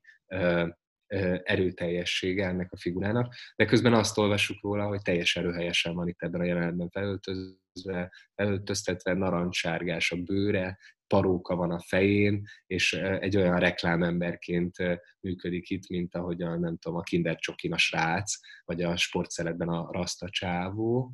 erőteljessége ennek a figurának, de közben azt olvassuk róla, hogy teljes erőhelyesen van itt ebben a jelenetben felöltözve, felöltöztetve, narancssárgás a bőre, paróka van a fején, és egy olyan reklámemberként működik itt, mint ahogy a, nem tudom, a Kinder Csokin a srác, vagy a sportszeletben a raszta csávó,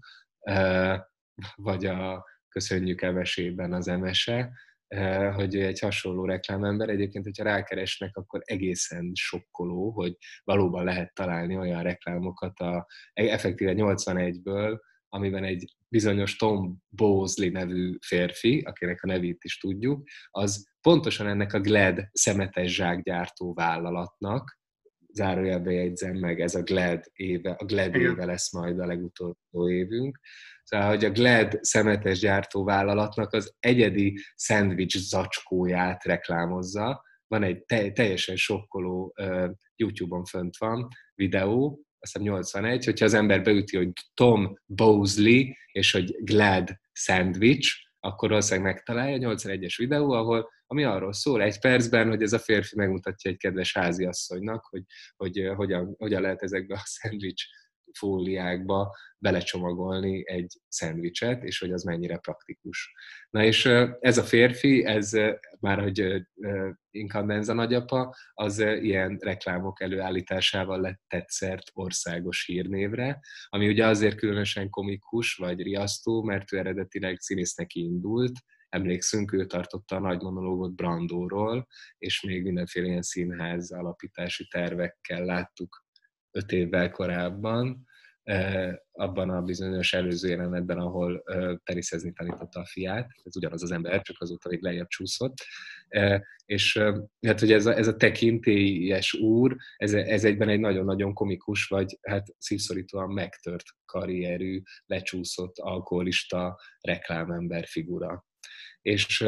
vagy a Köszönjük emesében az emese, hogy egy hasonló reklámember. Egyébként, hogyha rákeresnek, akkor egészen sokkoló, hogy valóban lehet találni olyan reklámokat a effektíve nyolcvanegyből, amiben egy bizonyos Tom Bosley nevű férfi, akinek a nevét is tudjuk, az pontosan ennek a Glad szemetes zsákgyártó vállalatnak, zárójelbe jegyzem meg, ez a Glad éve, a Glad éve lesz majd a legutolsó évünk. Szóval, hogy a Glad szemetes gyártóvállalatnak az egyedi szendvics zacskóját reklámozza. Van egy te- teljesen sokkoló uh, YouTube-on fönt van videó, azt hiszem nyolcvanegy, hogyha az ember beüti, hogy Tom Bosley, és hogy Glad Sandwich, akkor valószínűleg megtalálja, nyolcvanegyes videó, ahol, ami arról szól egy percben, hogy ez a férfi megmutatja egy kedves háziasszonynak, hogy, hogy, hogy hogyan, hogyan lehet ezekbe a szendvics fóliákba belecsomagolni egy szendvicset, és hogy az mennyire praktikus. Na és ez a férfi, ez már, hogy Incandenza nagyapa, az ilyen reklámok előállításával lett tetszert országos hírnévre, ami ugye azért különösen komikus vagy riasztó, mert ő eredetileg színésznek indult, emlékszünk, ő tartotta a nagy monológot Brandóról, és még mindenféle ilyen színház alapítási tervekkel láttuk öt évvel korábban, abban a bizonyos előző jelenetben, ahol teniszezni tanította a fiát, ez ugyanaz az ember, csak azóta még lejjebb csúszott, és hát, hogy ez a, ez a tekintélyes úr, ez, ez egyben egy nagyon-nagyon komikus, vagy hát szívszorítóan megtört karrierű, lecsúszott alkoholista reklámember figura. És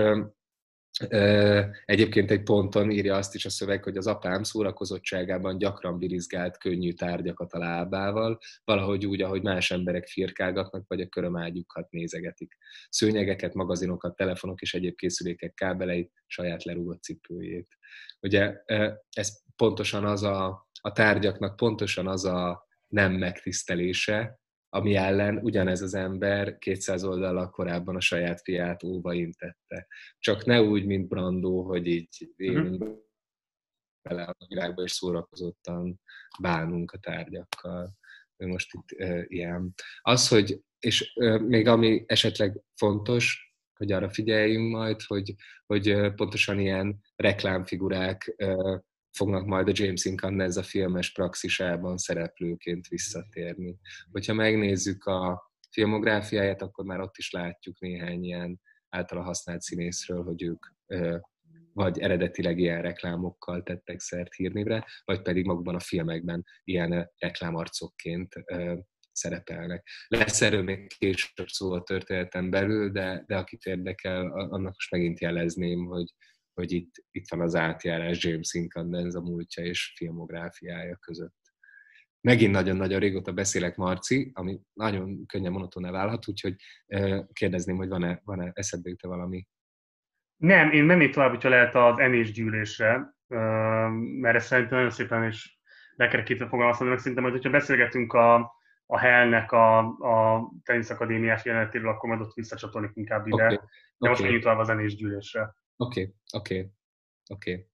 egyébként egy ponton írja azt is a szöveg, hogy az apám szórakozottságában gyakran birizgált könnyű tárgyakat a lábával, valahogy úgy, ahogy más emberek firkálgatnak, vagy a körömágyukat nézegetik. Szőnyegeket, magazinokat, telefonok és egyéb készülékek kábeleit, saját lerúgott cipőjét. Ugye ez pontosan az a, a tárgyaknak pontosan az a nem megtisztelése, ami ellen ugyanez az ember kétszáz oldallal korábban a saját fiát óva intette. Csak ne úgy, mint Brandó, hogy így élünk uh-huh. bele a világba, és szórakozottan bánunk a tárgyakkal. Most itt uh, ilyen. Az, hogy, és uh, még ami esetleg fontos, hogy arra figyeljünk majd, hogy, hogy uh, pontosan ilyen reklámfigurák uh, fognak majd a James Incandenza filmes praxisában szereplőként visszatérni. Hogyha megnézzük a filmográfiáját, akkor már ott is látjuk néhány ilyen általa használt színészről, hogy ők ö, vagy eredetileg ilyen reklámokkal tettek szert hírnévre, vagy pedig magukban a filmekben ilyen reklámarcokként ö, szerepelnek. Lesz erről még később szó a történeten belül, de, de akit érdekel, annak most megint jelezném, hogy hogy itt, itt van az átjárás James Incandenza múltja és filmográfiája között. Megint nagyon-nagyon régóta beszélek, Marci, ami nagyon könnyen monotonná válhat, úgyhogy kérdezném, hogy van-e, van-e eszedbe jut-e valami? Nem, én mennék tovább, hogyha lehet az Enés gyűlésre, mert ezt szerintem nagyon szépen is lekerekítve fogalmaztam, meg szerintem, hogy hogyha beszélgetünk a, a Hellnek a, a teniszakadémiás jelenetéről, akkor majd ott visszacsatolnék inkább ide, okay. De okay. Most menjünk tovább az Enés gyűlésre. Oké, okay. oké, okay. oké. Okay.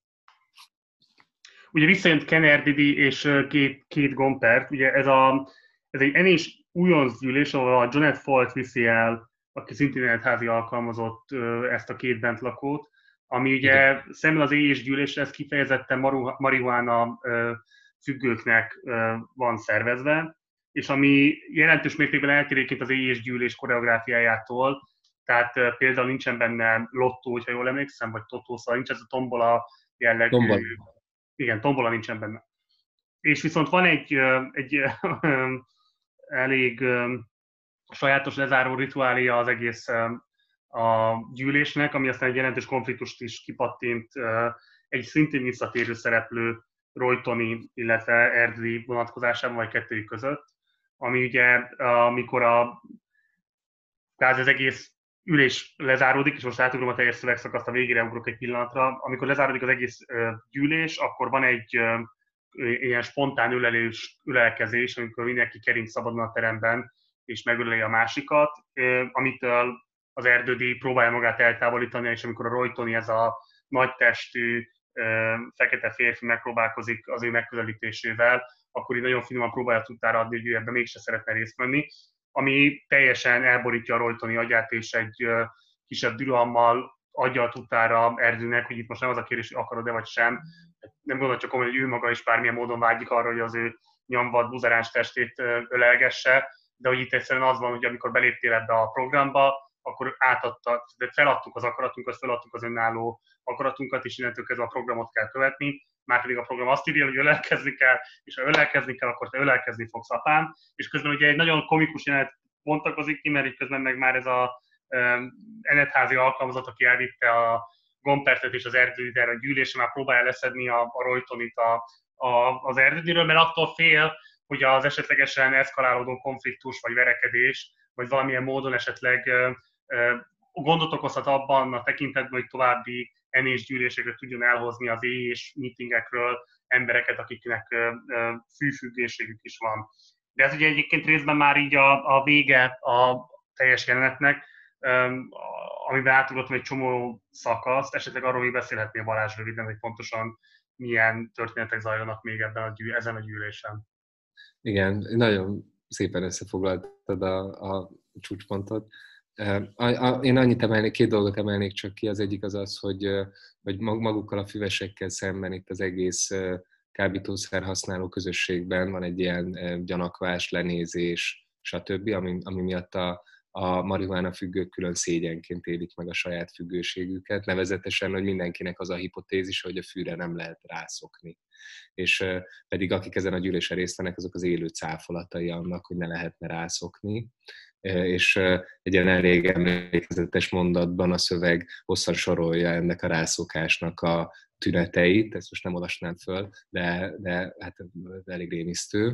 Ugye visszajött Ken Erdédy és két, két Gompert, ugye ez, a, ez egy Enés újonc gyűlés, ahol a Jonette Folt viszi el aki szintén egy házi alkalmazott, ezt a két bentlakót, ami Igen. ugye szemben az éjésgyűlésre, ez kifejezetten marihuána függőknek van szervezve, és ami jelentős mértékben eltér az éjésgyűlés koreográfiájától, tehát például nincsen benne lottó, ha jól emlékszem, vagy totó, szóval nincs ez a tombola jellegű, Tombol. igen, tombola nincsen benne. És viszont van egy, egy elég sajátos lezáró rituáléja az egész a gyűlésnek, ami aztán egy jelentős konfliktust is kipattint egy szintén visszatérő szereplő rojtoni, illetve erdélyi vonatkozásában, vagy kettőjük között, ami ugye, amikor a, tehát az egész ülés lezáródik, és most átugrom a teljes szövegszakaszt, a végére ugrok egy pillanatra, amikor lezáródik az egész gyűlés, akkor van egy ilyen spontán ülelés, ülelkezés, amikor mindenki kering szabadon a teremben, és megöleli a másikat, amitől az erdődi próbálja magát eltávolítani, és amikor a Roytoni, ez a nagy testű, fekete férfi megpróbálkozik az ő megközelítésével, akkor így nagyon finoman próbálja tudtára adni, hogy ő ebben mégse szeretne részt venni, ami teljesen elborítja a Roytoni agyát, és egy kisebb düralommal adja a tudtára erdőnek, hogy itt most nem az a kérdés, hogy akarod-e vagy sem. Nem gondolod csak komolyan, hogy ő maga is bármilyen módon vágyik arra, hogy az ő nyomvad, buzeráns testét ölelgesse, de hogy itt egyszerűen az van, hogy amikor beléptél ebbe a programba, akkor átadta, de feladtuk az akaratunkat, feladtuk az önálló akaratunkat, és innentől kezdve a programot kell követni, már pedig a program azt írja, hogy ölelkezni kell, és ha ölelkezni kell, akkor te ölelkezni fogsz, apám. És közben ugye egy nagyon komikus jelenet bontakozik ki, mert így közben meg már ez a um, enetházi alkalmazat, aki elvitte a Gompertet és az erdőt erre a gyűlésre, már próbálja leszedni a, a Roytonit a, a, az erdőről, mert attól fél, hogy az esetlegesen eszkalálódó konfliktus, vagy verekedés, vagy valamilyen módon esetleg uh, uh, gondot okozhat abban a tekintetben, hogy további enésgyűlésekre tudjon elhozni az éjjés meetingekről embereket, akiknek uh, uh, fűfüggéségük is van. De ez ugye egyébként részben már így a, a vége a teljes jelenetnek, um, amiben átugrottam egy csomó szakaszt, esetleg arról még beszélhetnél Balázs röviden, hogy pontosan milyen történetek zajlanak még ebben a gyű, ezen a gyűlésen. Igen, nagyon szépen összefoglaltad a, a csúcspontot. A, a, én annyit emelnék, két dolgot emelnék csak ki. Az egyik az az, hogy, hogy magukkal a füvesekkel szemben itt az egész kábítószer használó közösségben van egy ilyen gyanakvás, lenézés, stb., ami, ami miatt a, a marihuána függők külön szégyenként élik meg a saját függőségüket, nevezetesen, hogy mindenkinek az a hipotézis, hogy a fűre nem lehet rászokni. És pedig akik ezen a gyűlésen részt vennek, azok az élő cáfolatai annak, hogy ne lehetne rászokni. És egy ilyen elég emlékezetes mondatban a szöveg hosszan sorolja ennek a rászokásnak a tüneteit, ezt most nem olvasnám föl, de, de hát elég rémisztő.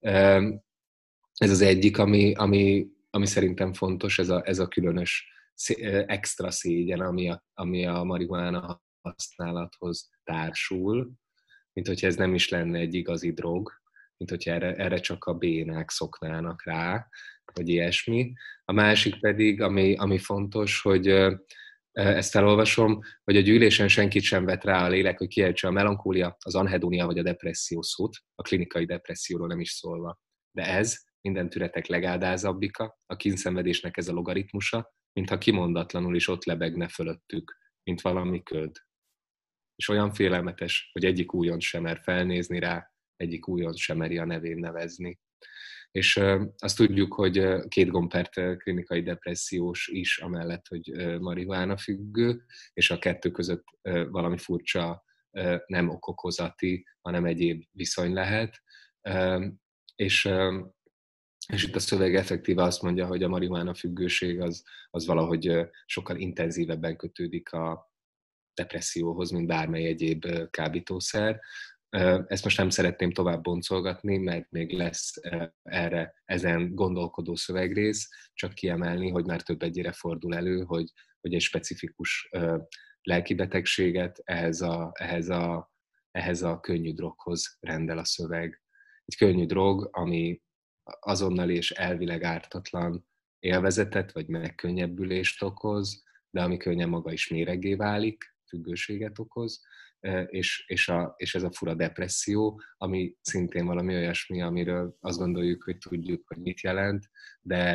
Ez az egyik, ami, ami, ami szerintem fontos, ez a, ez a különös extra szégyen, ami a, ami a marihuána használathoz társul, mint hogyha ez nem is lenne egy igazi drog, mint hogyha erre, erre csak a bénák szoknának rá, vagy ilyesmi. A másik pedig, ami, ami fontos, hogy ezt felolvasom, hogy a gyűlésen senkit sem vett rá a lélek, hogy kiejtse a melankólia, az anhedónia vagy a depresszió szót, a klinikai depresszióról nem is szólva. De ez minden türetek legáldázabbika, a kínszenvedésnek ez a logaritmusa, mintha kimondatlanul is ott lebegne fölöttük, mint valami köd. És olyan félelmetes, hogy egyik újon sem mer felnézni rá, egyik újon sem meri a nevén nevezni. És azt tudjuk, hogy két Gompert klinikai depressziós is, amellett, hogy marihuána függő, és a kettő között valami furcsa nem okokozati, hanem egyéb viszony lehet. És, és itt a szöveg effektíve azt mondja, hogy a marihuána függőség az, az valahogy sokkal intenzívebben kötődik a depresszióhoz, mint bármely egyéb kábítószer. Ezt most nem szeretném tovább boncolgatni, mert még lesz erre ezen gondolkodó szövegrész, csak kiemelni, hogy már több egyére fordul elő, hogy, hogy egy specifikus lelkibetegséget ehhez a, ehhez, a, ehhez a könnyű droghoz rendel a szöveg. Egy könnyű drog, ami azonnal és elvileg ártatlan élvezetet vagy megkönnyebbülést okoz, de ami könnyen maga is méreggé válik, függőséget okoz, és, és, a, és ez a fura depresszió, ami szintén valami olyasmi, amiről azt gondoljuk, hogy tudjuk, hogy mit jelent, de,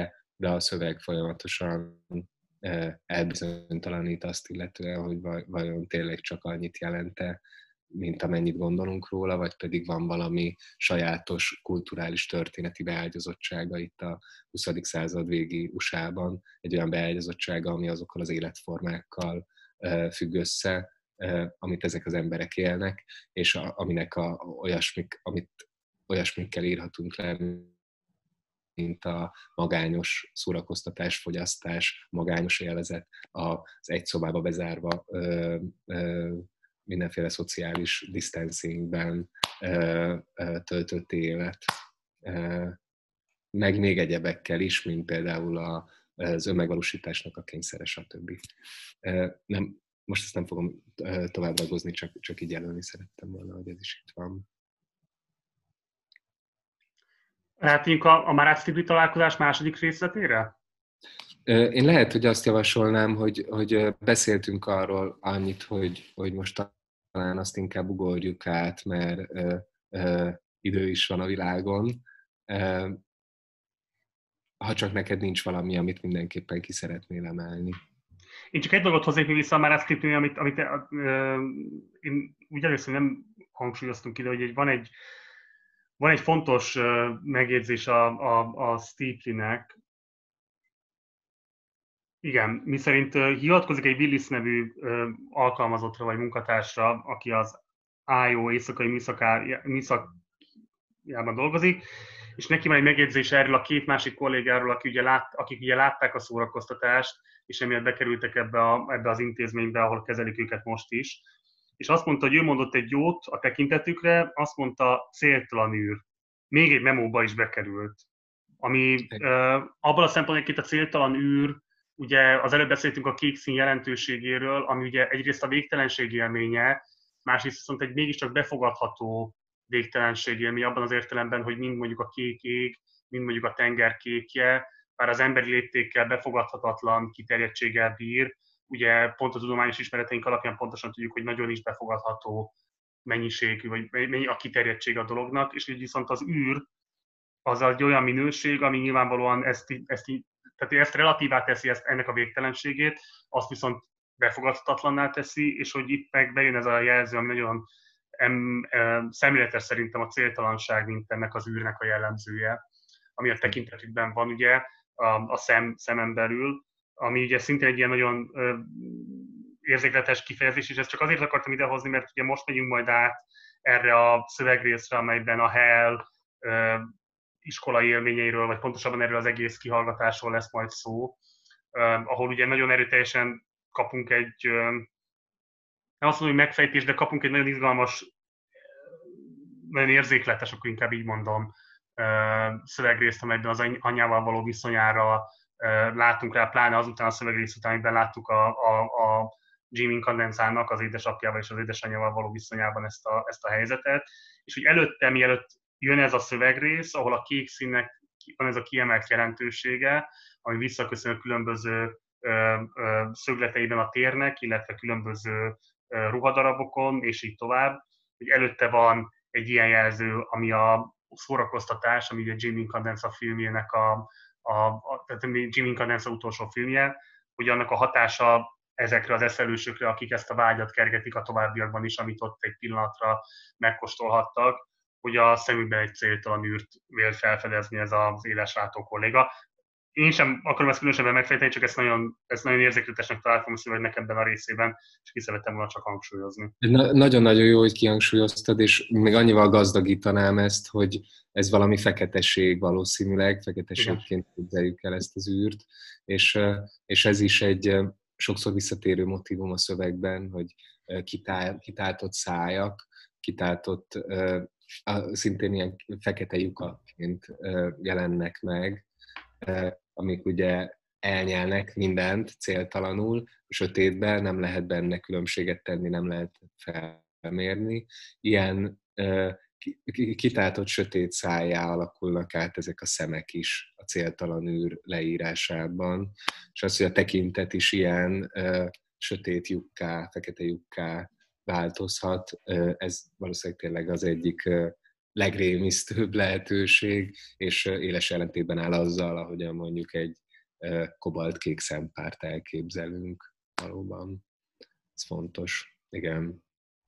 de a szöveg folyamatosan elbizonytalanít azt illetően, hogy vajon tényleg csak annyit jelente, mint amennyit gondolunk róla, vagy pedig van valami sajátos kulturális történeti beágyazottsága itt a huszadik század végi u es á-ban, egy olyan beágyazottsága, ami azokkal az életformákkal függ össze, amit ezek az emberek élnek, és aminek a, olyasmik, amit olyasmikkel írhatunk le, mint a magányos szórakoztatás, fogyasztás, magányos élvezet, az egy szobába bezárva ö, ö, mindenféle szociális distancingben ö, ö, töltött élet. Ö, meg még egyebekkel is, mint például a, az önmegvalósításnak a kényszere, stb. Ö, nem, most ezt nem fogom tovább ragozni, csak, csak így jelölni szerettem volna, hogy ez is itt van. Lehetünk a, a Marácz-Tigri találkozás második részletére? Én lehet, hogy azt javasolnám, hogy, hogy beszéltünk arról annyit, hogy, hogy most talán azt inkább ugorjuk át, mert ö, ö, idő is van a világon. Ö, ha csak neked nincs valami, amit mindenképpen ki szeretnél emelni. Én csak egy dolgot hoznék vissza a Marácz-Tigrinél, amit, amit ö, én úgy először nem hangsúlyoztunk ide, hogy egy, van egy Van egy fontos uh, megjegyzés a, a, a Steeply-nek. Igen, miszerint uh, hivatkozik egy Willis nevű uh, alkalmazottra vagy munkatársra, aki az i o éjszakai műszakjában dolgozik, és neki van egy megjegyzés erről a két másik kollégáról, akik ugye, lát, akik ugye látták a szórakoztatást, és emiatt bekerültek ebbe, a, ebbe az intézménybe, ahol kezelik őket most is. És azt mondta, hogy ő mondott egy jót a tekintetükre, azt mondta céltalan űr. Még egy memóba is bekerült. Ami uh, abban a szempontból a céltalan űr, ugye az előbb beszéltünk a kék szín jelentőségéről, ami ugye egyrészt a végtelenség élménye, másrészt viszont egy mégiscsak befogadható végtelenség élmény abban az értelemben, hogy mind mondjuk a kék ég, mind mondjuk a tenger kékje, bár az emberi léptékkel befogadhatatlan kiterjedtséggel bír, ugye pont a tudományos ismereteink alapján pontosan tudjuk, hogy nagyon is befogadható mennyiségű, vagy a kiterjedtség a dolognak, és így viszont az űr az egy olyan minőség, ami nyilvánvalóan ezt, ezt, tehát ezt relatívá teszi ezt, ennek a végtelenségét, azt viszont befogadhatatlanná teszi, és hogy itt meg bejön ez a jelző, ami nagyon em, em, szemléletes szerintem a céltalanság, mint ennek az űrnek a jellemzője, ami a tekintetükben van ugye a, a szem, szemen belül, ami ugye szintén egy ilyen nagyon ö, érzékletes kifejezés, és ezt csak azért akartam idehozni, mert ugye most megyünk majd át erre a szövegrészre, amelyben a Hell ö, iskolai élményeiről, vagy pontosabban erről az egész kihallgatásról lesz majd szó, ö, ahol ugye nagyon erőteljesen kapunk egy, ö, nem azt mondom, hogy megfejtés, de kapunk egy nagyon izgalmas, nagyon érzékletes, akkor inkább így mondom, ö, szövegrészt, amelyben az anyjával való viszonyára látunk rá, pláne azután a szövegrész után, amiben láttuk a, a, a Jim Incandenzának az édesapjával és az édesanyjával való viszonyában ezt a, ezt a helyzetet. És hogy előtte, mielőtt jön ez a szövegrész, ahol a kék színnek van ez a kiemelt jelentősége, ami visszaköszön a különböző ö, ö, szögleteiben a térnek, illetve különböző ö, ruhadarabokon, és így tovább. Hogy előtte van egy ilyen jelző, ami a szórakoztatás, ami ugye Jim Incandenza filmjének a A, a, tehát Jim Incandenza utolsó filmje, hogy annak a hatása ezekre az eszelősökre, akik ezt a vágyat kergetik a továbbiakban is, amit ott egy pillanatra megkóstolhattak, hogy a szemükben egy céltalan űrt vélt felfedezni ez az élesrátó kolléga. Én sem akarom ezt különösebben megfejteni, csak ezt nagyon, ezt nagyon érzékletesnek találtam a szövegnek ebben a részében, és ki szerettem volna csak hangsúlyozni. Na, nagyon-nagyon jó, hogy kihangsúlyoztad, és még annyival gazdagítanám ezt, hogy ez valami feketesség valószínűleg, feketeségként képzeljük el ezt az űrt, és, és ez is egy sokszor visszatérő motívum a szövegben, hogy kitál, kitáltott szájak, kitáltott, szintén ilyen fekete lyukaként jelennek meg, amik ugye elnyelnek mindent céltalanul, sötétben, nem lehet benne különbséget tenni, nem lehet felmérni. Ilyen kitátott sötét szájjá alakulnak át ezek a szemek is a céltalan űr leírásában, és az, hogy a tekintet is ilyen sötét lyukká, fekete lyukká változhat, ez valószínűleg tényleg az egyik legrémisztőbb lehetőség, és éles ellentétben áll azzal, ahogyan mondjuk egy kobaltkék szempárt elképzelünk valóban. Ez fontos. Igen.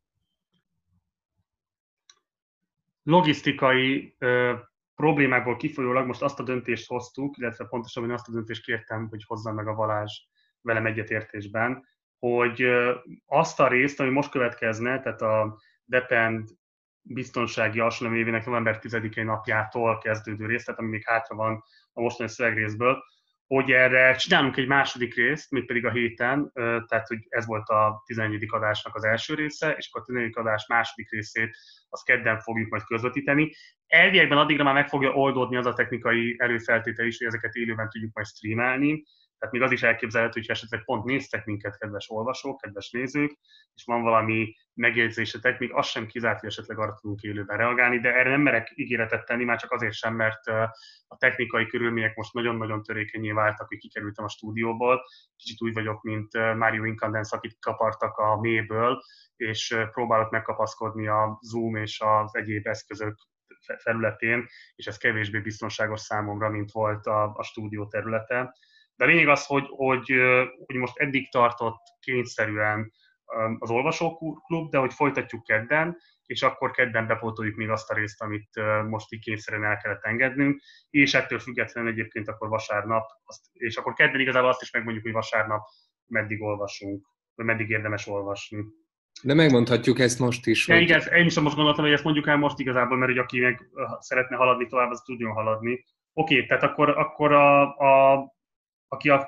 Logisztikai ö, problémákból kifolyólag most azt a döntést hoztuk, illetve pontosabban azt a döntést kértem, hogy hozzam meg a Balázs velem egyetértésben, hogy ö, azt a részt, ami most következne, tehát a Depend biztonsági alsónemű évének november tizedikei napjától kezdődő részt, tehát ami még hátra van a mostani szövegrészből, hogy erre csinálunk egy második részt, mégpedig a héten, tehát hogy ez volt a tizennegyedik adásnak az első része, és akkor a tizennegyedik adás második részét azt kedden fogjuk majd közvetíteni. Elviekben addigra már meg fogja oldódni az a technikai előfeltétel is, hogy ezeket élőben tudjuk majd streamelni. Tehát még az is elképzelhető, hogy esetleg pont néztek minket, kedves olvasók, kedves nézők, és van valami megjegyzésetek, még az sem kizárt, hogy esetleg arra tudunk élőben reagálni, de erre nem merek ígéretet tenni, már csak azért sem, mert a technikai körülmények most nagyon-nagyon törékenyé váltak, hogy kikerültem a stúdióból. Kicsit úgy vagyok, mint Mario Incandence, akit kapartak a mélyből, és próbálok megkapaszkodni a Zoom és az egyéb eszközök felületén, és ez kevésbé biztonságos számomra, mint volt a, a stúdió területe. De a lényeg az, hogy, hogy, hogy most eddig tartott kényszerűen az olvasóklub, de hogy folytatjuk kedden, és akkor kedden bepótoljuk még azt a részt, amit most így kényszerűen el kellett engednünk, és ettől függetlenül egyébként akkor vasárnap, azt, és akkor kedden igazából azt is megmondjuk, hogy vasárnap meddig olvasunk, vagy meddig érdemes olvasni. De megmondhatjuk ezt most is. Ja, hogy... igen, én is most gondoltam, hogy ezt mondjuk el most igazából, mert hogy aki meg szeretne haladni tovább, az tudjon haladni. Oké, tehát akkor, akkor a, a, aki a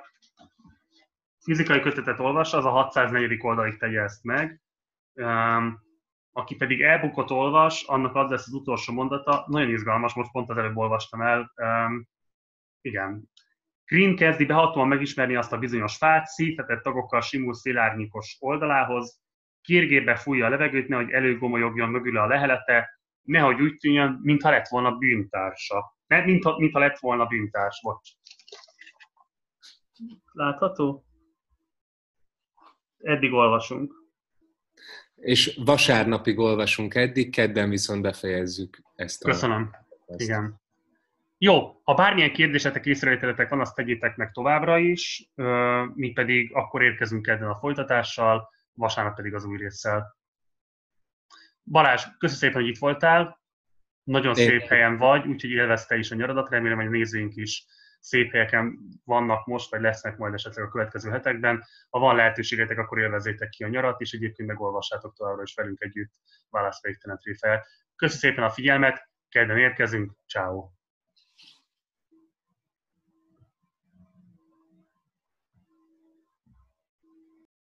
fizikai kötetet olvassa, az a hatszáznegyedik oldalig tegye ezt meg. Um, aki pedig e-bookot olvas, annak az lesz az utolsó mondata. Nagyon izgalmas, most pont az előbb olvastam el. Um, igen. Green kezdi behatóan megismerni azt a bizonyos fát, szívhetett tagokkal simul szélárnyékos oldalához, kérgébe fújja a levegőt, nehogy előgomolyogjon mögül a lehelete, nehogy úgy tűnjön, mintha lett volna bűntársa. Ne, mintha, mintha lett volna bűntárs, bocs. Látható? Eddig olvasunk. És vasárnapig olvasunk eddig, kedden viszont befejezzük ezt a... Köszönöm. Ezt. Igen. Jó, ha bármilyen kérdésetek, észrevételetek van, azt tegyétek meg továbbra is, mi pedig akkor érkezünk kedden a folytatással, vasárnap pedig az új résszel. Balázs, köszönöm szépen, hogy itt voltál. Nagyon Én. szép helyen vagy, úgyhogy élvezte is a nyaradat. Remélem, hogy a nézőink is szép helyeken vannak most, vagy lesznek majd esetleg a következő hetekben. Ha van lehetőségetek, akkor élvezzétek ki a nyarat, és egyébként megolvassátok továbbra is velünk együtt Válasz végtelen tréfel. Köszönöm szépen a figyelmet, kedden érkezünk, ciao.